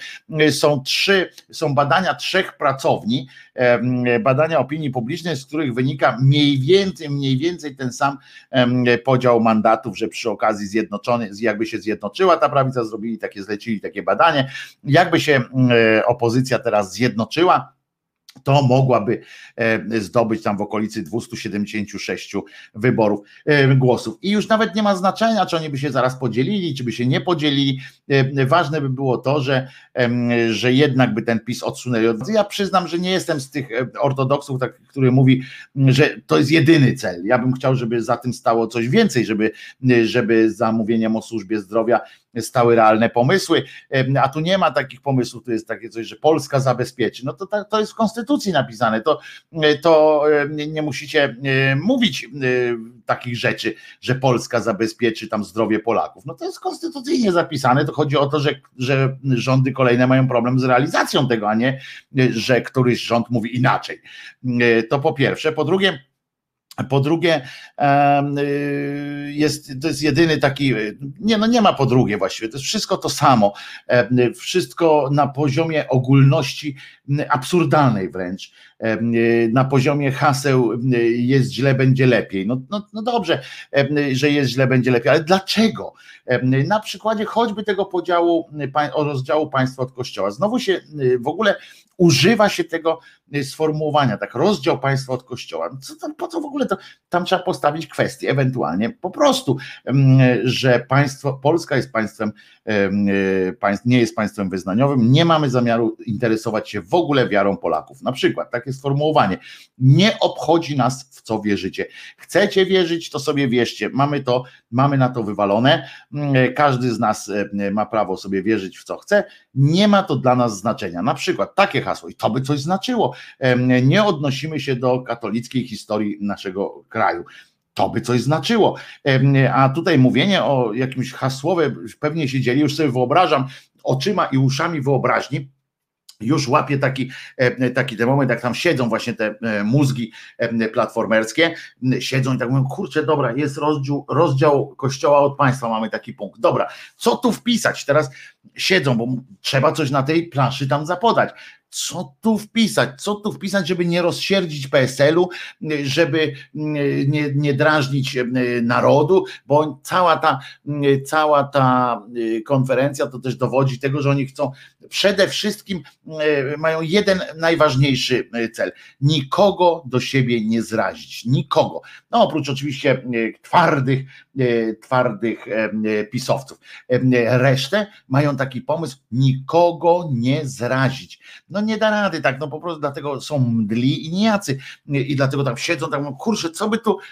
są badania 3 pracowni, badania opinii publicznej, z których wynika mniej więcej ten sam podział mandatów, że przy okazji jakby się zjednoczyła ta prawica, zlecili takie badanie, jakby się opozycja teraz zjednoczyła, to mogłaby zdobyć tam w okolicy 276 głosów. I już nawet nie ma znaczenia, czy oni by się zaraz podzielili, czy by się nie podzielili. Ważne by było to, że jednak by ten PiS odsunęli. Ja przyznam, że nie jestem z tych ortodoksów, który mówi, że to jest jedyny cel. Ja bym chciał, żeby za tym stało coś więcej, żeby za mówieniem o służbie zdrowia stały realne pomysły, a tu nie ma takich pomysłów, tu jest takie coś, że Polska zabezpieczy. No to jest w Konstytucji napisane, to nie musicie mówić takich rzeczy, że Polska zabezpieczy tam zdrowie Polaków. No to jest konstytucyjnie zapisane, to chodzi o to, że rządy kolejne mają problem z realizacją tego, a nie, że któryś rząd mówi inaczej. To po pierwsze. Po drugie, to jest jedyny taki, nie ma po drugie właściwie, to jest wszystko to samo, wszystko na poziomie ogólności absurdalnej wręcz, na poziomie haseł jest źle, będzie lepiej. No dobrze, że jest źle, będzie lepiej, ale dlaczego? Na przykładzie choćby tego rozdziału państwa od kościoła. Znowu się w ogóle używa się tego sformułowania, tak, rozdział państwa od kościoła. Po co w ogóle to? Tam trzeba postawić kwestię, ewentualnie po prostu, że Polska jest państwem, nie jest państwem wyznaniowym, nie mamy zamiaru interesować się w ogóle wiarą Polaków. Na przykład takie sformułowanie. Nie obchodzi nas, w co wierzycie. Chcecie wierzyć, to sobie wierzcie. Mamy na to wywalone. Każdy z nas ma prawo sobie wierzyć w co chce. Nie ma to dla nas znaczenia. Na przykład takie hasło, i to by coś znaczyło. Nie odnosimy się do katolickiej historii naszego kraju. To by coś znaczyło. A tutaj mówienie o jakimś hasłowe, pewnie siedzieli, już sobie wyobrażam, oczyma i uszami wyobraźni, już łapie taki ten moment, jak tam siedzą właśnie te mózgi platformerskie, siedzą i tak mówią, kurczę, dobra, jest rozdział kościoła od państwa, mamy taki punkt, dobra, co tu wpisać? Teraz siedzą, bo trzeba coś na tej planszy tam zapodać. Co tu wpisać, żeby nie rozsierdzić PSL-u, żeby nie drażnić narodu, bo cała ta konferencja to też dowodzi tego, że oni chcą przede wszystkim, mają jeden najważniejszy cel, nikogo do siebie nie zrazić, nikogo, no oprócz oczywiście twardych pisowców. Resztę mają taki pomysł, nikogo nie zrazić. No no nie da rady tak, no po prostu dlatego są mdli i nijacy i dlatego tam siedzą, tak mówią, kurczę, co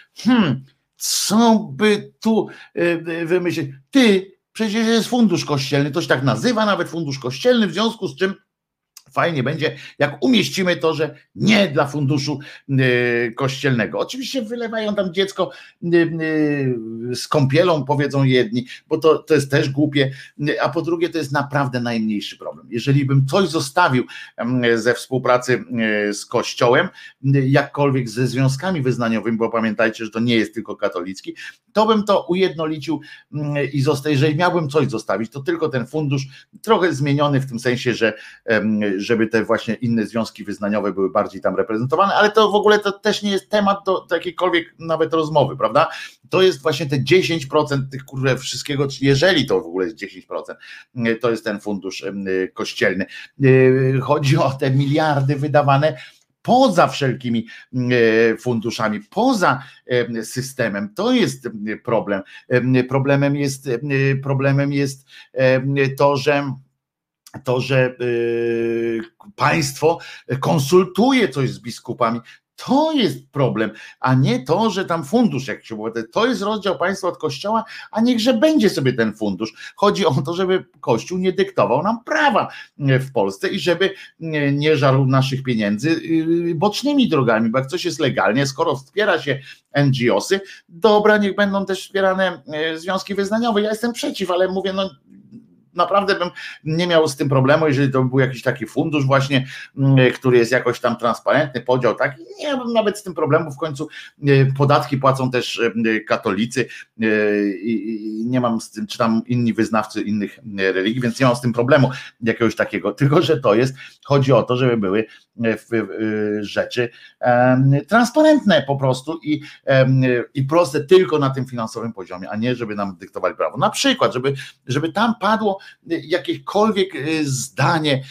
by tu wymyślić? Przecież jest fundusz kościelny, to się tak nazywa nawet fundusz kościelny, w związku z czym fajnie będzie, jak umieścimy to, że nie dla funduszu kościelnego. Oczywiście wylewają tam dziecko z kąpielą, powiedzą jedni, bo to jest też głupie, a po drugie to jest naprawdę najmniejszy problem. Jeżeli bym coś zostawił ze współpracy z Kościołem, jakkolwiek ze związkami wyznaniowymi, bo pamiętajcie, że to nie jest tylko katolicki, to bym to ujednolicił i jeżeli miałbym coś zostawić, to tylko ten fundusz, trochę zmieniony w tym sensie, że żeby te właśnie inne związki wyznaniowe były bardziej tam reprezentowane, ale to w ogóle to też nie jest temat do jakiejkolwiek nawet rozmowy, prawda? To jest właśnie te 10% tych wszystkiego, jeżeli to w ogóle jest 10%, to jest ten fundusz kościelny. Chodzi o te miliardy wydawane poza wszelkimi funduszami, poza systemem. To jest problem. Problemem jest to, że państwo konsultuje coś z biskupami. To jest problem, a nie to, że tam fundusz jakiś, to jest rozdział państwa od Kościoła, a niechże będzie sobie ten fundusz. Chodzi o to, żeby Kościół nie dyktował nam prawa w Polsce i żeby nie żarł naszych pieniędzy bocznymi drogami, bo jak coś jest legalnie, skoro wspiera się NGO-sy, dobra, niech będą też wspierane związki wyznaniowe. Ja jestem przeciw, ale mówię, no naprawdę bym nie miał z tym problemu, jeżeli to był jakiś taki fundusz właśnie, który jest jakoś tam transparentny, podział taki, nie miałbym nawet z tym problemu, w końcu podatki płacą też katolicy i nie mam z tym, czy tam inni wyznawcy innych religii, więc nie mam z tym problemu jakiegoś takiego, tylko że chodzi o to, żeby były rzeczy transparentne po prostu i proste tylko na tym finansowym poziomie, a nie żeby nam dyktowali prawo. Na przykład, żeby tam padło jakiekolwiek zdanie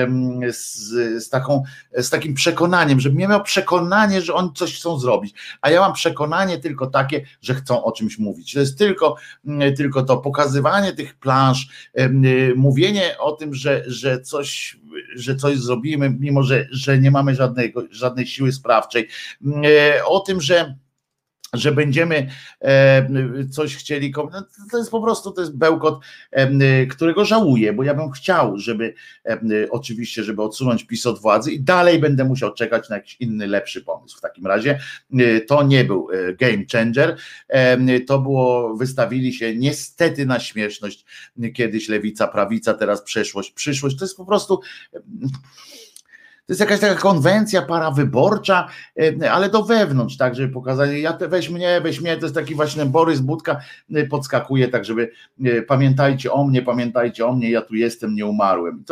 z takim przekonaniem, żebym nie miał przekonanie, że oni coś chcą zrobić, a ja mam przekonanie tylko takie, że chcą o czymś mówić. To jest tylko to pokazywanie tych plansz, mówienie o tym, że coś zrobimy, mimo że nie mamy żadnej siły sprawczej, o tym, że będziemy coś chcieli, to jest po prostu, to jest bełkot, którego żałuję, bo ja bym chciał, żeby oczywiście, żeby odsunąć PiS od władzy i dalej będę musiał czekać na jakiś inny, lepszy pomysł. W takim razie to nie był game changer, to było, wystawili się niestety na śmieszność, kiedyś lewica, prawica, teraz przeszłość, przyszłość, to jest po prostu... To jest jakaś taka konwencja parawyborcza, ale do wewnątrz, tak, żeby pokazać, weź mnie, to jest taki właśnie Borys Budka podskakuje, tak żeby pamiętajcie o mnie, ja tu jestem, nie umarłem.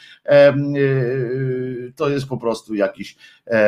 To jest po prostu jakiś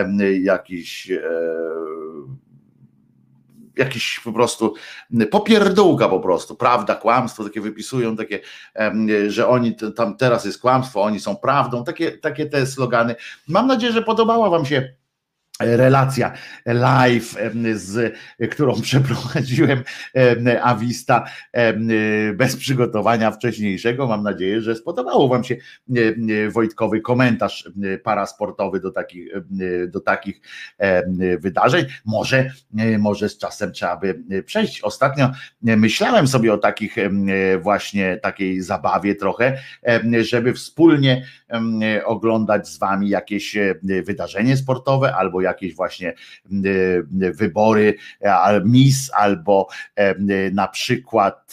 po prostu popierdółka po prostu, prawda, kłamstwo, takie wypisują, takie, że oni tam teraz jest kłamstwo, oni są prawdą, takie te slogany. Mam nadzieję, że podobała wam się relacja live, którą przeprowadziłem Awista bez przygotowania wcześniejszego. Mam nadzieję, że spodobało wam się Wojtkowy komentarz parasportowy do takich wydarzeń. Może z czasem trzeba by przejść. Ostatnio myślałem sobie o takiej zabawie trochę, żeby wspólnie oglądać z wami jakieś wydarzenie sportowe albo jakieś właśnie wybory Miss, albo na przykład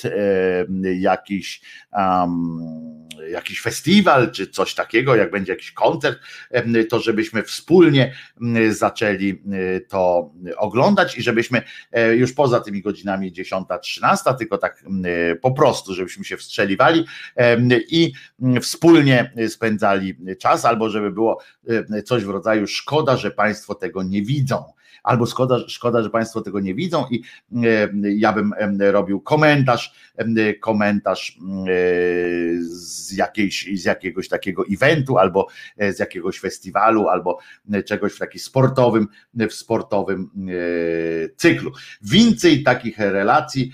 jakiś festiwal, czy coś takiego, jak będzie jakiś koncert, to żebyśmy wspólnie zaczęli to oglądać i żebyśmy już poza tymi godzinami 10-13, tylko tak po prostu, żebyśmy się wstrzeliwali i wspólnie spędzali czas, albo żeby było coś w rodzaju szkoda, że państwo tego nie widzą. Albo szkoda, że państwo tego nie widzą i ja bym robił komentarz z jakiegoś takiego eventu, albo z jakiegoś festiwalu, albo czegoś w takim sportowym cyklu. Więcej takich relacji,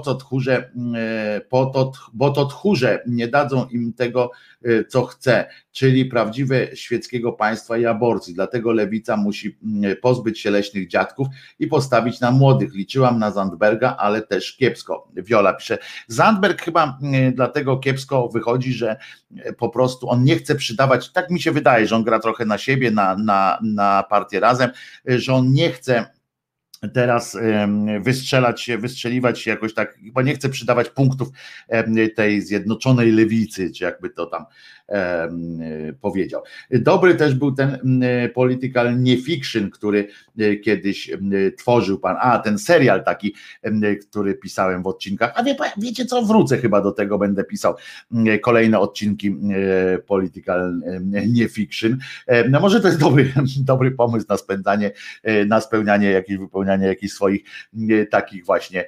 bo to tchórze nie dadzą im tego, co chce. czyli prawdziwe świeckiego państwa i aborcji. Dlatego lewica musi pozbyć się leśnych dziadków i postawić na młodych. Liczyłam na Zandberga, ale też kiepsko. Wiola pisze, Zandberg chyba dlatego kiepsko wychodzi, że po prostu on nie chce przydawać, tak mi się wydaje, że on gra trochę na siebie, na partię Razem, że on nie chce teraz wystrzeliwać się jakoś tak, bo nie chce przydawać punktów tej zjednoczonej lewicy, czy jakby to tam powiedział. Dobry też był ten Political Nie-Fiction, który kiedyś tworzył pan, ten serial taki, który pisałem w odcinkach, a wiecie co, wrócę chyba do tego, będę pisał kolejne odcinki Political Nie-Fiction. No może to jest dobry pomysł na spełnianie wypełnianie jakichś swoich takich właśnie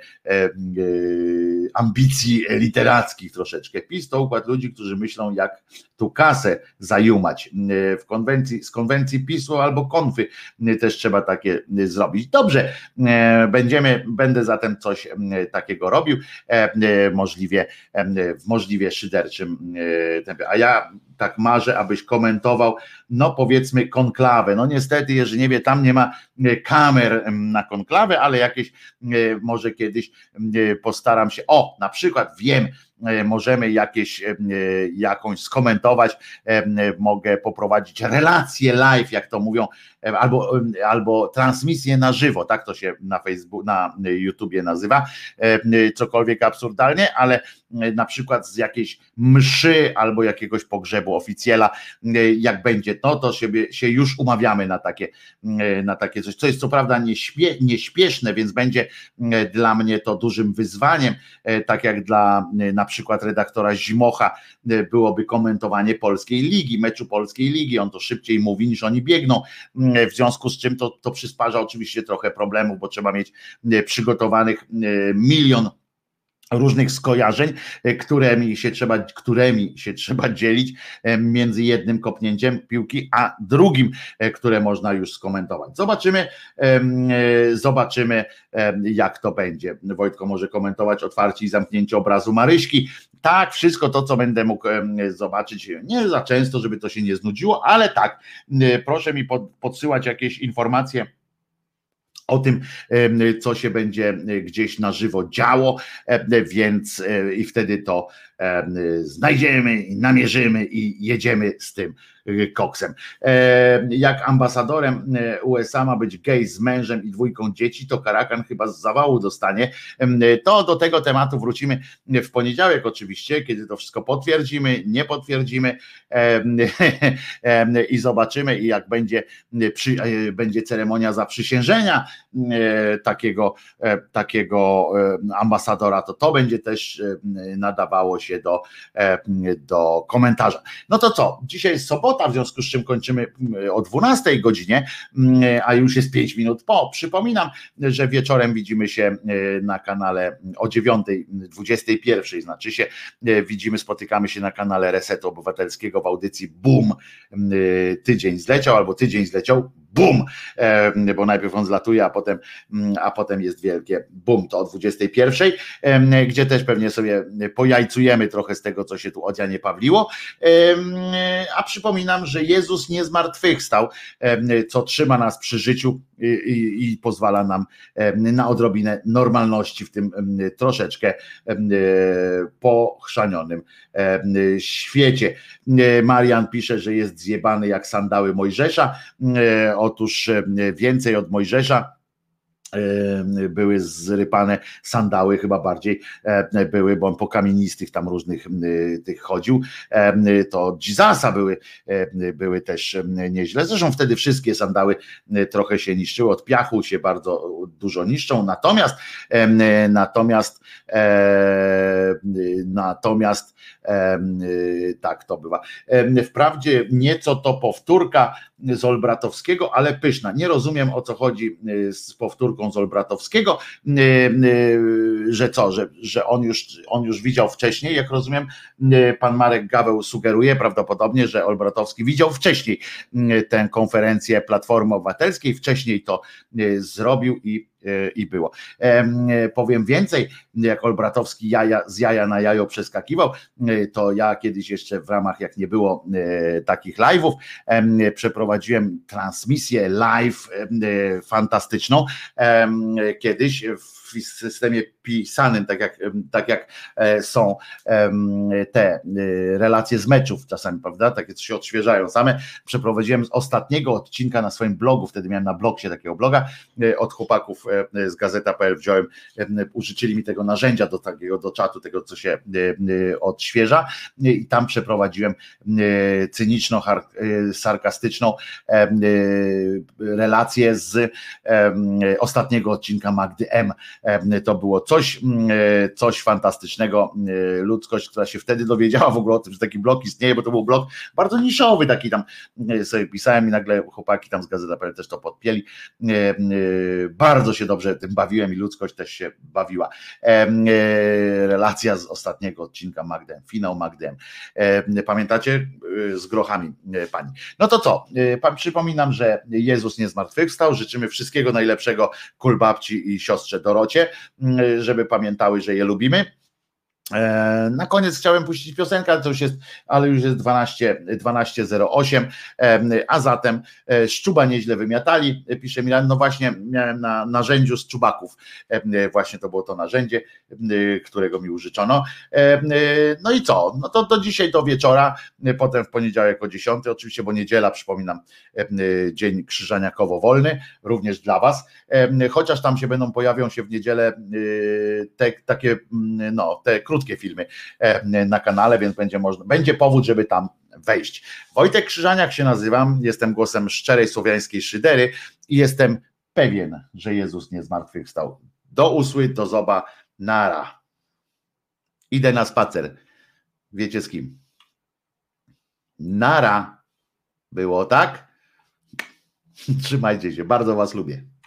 ambicji literackich troszeczkę. PiS to układ ludzi, którzy myślą, jak tu kasę zajumać. Z konwencji PiS-u albo konfy też trzeba takie zrobić. Dobrze, będę zatem coś takiego robił, w możliwie szyderczym tempie. A ja tak marzę, abyś komentował, no powiedzmy konklawę. No niestety, jeżeli nie wie, tam nie ma kamer na konklawę, ale jakieś może kiedyś postaram się, na przykład wiem, możemy jakąś skomentować, mogę poprowadzić relację live, jak to mówią, albo transmisję na żywo, tak to się na Facebooku, na YouTubie nazywa, cokolwiek absurdalnie, ale na przykład z jakiejś mszy albo jakiegoś pogrzebu oficjela, jak będzie to się już umawiamy na takie coś, co jest co prawda nieśpieszne, więc będzie dla mnie to dużym wyzwaniem, tak jak dla na przykład redaktora Zimocha byłoby komentowanie Polskiej Ligi, meczu Polskiej Ligi, on to szybciej mówi niż oni biegną, w związku z czym to przysparza oczywiście trochę problemów, bo trzeba mieć przygotowanych milion różnych skojarzeń, którymi się trzeba dzielić między jednym kopnięciem piłki, a drugim, które można już skomentować. Zobaczymy, jak to będzie. Wojtko może komentować otwarcie i zamknięcie obrazu Maryśki. Tak, wszystko to, co będę mógł zobaczyć, nie za często, żeby to się nie znudziło, ale tak, proszę mi podsyłać jakieś informacje o tym, co się będzie gdzieś na żywo działo, więc i wtedy to znajdziemy, namierzymy i jedziemy z tym koksem. Jak ambasadorem USA ma być gej z mężem i 2 dzieci, to Karakan chyba z zawału dostanie. To do tego tematu wrócimy w poniedziałek oczywiście, kiedy to wszystko potwierdzimy, nie potwierdzimy i zobaczymy, i jak będzie ceremonia zaprzysiężenia takiego ambasadora, to będzie też nadawało się do komentarza. No to co? Dzisiaj jest sobota, w związku z czym kończymy o 12 godzinie, a już jest 5 minut po. Przypominam, że wieczorem widzimy się na kanale o 9:21, znaczy się spotykamy się na kanale Resetu Obywatelskiego w audycji BUM. Tydzień zleciał, BUM, bo najpierw on zlatuje, a potem jest wielkie BUM, to o 21:00, gdzie też pewnie sobie pojajcujemy trochę z tego, co się tu od Janie Pawliło, a przypominam, że Jezus nie zmartwychwstał, co trzyma nas przy życiu i pozwala nam na odrobinę normalności w tym troszeczkę pochrzanionym świecie. Marian pisze, że jest zjebany jak sandały Mojżesza. Otóż więcej od Mojżesza były zrypane sandały, chyba bardziej były, bo on po kamienistych tam różnych tych chodził, to od Jezusa były też nieźle. Zresztą wtedy wszystkie sandały trochę się niszczyły, od piachu się bardzo dużo niszczą, natomiast tak to bywa. Wprawdzie nieco to powtórka z Olbratowskiego, ale pyszna. Nie rozumiem, o co chodzi z powtórką z Olbratowskiego, że on już widział wcześniej, jak rozumiem, pan Marek Gaweł sugeruje prawdopodobnie, że Olbratowski widział wcześniej tę konferencję Platformy Obywatelskiej, wcześniej to zrobił i i było. Powiem więcej, jak Olbratowski z jaja na jajo przeskakiwał, to ja kiedyś jeszcze w ramach, jak nie było takich live'ów, przeprowadziłem transmisję live fantastyczną kiedyś w systemie pisanym, tak jak są te relacje z meczów czasami, prawda, takie co się odświeżają same. Przeprowadziłem z ostatniego odcinka na swoim blogu, wtedy miałem na blogsie takiego bloga, od chłopaków z Gazeta.pl wziąłem, użyczyli mi tego narzędzia do czatu, tego co się odświeża i tam przeprowadziłem cyniczno-sarkastyczną relację z ostatniego odcinka Magdy M. To było coś fantastycznego. Ludzkość, która się wtedy dowiedziała w ogóle o tym, że taki blog istnieje, bo to był blog bardzo niszowy, taki tam sobie pisałem i nagle chłopaki tam z Gazeta.pl też to podpięli. Bardzo się dobrze tym bawiłem i ludzkość też się bawiła. Relacja z ostatniego odcinka Magdy, finał Magdy. Pamiętacie? Z grochami pani. No to co? Przypominam, że Jezus nie zmartwychwstał. Życzymy wszystkiego najlepszego kulbabci i siostrze Dorocie, żeby pamiętały, że je lubimy. Na koniec chciałem puścić piosenkę, ale już jest 12:08, a zatem Szczuba nieźle wymiatali, pisze Milan. No właśnie miałem na narzędziu z czubaków, właśnie to było to narzędzie, którego mi użyczono. No i co? No to do dzisiaj, do wieczora, potem w poniedziałek o 10, oczywiście, bo niedziela, przypominam, dzień krzyżaniakowo wolny, również dla was, chociaż tam pojawią się w niedzielę takie te krótkie filmy na kanale, więc będzie powód, żeby tam wejść. Wojtek Krzyżaniak się nazywam, jestem głosem szczerej słowiańskiej szydery i jestem pewien, że Jezus nie zmartwychwstał. Do usły, do zoba, nara. Idę na spacer. Wiecie z kim? Nara. Było tak? Trzymajcie się, bardzo was lubię.